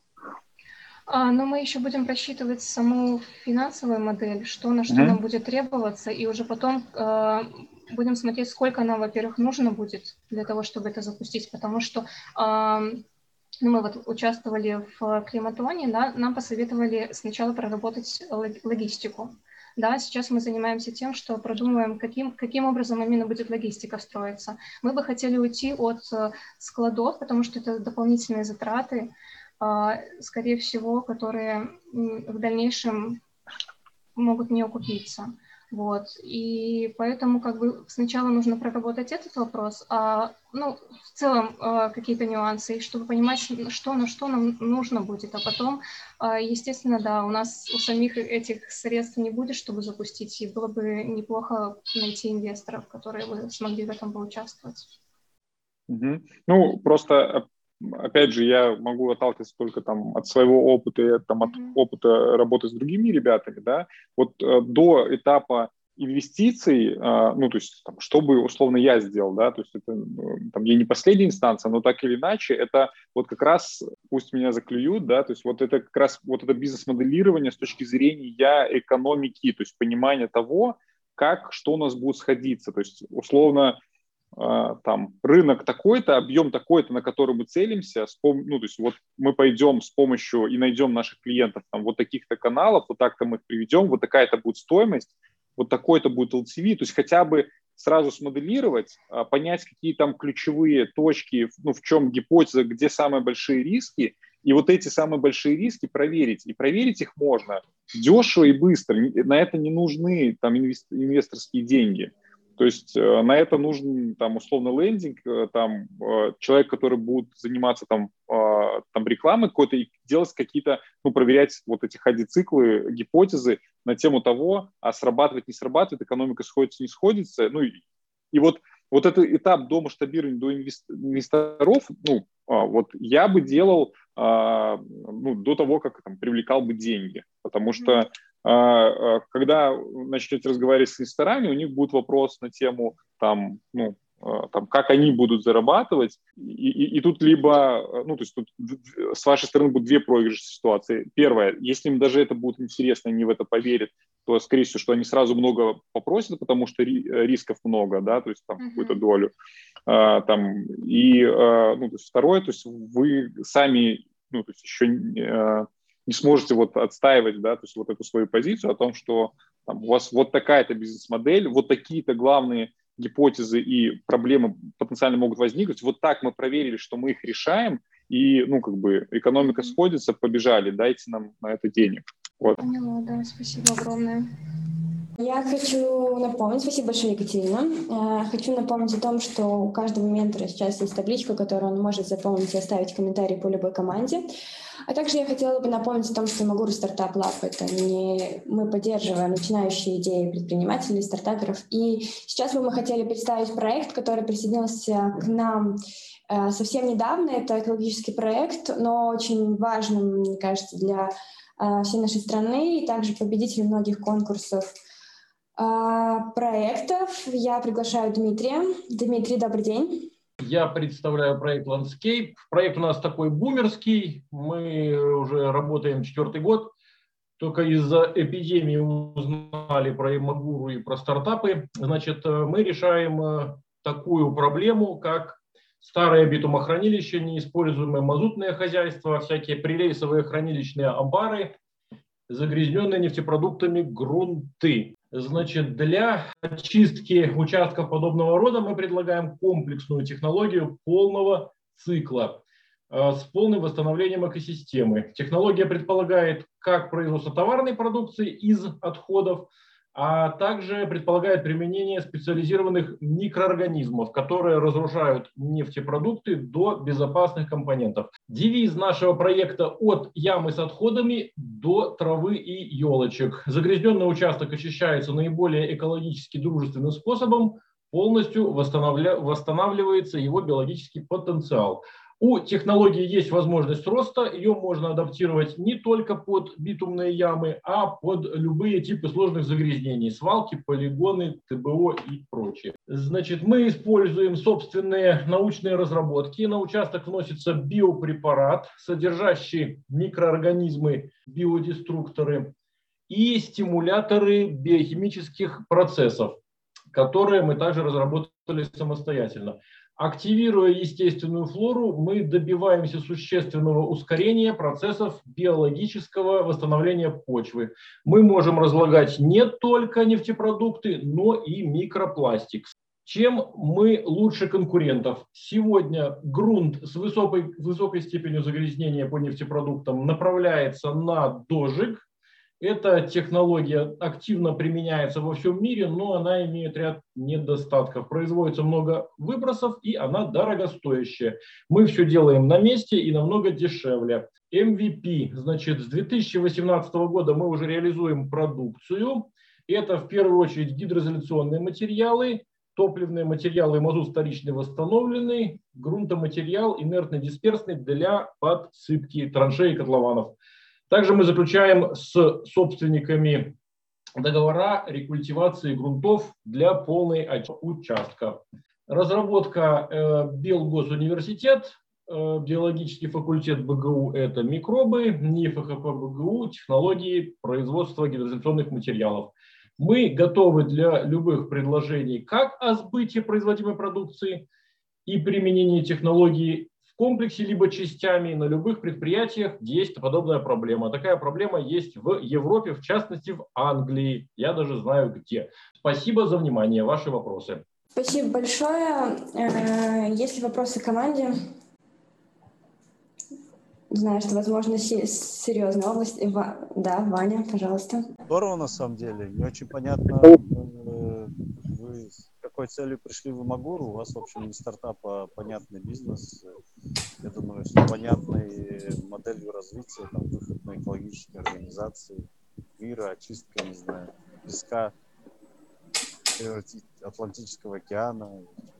Но мы еще будем просчитывать саму финансовую модель, что на что нам будет требоваться, и уже потом будем смотреть, сколько нам, во-первых, нужно будет для того, чтобы это запустить, потому что мы вот участвовали в климатоне, да, нам посоветовали сначала проработать логистику. Да, сейчас мы занимаемся тем, что продумываем, каким образом именно будет логистика строиться. Мы бы хотели уйти от складов, потому что это дополнительные затраты, скорее всего, которые в дальнейшем могут не окупиться. Вот. И поэтому как бы сначала нужно проработать этот вопрос, ну, в целом какие-то нюансы, чтобы понимать, что на что нам нужно будет. А потом, естественно, да, у нас у самих этих средств не будет, чтобы запустить, и было бы неплохо найти инвесторов, которые бы смогли в этом поучаствовать. Ну, просто... Опять же, я могу отталкиваться только там от своего опыта, там, от опыта работы с другими ребятами, да, вот до этапа инвестиций, ну, то есть, там, что бы, условно, я сделал, да, то есть это, там, я не последняя инстанция, но так или иначе, это вот как раз, пусть меня заклюют, да, то есть вот это как раз, вот это бизнес-моделирование с точки зрения экономики, то есть понимание того, как, что у нас будет сходиться, то есть, условно, там рынок такой-то, объем такой-то, на который мы целимся, ну, то есть вот мы пойдем с помощью и найдем наших клиентов там вот таких-то каналов, вот так-то мы их приведем, вот такая-то будет стоимость, вот такой-то будет LTV, то есть хотя бы сразу смоделировать, понять, какие там ключевые точки, ну, в чем гипотеза, где самые большие риски, и вот эти самые большие риски проверить. И проверить их можно дешево и быстро, на это не нужны там инвесторские деньги. То есть на это нужен, там, условно, лендинг, там, человек, который будет заниматься там рекламой какой-то и делать какие-то, ну, проверять вот эти ходи-циклы, гипотезы на тему того, а срабатывает, не срабатывает, экономика сходится, не сходится. Ну, и вот этот этап до масштабирования, до инвесторов, ну, вот я бы делал, ну, до того, как там привлекал бы деньги, потому что когда начнете разговаривать с инвесторами, у них будет вопрос на тему, там, ну, там, как они будут зарабатывать, и тут либо, ну, то есть тут с вашей стороны будут две проигрышные ситуации. Первое, если им даже это будет интересно, они в это поверят, то, скорее всего, что они сразу много попросят, потому что рисков много, да, то есть там какую-то долю. Там, и, ну, то есть второе, то есть вы сами, ну, то есть еще не сможете вот отстаивать, да, то есть вот эту свою позицию о том, что там, у вас вот такая-то бизнес-модель, вот такие-то главные гипотезы и проблемы потенциально могут возникнуть. Вот так мы проверили, что мы их решаем, и, ну, как бы экономика сходится, побежали, дайте нам на это денег. Вот. Поняла, да, спасибо огромное. Я хочу напомнить, спасибо большое, Екатерина. Хочу напомнить о том, что у каждого ментора сейчас есть табличка, которую он может заполнить и оставить комментарий по любой команде. А также я хотела бы напомнить о том, что Магуру Стартап Лаб — это не мы поддерживаем начинающие идеи предпринимателей, стартаперов. И сейчас бы мы хотели представить проект, который присоединился к нам совсем недавно. Это экологический проект, но очень важный, мне кажется, для всей нашей страны и также победитель многих конкурсов проектов. Я приглашаю Дмитрия. Дмитрий, добрый день. Я представляю проект Landscape. Проект у нас такой бумерский. Мы уже работаем 4-й год. Только из-за эпидемии узнали про Имагуру и про стартапы. Значит, мы решаем такую проблему, как старые битумохранилища, неиспользуемые мазутные хозяйства, всякие прирейсовые хранилищные амбары, загрязненные нефтепродуктами грунты. Значит, для очистки участков подобного рода мы предлагаем комплексную технологию полного цикла с полным восстановлением экосистемы. Технология предполагает как производство товарной продукции из отходов, а также предполагает применение специализированных микроорганизмов, которые разрушают нефтепродукты до безопасных компонентов. Девиз нашего проекта «От ямы с отходами до травы и елочек». Загрязненный участок очищается наиболее экологически дружественным способом, полностью восстанавливается его биологический потенциал. У технологии есть возможность роста, ее можно адаптировать не только под битумные ямы, а под любые типы сложных загрязнений, свалки, полигоны, ТБО и прочее. Значит, мы используем собственные научные разработки. На участок вносится биопрепарат, содержащий микроорганизмы, биодеструкторы и стимуляторы биохимических процессов, которые мы также разработали самостоятельно. Активируя естественную флору, мы добиваемся существенного ускорения процессов биологического восстановления почвы. Мы можем разлагать не только нефтепродукты, но и микропластик. Чем мы лучше конкурентов? Сегодня грунт с высокой степенью загрязнения по нефтепродуктам направляется на дожиг. Эта технология активно применяется во всем мире, но она имеет ряд недостатков. Производится много выбросов, и она дорогостоящая. Мы все делаем на месте и намного дешевле. MVP, значит, с 2018 года мы уже реализуем продукцию. Это в первую очередь гидроизоляционные материалы, топливные материалы, мазут вторичный восстановленный, грунтоматериал инертно-дисперсный для подсыпки траншей и котлованов. Также мы заключаем с собственниками договора рекультивации грунтов для полной участка. Разработка Белгосуниверситет, биологический факультет БГУ – это микробы, НИФХП БГУ – технологии производства гидроизоляционных материалов. Мы готовы для любых предложений как о сбыте производимой продукции и применении технологий в комплексе, либо частями на любых предприятиях, где есть подобная проблема. Такая проблема есть в Европе, в частности в Англии. Я даже знаю где. Спасибо за внимание. Ваши вопросы. Спасибо большое. Есть ли вопросы к команде? Знаю, что, возможно, серьезная область. Да, Ваня, пожалуйста. Здорово, на самом деле. Не очень понятно, вы с какой целью пришли в Имагуру. У вас, в общем, не стартап, а понятный бизнес. Я думаю, что понятной моделью развития, там, выход на экологические организации, мира, очистка, не знаю, песка, Атлантического океана.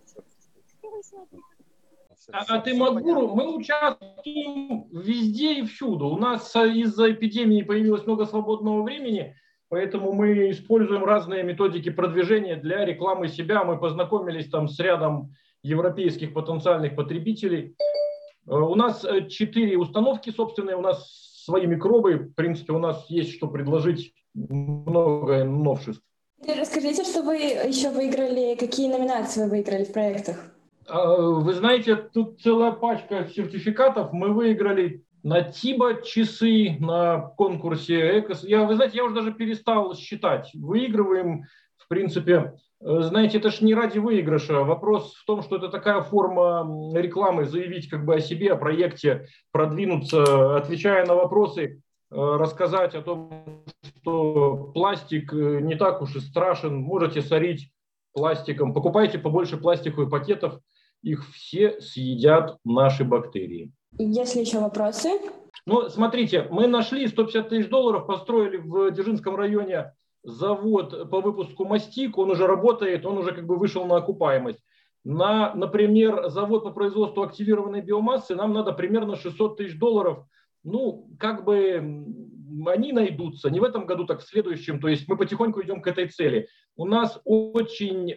От Имагуру мы участвуем везде и всюду. У нас из-за эпидемии появилось много свободного времени, поэтому мы используем разные методики продвижения для рекламы себя. Мы познакомились там с рядом европейских потенциальных потребителей. У нас 4 установки собственные, у нас свои микробы. В принципе, у нас есть что предложить, много новшеств. Расскажите, что вы еще выиграли, какие номинации вы выиграли в проектах? Вы знаете, тут целая пачка сертификатов. Мы выиграли на Тиба часы на конкурсе Экос. Вы знаете, я уже даже перестал считать. Выигрываем, в принципе, знаете, это ж не ради выигрыша. Вопрос в том, что это такая форма рекламы, заявить как бы о себе, о проекте, продвинуться, отвечая на вопросы, рассказать о том, что пластик не так уж и страшен, можете сорить пластиком, покупайте побольше пластиковых пакетов, их все съедят наши бактерии. Есть ли еще вопросы? Ну, смотрите, мы нашли 150 тысяч долларов, построили в Дзержинском районе завод по выпуску мастик, он уже работает, он уже как бы вышел на окупаемость. На, например, завод по производству активированной биомассы нам надо примерно 600 тысяч долларов. Ну, как бы они найдутся, не в этом году, так в следующем. То есть мы потихоньку идем к этой цели. У нас очень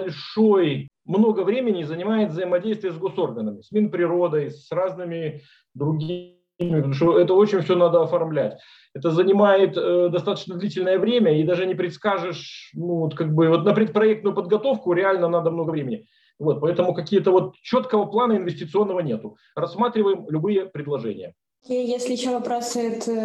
много времени занимает взаимодействие с госорганами, с Минприродой, с разными другими, потому что это очень все надо оформлять. Это занимает достаточно длительное время, и даже не предскажешь, на предпроектную подготовку реально надо много времени. Вот, поэтому какие-то четкого плана инвестиционного нету. Рассматриваем любые предложения. И если еще вопросы от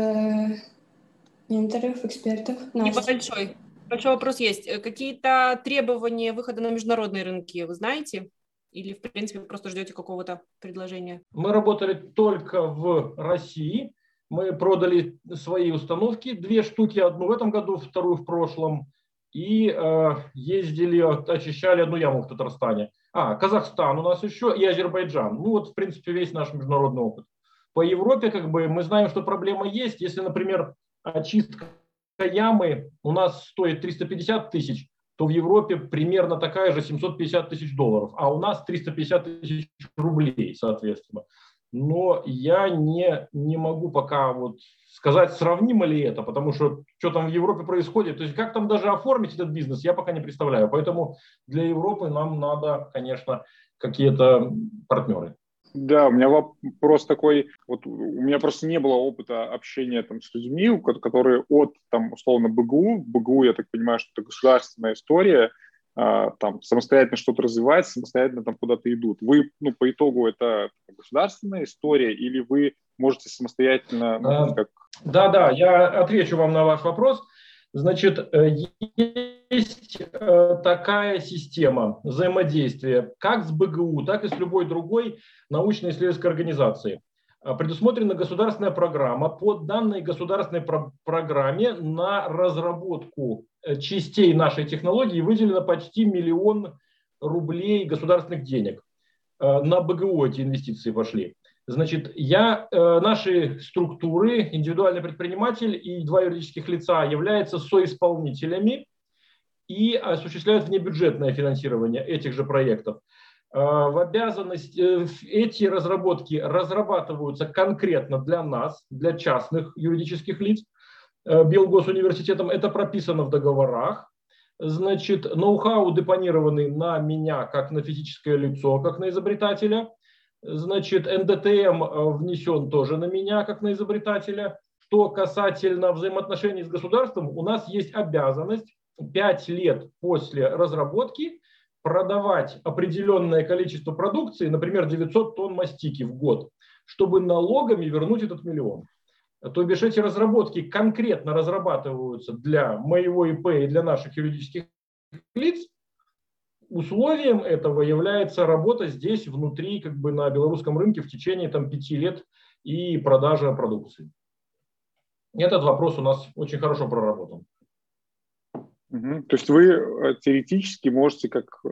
менторов, экспертов? Небольшой. Большой вопрос есть. Какие-то требования выхода на международные рынки вы знаете? Или, в принципе, вы просто ждете какого-то предложения? Мы работали только в России. Мы продали свои установки, 2 штуки, одну в этом году, вторую в прошлом. И ездили, очищали одну яму в Татарстане. Казахстан у нас еще и Азербайджан. В принципе, весь наш международный опыт. По Европе мы знаем, что проблема есть. Если, например, очистка ямы у нас стоит 350 тысяч, то в Европе примерно такая же 750 тысяч долларов, а у нас 350 тысяч рублей, соответственно. Но я не могу пока сказать, сравнимо ли это, потому что там в Европе происходит, то есть как там даже оформить этот бизнес, я пока не представляю. Поэтому для Европы нам надо, конечно, какие-то партнеры. Да, у меня вопрос такой, у меня просто не было опыта общения с людьми, которые от, условно, БГУ, я так понимаю, что это государственная история, самостоятельно что-то развивать, самостоятельно куда-то идут. Вы, по итогу, это государственная история или вы можете самостоятельно... Да, я отвечу вам на ваш вопрос. Значит, есть такая система взаимодействия как с БГУ, так и с любой другой научно-исследовательской организацией. Предусмотрена государственная программа. По данной государственной программе на разработку частей нашей технологии выделено почти 1 миллион рублей государственных денег. На БГУ эти инвестиции пошли. Значит, наши структуры, индивидуальный предприниматель и 2 юридических лица являются соисполнителями и осуществляют внебюджетное финансирование этих же проектов. В обязанность эти разработки разрабатываются конкретно для нас, для частных юридических лиц. Белгосуниверситетом это прописано в договорах. Значит, ноу-хау депонированный на меня, как на физическое лицо, как на изобретателя. Значит, НДТМ внесен тоже на меня, как на изобретателя. Что касательно взаимоотношений с государством, у нас есть обязанность 5 лет после разработки продавать определенное количество продукции, например, 900 тонн мастики в год, чтобы налогами вернуть этот 1 миллион. То бишь эти разработки конкретно разрабатываются для моего ИП и для наших юридических лиц. Условием этого является работа здесь, внутри, на белорусском рынке в течение 5 лет и продажа продукции. Этот вопрос у нас очень хорошо проработан. То есть вы теоретически можете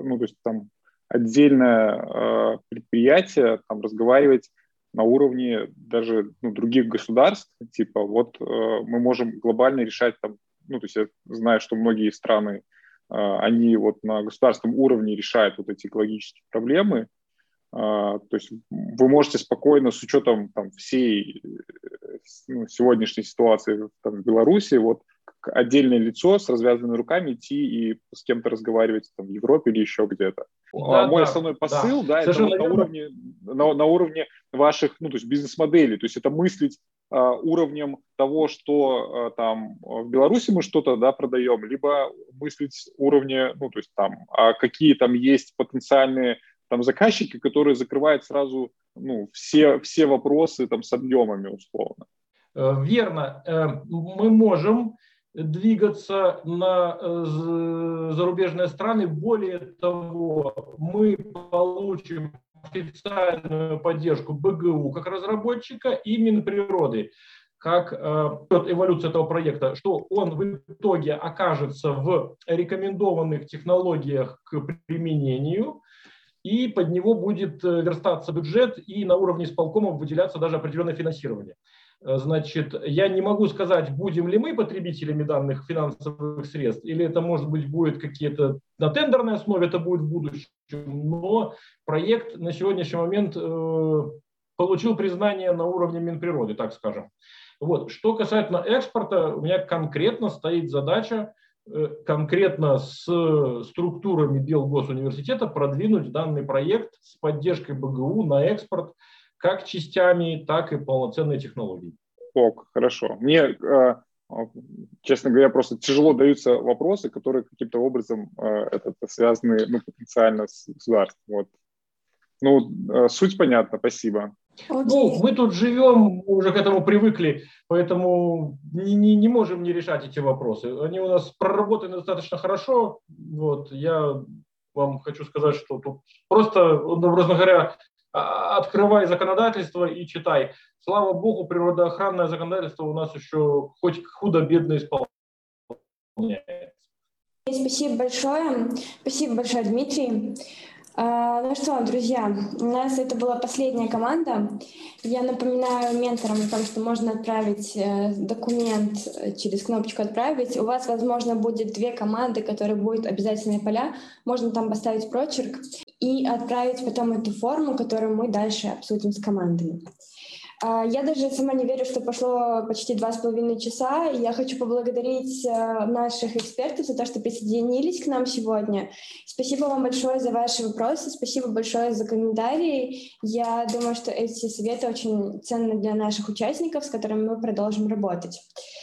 отдельное предприятие разговаривать на уровне даже других государств, мы можем глобально решать я знаю, что многие страны они на государственном уровне решают эти экологические проблемы. То есть вы можете спокойно, с учетом всей сегодняшней ситуации в Беларуси, как отдельное лицо с развязанными руками идти и с кем-то разговаривать в Европе или еще где-то. Мой основной посыл, это на уровне ваших бизнес-моделей. То есть это мыслить уровнем того, что в Беларуси мы что-то продаем, либо мыслить уровне, какие есть потенциальные заказчики, которые закрывают сразу все вопросы с объемами условно. Верно. Мы можем двигаться на зарубежные страны. Более того, мы получим официальную поддержку БГУ как разработчика и Минприроды, как эволюция этого проекта, что он в итоге окажется в рекомендованных технологиях к применению, и под него будет верстаться бюджет, и на уровне исполкомов выделяться даже определенное финансирование. Значит, я не могу сказать, будем ли мы потребителями данных финансовых средств, или это, может быть, будет какие-то на тендерной основе, это будет в будущем, но проект на сегодняшний момент получил признание на уровне Минприроды, так скажем. Вот. Что касательно экспорта, у меня конкретно стоит задача конкретно с структурами Белгосуниверситета продвинуть данный проект с поддержкой БГУ на экспорт как частями, так и полноценной технологией. Ок, хорошо. Мне, честно говоря, просто тяжело даются вопросы, которые каким-то образом связаны потенциально с государством. Вот. Ну, суть понятна, спасибо. Ну, мы тут живем, уже к этому привыкли, поэтому не можем не решать эти вопросы. Они у нас проработаны достаточно хорошо. Вот. Я вам хочу сказать, что тут просто, образно говоря, открывай законодательство и читай. Слава богу, природоохранное законодательство у нас еще хоть худо-бедно исполняется. Спасибо большое, Дмитрий. Ну что, друзья, у нас это была последняя команда. Я напоминаю менторам о том, что можно отправить документ через кнопочку «Отправить». У вас, возможно, будет 2 команды, которые будут обязательные поля. Можно там поставить прочерк и отправить потом эту форму, которую мы дальше обсудим с командами. Я даже сама не верю, что прошло почти 2,5 часа. И я хочу поблагодарить наших экспертов за то, что присоединились к нам сегодня. Спасибо вам большое за ваши вопросы, спасибо большое за комментарии. Я думаю, что эти советы очень ценны для наших участников, с которыми мы продолжим работать.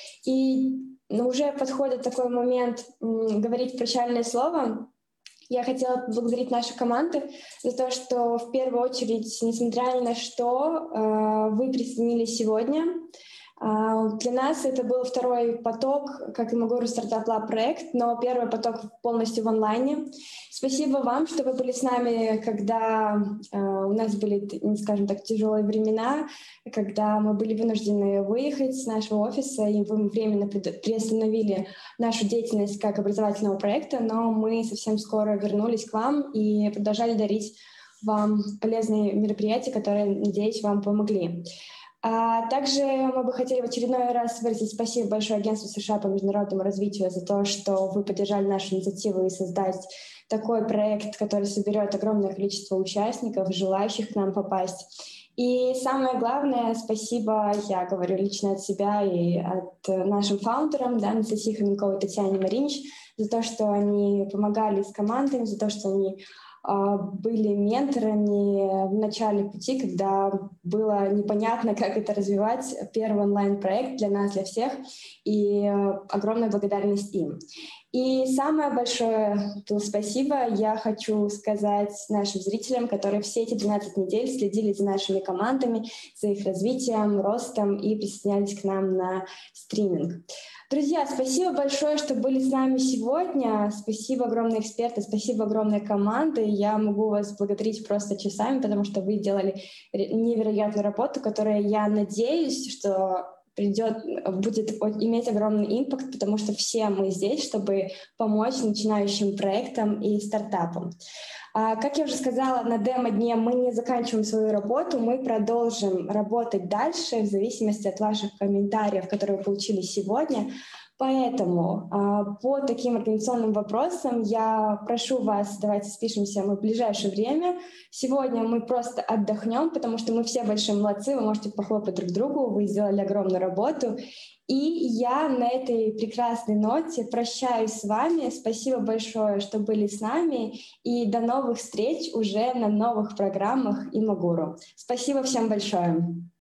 И уже подходит такой момент говорить прощальное слово. Я хотела поблагодарить нашу команду за то, что в первую очередь, несмотря ни на что, вы присоединились сегодня. Для нас это был второй поток, как и Imaguru Startup Lab проект, но первый поток полностью в онлайне. Спасибо вам, что вы были с нами, когда у нас были, скажем так, тяжелые времена, когда мы были вынуждены выехать с нашего офиса, и вы временно приостановили нашу деятельность как образовательного проекта, но мы совсем скоро вернулись к вам и продолжали дарить вам полезные мероприятия, которые, надеюсь, вам помогли. Также мы бы хотели в очередной раз выразить спасибо большое Агентству США по международному развитию за то, что вы поддержали нашу инициативу и создать такой проект, который соберет огромное количество участников, желающих к нам попасть. И самое главное, спасибо, я говорю лично от себя и от нашим фаундерам, Анастасии Хоменковой и Татьяне Маринич, за то, что они помогали с командами, за то, что они были менторами в начале пути, когда было непонятно, как это развивать. Первый онлайн-проект для нас, для всех. И огромная благодарность им. И самое большое спасибо я хочу сказать нашим зрителям, которые все эти 12 недель следили за нашими командами, за их развитием, ростом и присоединялись к нам на стриминг. Друзья, спасибо большое, что были с нами сегодня. Спасибо огромное эксперты, спасибо огромной команды. Я могу вас благодарить просто часами, потому что вы делали невероятную работу, которая, я надеюсь, что будет иметь огромный импакт, потому что все мы здесь, чтобы помочь начинающим проектам и стартапам. Как я уже сказала, на демо-дне мы не заканчиваем свою работу, мы продолжим работать дальше в зависимости от ваших комментариев, которые вы получили сегодня. Поэтому по таким организационным вопросам я прошу вас, давайте спишемся мы в ближайшее время. Сегодня мы просто отдохнем, потому что мы все большие молодцы, вы можете похлопать друг другу, вы сделали огромную работу. И я на этой прекрасной ноте прощаюсь с вами. Спасибо большое, что были с нами. И до новых встреч уже на новых программах Imaguru. Спасибо всем большое.